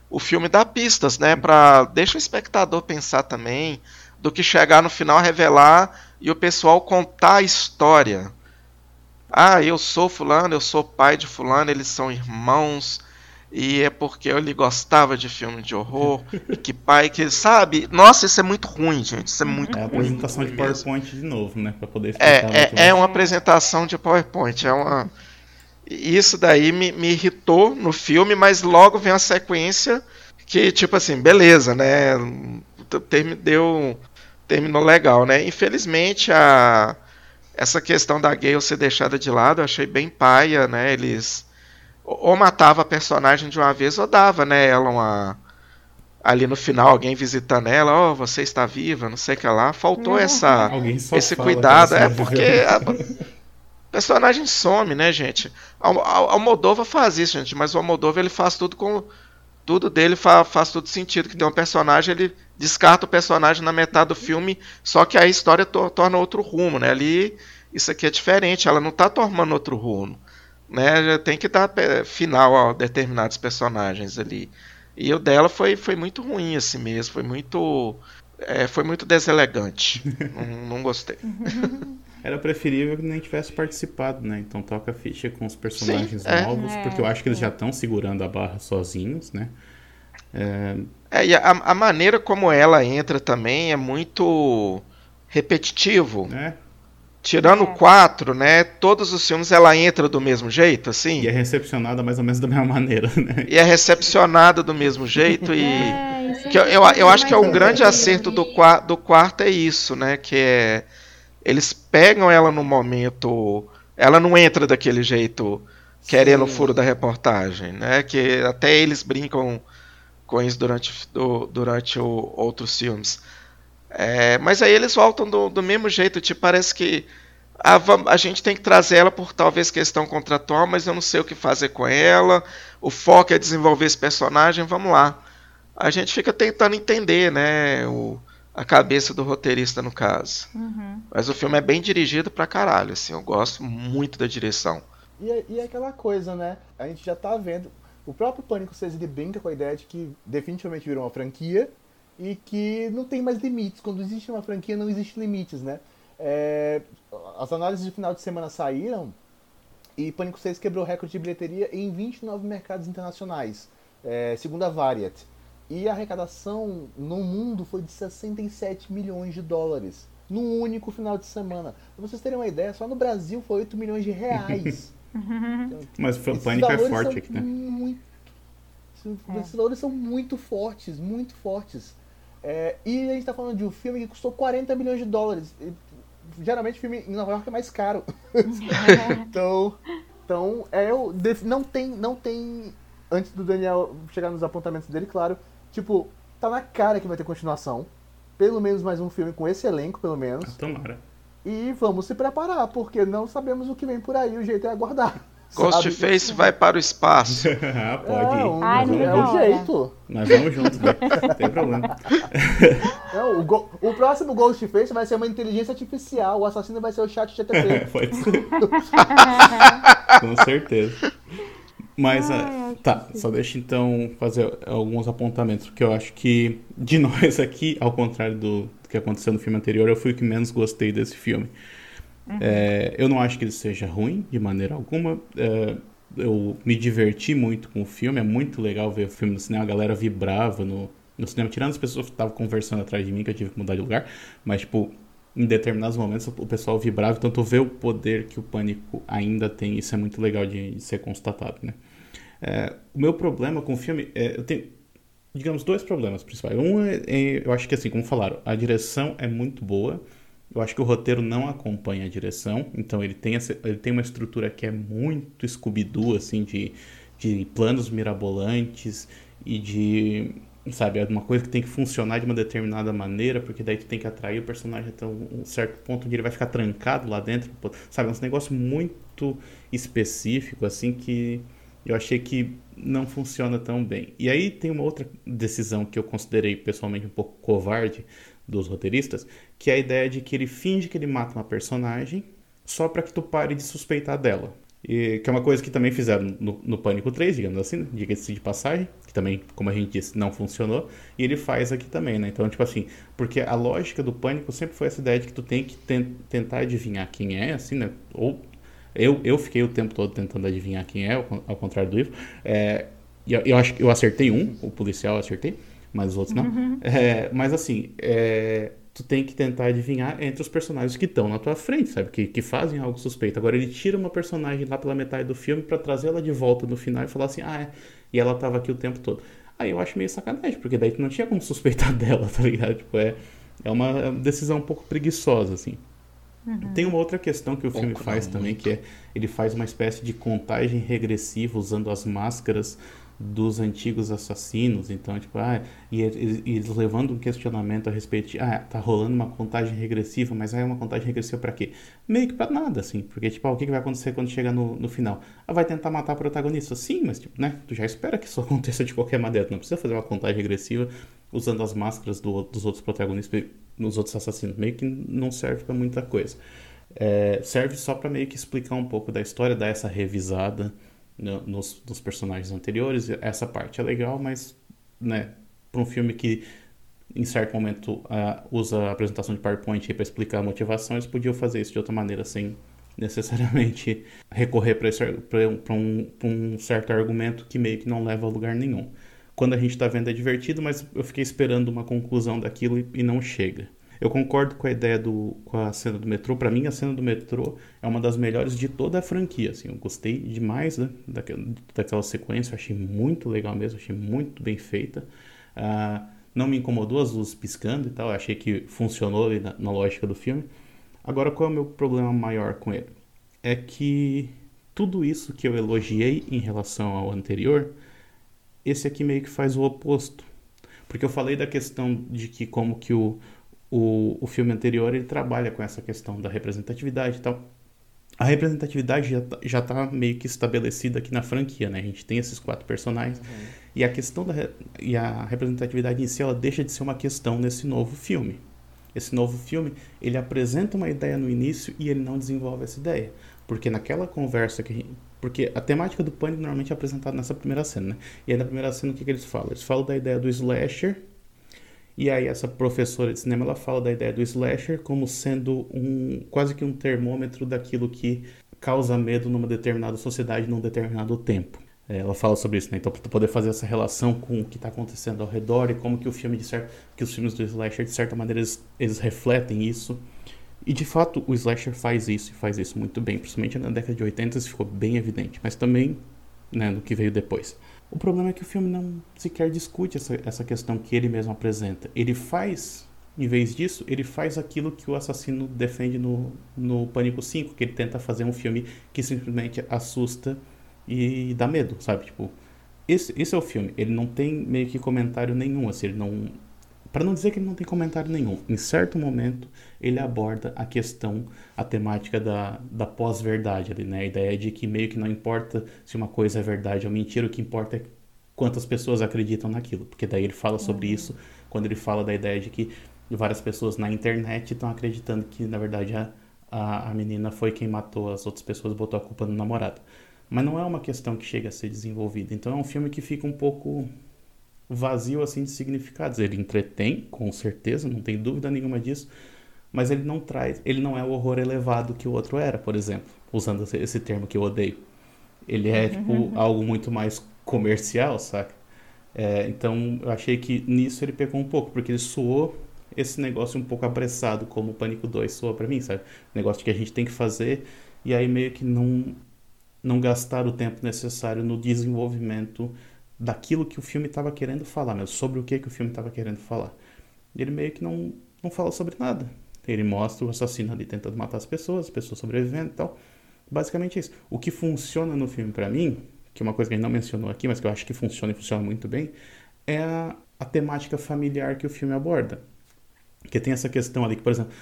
o filme dá pistas, né? Deixa o espectador pensar também, do que chegar no final, revelar e o pessoal contar a história. Ah, eu sou fulano, eu sou pai de fulano, eles são irmãos, e é porque ele gostava de filme de horror, e que pai que... Sabe? Nossa, isso é muito ruim, gente. Isso é muito É a ruim. apresentação de Ruim mesmo. PowerPoint de novo, né? Pra poder explicar muito É mais. uma apresentação de PowerPoint. Isso daí me irritou no filme, mas logo vem a sequência que, tipo assim, beleza, né? Terminou legal, né? Infelizmente, essa questão da Gale ser deixada de lado, eu achei bem paia, né? Eles ou matava a personagem de uma vez ou dava, né? Ela ali no final, alguém visitando ela, você está viva, não sei o que lá. Faltou Alguém só esse fala cuidado. que ela Porque o personagem some, né, gente? O Almodóvar faz isso, gente, mas o Almodóvar ele faz tudo dele faz todo sentido. Que tem um personagem, ele descarta o personagem na metade do filme, só que a história torna outro rumo, né? Ali, isso aqui é diferente, ela não tá tomando outro rumo, né? Tem que dar final a determinados personagens ali. E o dela foi muito ruim assim mesmo, foi muito deselegante. não gostei. Era preferível que nem tivesse participado, né? Então toca a ficha com os personagens Sim, novos, porque eu acho que eles já estão segurando a barra sozinhos, né? E a maneira como ela entra também é muito repetitivo. Tirando o 4, né? Todos os filmes ela entra do mesmo jeito, assim. E é recepcionada mais ou menos da mesma maneira, né? E é recepcionada do mesmo jeito. Eu acho que é um grande acerto do quarto é isso, né? Que é... Eles pegam ela no momento... Ela não entra daquele jeito querendo o furo da reportagem, né? Que até eles brincam com isso durante outros filmes. Mas aí eles voltam do mesmo jeito, tipo, parece que a gente tem que trazer ela por talvez questão contratual, mas eu não sei o que fazer com ela, o foco é desenvolver esse personagem, vamos lá. A gente fica tentando entender, né, a cabeça do roteirista no caso. Mas o filme é bem dirigido pra caralho, assim, eu gosto muito da direção. E é aquela coisa, né, a gente já tá vendo, o próprio Pânico 6 ele brinca com a ideia de que definitivamente virou uma franquia, e que não tem mais limites. Quando existe uma franquia, não existe limites, né? As análises de final de semana saíram e Pânico 6 quebrou o recorde de bilheteria em 29 mercados internacionais, segundo a Variety. E a arrecadação no mundo foi de 67 milhões de dólares num único final de semana. Pra vocês terem uma ideia, só no Brasil foi 8 milhões de reais. Mas o Pânico é forte aqui, né? Esses valores são muito fortes, muito fortes. E a gente tá falando de um filme que custou 40 milhões de dólares. E, geralmente filme em Nova York é mais caro. Então não tem. Antes do Daniel chegar nos apontamentos dele, claro, tipo, tá na cara que vai ter continuação. Pelo menos mais um filme com esse elenco, pelo menos. Tomara. E vamos se preparar, porque não sabemos o que vem por aí, o jeito é aguardar. Ghostface vai para o espaço. Pode ir. É o jeito. Nós vamos juntos, né? Não tem problema. O próximo Ghostface vai ser uma inteligência artificial. O assassino vai ser o chat GTP. Pode ser. Com certeza. Mas, só deixa então fazer alguns apontamentos, porque eu acho que de nós aqui, ao contrário do que aconteceu no filme anterior, eu fui o que menos gostei desse filme. Eu não acho que ele seja ruim, de maneira alguma. Eu me diverti muito com o filme, é muito legal ver o filme no cinema, a galera vibrava no cinema, tirando as pessoas que estavam conversando atrás de mim, que eu tive que mudar de lugar, mas, tipo, em determinados momentos o pessoal vibrava, então tu vê o poder que o Pânico ainda tem, isso é muito legal de ser constatado, né? O meu problema com o filme, eu tenho, digamos, dois problemas principais. Um eu acho que, assim, como falaram, a direção é muito boa. Eu acho que o roteiro não acompanha a direção, então ele tem uma estrutura que é muito Scooby-Doo, assim, de planos mirabolantes e de, sabe, uma coisa que tem que funcionar de uma determinada maneira, porque daí tu tem que atrair o personagem até um certo ponto onde ele vai ficar trancado lá dentro, sabe, um negócio muito específico, assim, que eu achei que não funciona tão bem. E aí tem uma outra decisão que eu considerei pessoalmente um pouco covarde dos roteiristas, que é a ideia de que ele finge que ele mata uma personagem só pra que tu pare de suspeitar dela. E, que é uma coisa que também fizeram no Pânico 3, digamos assim, né? Diga-se de passagem, que também, como a gente disse, não funcionou, e ele faz aqui também, né? Então, tipo assim, porque a lógica do Pânico sempre foi essa ideia de que tu tem que tentar adivinhar quem é, assim, né? Ou eu fiquei o tempo todo tentando adivinhar quem é, ao contrário do Ivo. E eu acho que eu acertei o policial eu acertei, mas os outros não. Mas assim, tu tem que tentar adivinhar entre os personagens que estão na tua frente, sabe? Que fazem algo suspeito. Agora ele tira uma personagem lá pela metade do filme pra trazer ela de volta no final e falar assim, e ela tava aqui o tempo todo. Aí eu acho meio sacanagem, porque daí tu não tinha como suspeitar dela, tá ligado? Tipo, é uma decisão um pouco preguiçosa, assim. Tem uma outra questão que o filme faz também, que é ele faz uma espécie de contagem regressiva usando as máscaras dos antigos assassinos. Então, tipo, e eles levando um questionamento a respeito de, tá rolando uma contagem regressiva, mas é uma contagem regressiva pra quê? Meio que pra nada, assim, porque, tipo, o que vai acontecer quando chegar no final? Vai tentar matar a protagonista, sim, mas, tipo, né, tu já espera que isso aconteça de qualquer maneira, não precisa fazer uma contagem regressiva usando as máscaras dos outros protagonistas, nos outros assassinos, meio que não serve pra muita coisa. Serve só pra meio que explicar um pouco da história, dar essa revisada nos personagens anteriores. Essa parte é legal, mas, né, para um filme que em certo momento usa a apresentação de PowerPoint para explicar a motivação, eles podiam fazer isso de outra maneira sem necessariamente recorrer para um certo argumento que meio que não leva a lugar nenhum. Quando a gente está vendo é divertido, mas eu fiquei esperando uma conclusão daquilo e não chega. Eu concordo com a ideia com a cena do metrô. Pra mim, a cena do metrô é uma das melhores de toda a franquia. Assim, eu gostei demais, né, daquela sequência. Eu achei muito legal mesmo, achei muito bem feita. Não me incomodou as luzes piscando e tal. Eu achei que funcionou ali na lógica do filme. Agora, qual é o meu problema maior com ele? É que tudo isso que eu elogiei em relação ao anterior, esse aqui meio que faz o oposto. Porque eu falei da questão de que como que o filme anterior ele trabalha com essa questão da representatividade e tal. A representatividade já tá meio que estabelecida aqui na franquia, né? A gente tem esses 4 personagens. E a questão e a representatividade em si, ela deixa de ser uma questão nesse novo filme. Esse novo filme, ele apresenta uma ideia no início e ele não desenvolve essa ideia. Porque naquela conversa porque a temática do Pânico normalmente é apresentada nessa primeira cena, né? E aí na primeira cena o que eles falam? Eles falam da ideia do slasher. E aí essa professora de cinema, ela fala da ideia do slasher como sendo quase que um termômetro daquilo que causa medo numa determinada sociedade num determinado tempo. Ela fala sobre isso, né? Então, para tu poder fazer essa relação com o que está acontecendo ao redor e como que que os filmes do slasher, de certa maneira, eles refletem isso. E, de fato, o slasher faz isso e faz isso muito bem. Principalmente na década de 80 isso ficou bem evidente. Mas também, né, no que veio depois. O problema é que o filme não sequer discute essa questão que ele mesmo apresenta. Ele faz, em vez disso, ele faz aquilo que o assassino defende no Pânico 5, que ele tenta fazer um filme que simplesmente assusta e dá medo, sabe? Tipo, esse é o filme. Ele não tem meio que comentário nenhum, assim, ele não... Para não dizer que ele não tem comentário nenhum, em certo momento ele aborda a temática da pós-verdade ali, né? A ideia de que meio que não importa se uma coisa é verdade ou mentira, o que importa é quantas pessoas acreditam naquilo. Porque daí ele fala sobre isso quando ele fala da ideia de que várias pessoas na internet estão acreditando que, na verdade, a menina foi quem matou as outras pessoas e botou a culpa no namorado. Mas não é uma questão que chega a ser desenvolvida. Então é um filme que fica um pouco vazio assim de significados. Ele entretém, com certeza, não tem dúvida nenhuma disso, mas ele não é o horror elevado que o outro era, por exemplo, usando esse termo que eu odeio. Ele é tipo algo muito mais comercial, saca? Então eu achei que nisso ele pecou um pouco, porque ele soou esse negócio um pouco apressado, como o Pânico 2 soa pra mim, sabe? Negócio que a gente tem que fazer e aí meio que não gastar o tempo necessário no desenvolvimento daquilo que o filme estava querendo falar, mas sobre o que o filme estava querendo falar. Ele meio que não fala sobre nada. Ele mostra o assassino ali tentando matar as pessoas sobrevivendo e tal. Basicamente isso. O que funciona no filme pra mim, que é uma coisa que a gente não mencionou aqui, mas que eu acho que funciona e funciona muito bem, é a temática familiar que o filme aborda. Porque tem essa questão ali que, por exemplo,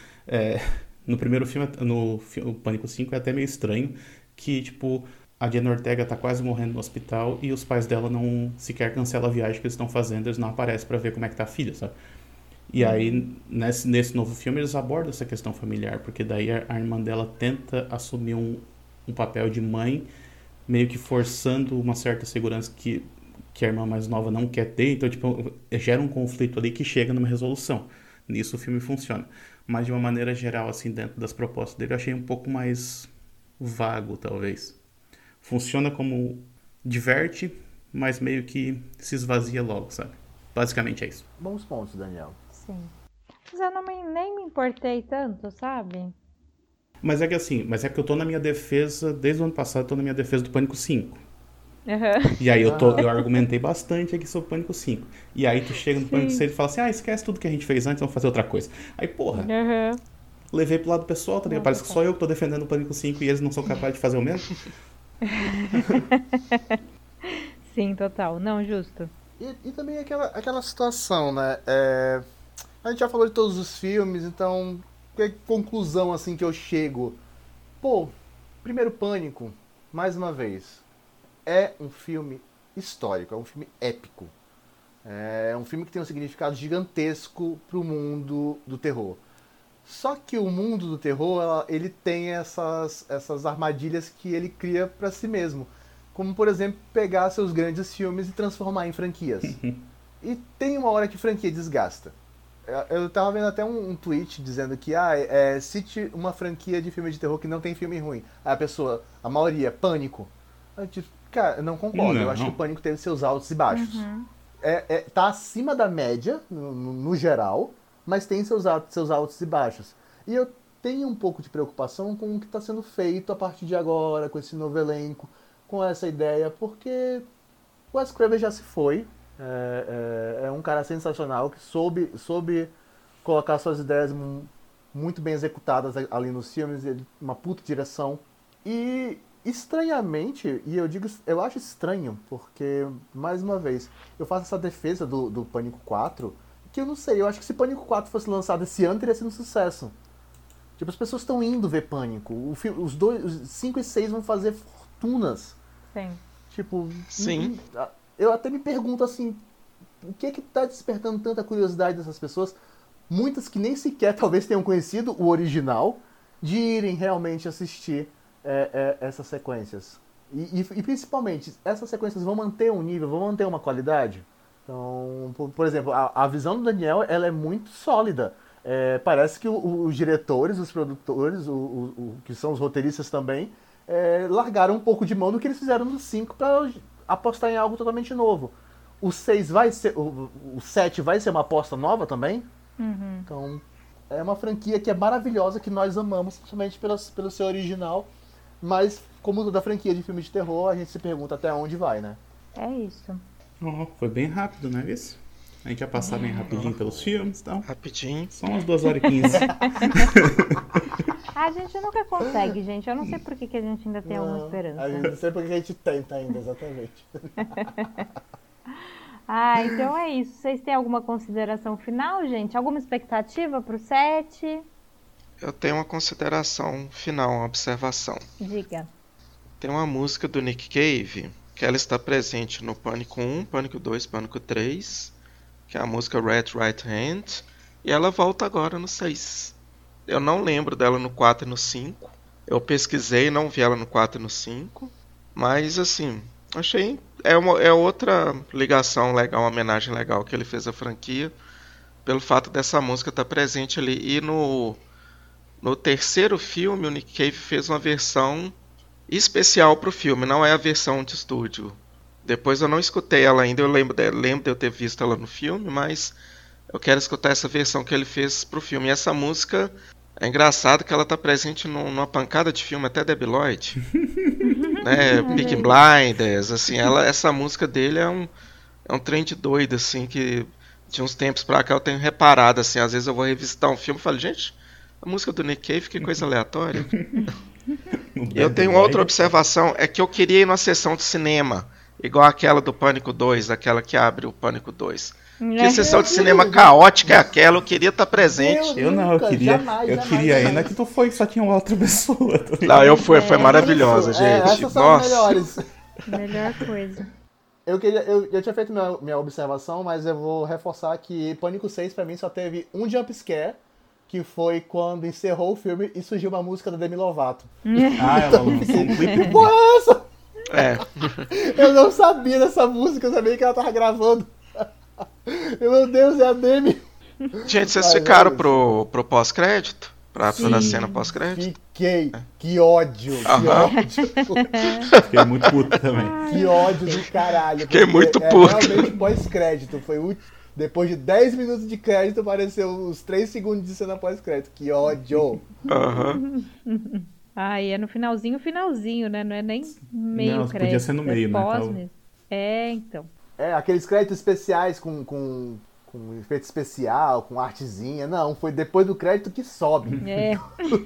no primeiro filme, no Pânico 5, é até meio estranho que, tipo, a Jenna Ortega tá quase morrendo no hospital e os pais dela não sequer cancelam a viagem que eles estão fazendo, eles não aparecem pra ver como é que tá a filha, sabe? E aí, nesse novo filme, eles abordam essa questão familiar, porque daí a irmã dela tenta assumir um papel de mãe, meio que forçando uma certa segurança que a irmã mais nova não quer ter. Então, tipo, gera um conflito ali que chega numa resolução. Nisso o filme funciona. Mas de uma maneira geral, assim, dentro das propostas dele, eu achei um pouco mais vago, talvez. Funciona como diverte, mas meio que se esvazia logo, sabe? Basicamente é isso. Bons pontos, Daniel. Sim. Mas eu nem me importei tanto, sabe? Mas é que assim, eu tô na minha defesa, desde o ano passado eu tô na minha defesa do Pânico 5. Uhum. E aí eu argumentei bastante aqui sobre o Pânico 5. E aí tu chega no Pânico 6 e fala assim, esquece tudo que a gente fez antes, vamos fazer outra coisa. Aí, porra, levei pro lado pessoal, tá ligado? Parece que só eu que tô defendendo o Pânico 5 e eles não são capazes de fazer o mesmo. Sim, total. Não, justo. E também aquela situação, né? A gente já falou de todos os filmes, então, que conclusão assim que eu chego? Pô, primeiro Pânico, mais uma vez, é um filme histórico, é um filme épico. É um filme que tem um significado gigantesco pro mundo do terror. Só que o mundo do terror, ele tem essas armadilhas que ele cria pra si mesmo. Como, por exemplo, pegar seus grandes filmes e transformar em franquias. E tem uma hora que franquia desgasta. Eu tava vendo até um tweet dizendo que cite uma franquia de filme de terror que não tem filme ruim. Aí a maioria, Pânico. Eu disse, cara, eu não concordo. Eu acho que o Pânico teve seus altos e baixos. Tá acima da média, no geral, mas tem seus altos e baixos. E eu tenho um pouco de preocupação com o que está sendo feito a partir de agora, com esse novo elenco, com essa ideia, porque o Wes Craven já se foi. É um cara sensacional que soube colocar suas ideias muito bem executadas ali nos filmes, uma puta direção. E estranhamente, eu acho estranho, porque, mais uma vez, eu faço essa defesa do Pânico 4, que eu não sei, eu acho que se Pânico 4 fosse lançado esse ano, teria sido um sucesso. Tipo, as pessoas estão indo ver Pânico. Os 5 e 6 vão fazer fortunas. Sim. Tipo, Sim. Eu até me pergunto assim, o que tá despertando tanta curiosidade dessas pessoas, muitas que nem sequer talvez tenham conhecido o original, de irem realmente assistir essas sequências. E principalmente, essas sequências vão manter um nível, vão manter uma qualidade? Então, por exemplo, a visão do Daniel, ela é muito sólida. Parece que os diretores, os produtores, que são os roteiristas também, largaram um pouco de mão do que eles fizeram no 5 para apostar em algo totalmente novo. O 6 vai ser. O 7 vai ser uma aposta nova também. Uhum. Então, é uma franquia que é maravilhosa, que nós amamos, principalmente pelo seu original. Mas, como toda franquia de filme de terror, a gente se pergunta até onde vai, né? É isso. Foi bem rápido, não é isso? A gente ia passar bem rapidinho pelos filmes e tal. Rapidinho. Só umas 2h15. A gente nunca consegue, gente. Eu não sei por que a gente ainda tem alguma esperança. A gente não sei porque a gente tenta ainda, exatamente. Então é isso. Vocês têm alguma consideração final, gente? Alguma expectativa pro 7? Eu tenho uma consideração final, uma observação. Diga. Tem uma música do Nick Cave, que ela está presente no Pânico 1, Pânico 2, Pânico 3, que é a música Red Right Hand, e ela volta agora no 6. Eu não lembro dela no 4 e no 5. Eu pesquisei e não vi ela no 4 e no 5. Mas, assim, achei... É outra ligação legal, uma homenagem legal que ele fez à franquia, pelo fato dessa música estar presente ali. E no terceiro filme, o Nick Cave fez uma versão especial para o filme, não é a versão de estúdio. Depois eu não escutei ela ainda, eu lembro de eu ter visto ela no filme, mas eu quero escutar essa versão que ele fez pro filme. E essa música é engraçado que ela tá presente numa pancada de filme, até Debi Lloyd, né? Peaky Blinders, assim, essa música dele é um trem de doido, assim, que de uns tempos pra cá eu tenho reparado, assim, às vezes eu vou revisitar um filme e falo, gente, a música do Nick Cave, que coisa aleatória. E eu tenho outra observação, é que eu queria ir numa sessão de cinema, igual aquela do Pânico 2, aquela que abre o Pânico 2. Que sessão de cinema caótica é aquela? Eu queria estar presente. Eu queria ir na que tu foi, só tinha uma outra pessoa. Não, eu fui, foi maravilhosa, gente. Essas são as melhores. Melhor coisa. Eu tinha feito minha observação, mas eu vou reforçar que Pânico 6 pra mim só teve um jump scare, que foi quando encerrou o filme e surgiu uma música da Demi Lovato. Ela lançou um clipe. Porra, é essa? É. Eu não sabia dessa música, eu sabia que ela tava gravando. Meu Deus, é a Demi. Gente, vocês ficaram pro pós-crédito? Pra toda a Sim. cena pós-crédito? Fiquei. Que ódio, que Aham. ódio. Fiquei muito puto também. Que ódio do caralho. Fiquei porque muito é puto. realmente pós-crédito. Foi depois de 10 minutos de crédito, apareceu os 3 segundos de cena pós-crédito. Que ódio. Aham. Ai, é no finalzinho, né? Não é nem meio Não, crédito. podia ser no meio, é né? pós Tava- mesmo. É, então. É, aqueles créditos especiais com efeito especial, com artezinha. Não, foi depois do crédito que sobe. É.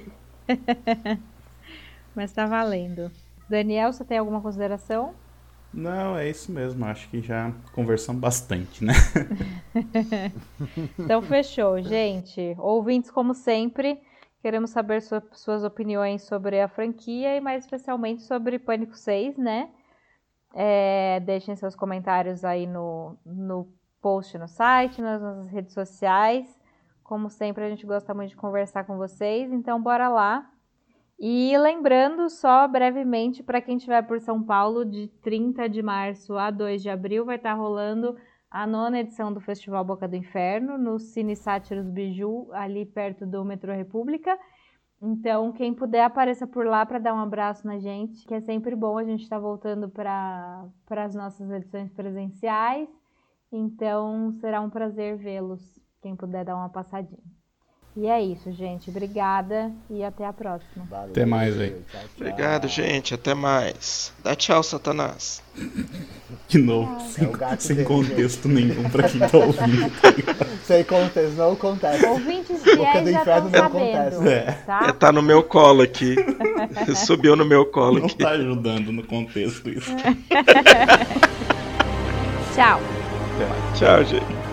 Mas tá valendo. Daniel, você tem alguma consideração? Não, é isso mesmo. Acho que já conversamos bastante, né? Então fechou, gente. Ouvintes, como sempre, queremos saber suas opiniões sobre a franquia e mais especialmente sobre Pânico 6, né? Deixem seus comentários aí no post no site, nas nossas redes sociais. Como sempre, a gente gosta muito de conversar com vocês, então bora lá. E lembrando só brevemente, para quem estiver por São Paulo, de 30 de março a 2 de abril vai estar rolando a 9ª edição do Festival Boca do Inferno, no Cine Sátiros Biju, ali perto do Metrô República. Então, quem puder, apareça por lá para dar um abraço na gente, que é sempre bom. A gente está voltando para as nossas edições presenciais. Então, será um prazer vê-los, quem puder dar uma passadinha. E é isso, gente. Obrigada e até a próxima. Valeu, Até mais aí. tchau, tchau. Obrigado, gente. Até mais. Dá tchau, Satanás. De novo, É o gato sem dele, contexto nenhum pra quem tá ouvindo. Sem contexto, não acontece. Ouvintes Boca fiéis do já Inferno estão não acontece. sabendo, tá? Tá no meu colo aqui. Subiu no meu colo Não aqui. tá ajudando no contexto isso. Tchau. Tchau, gente.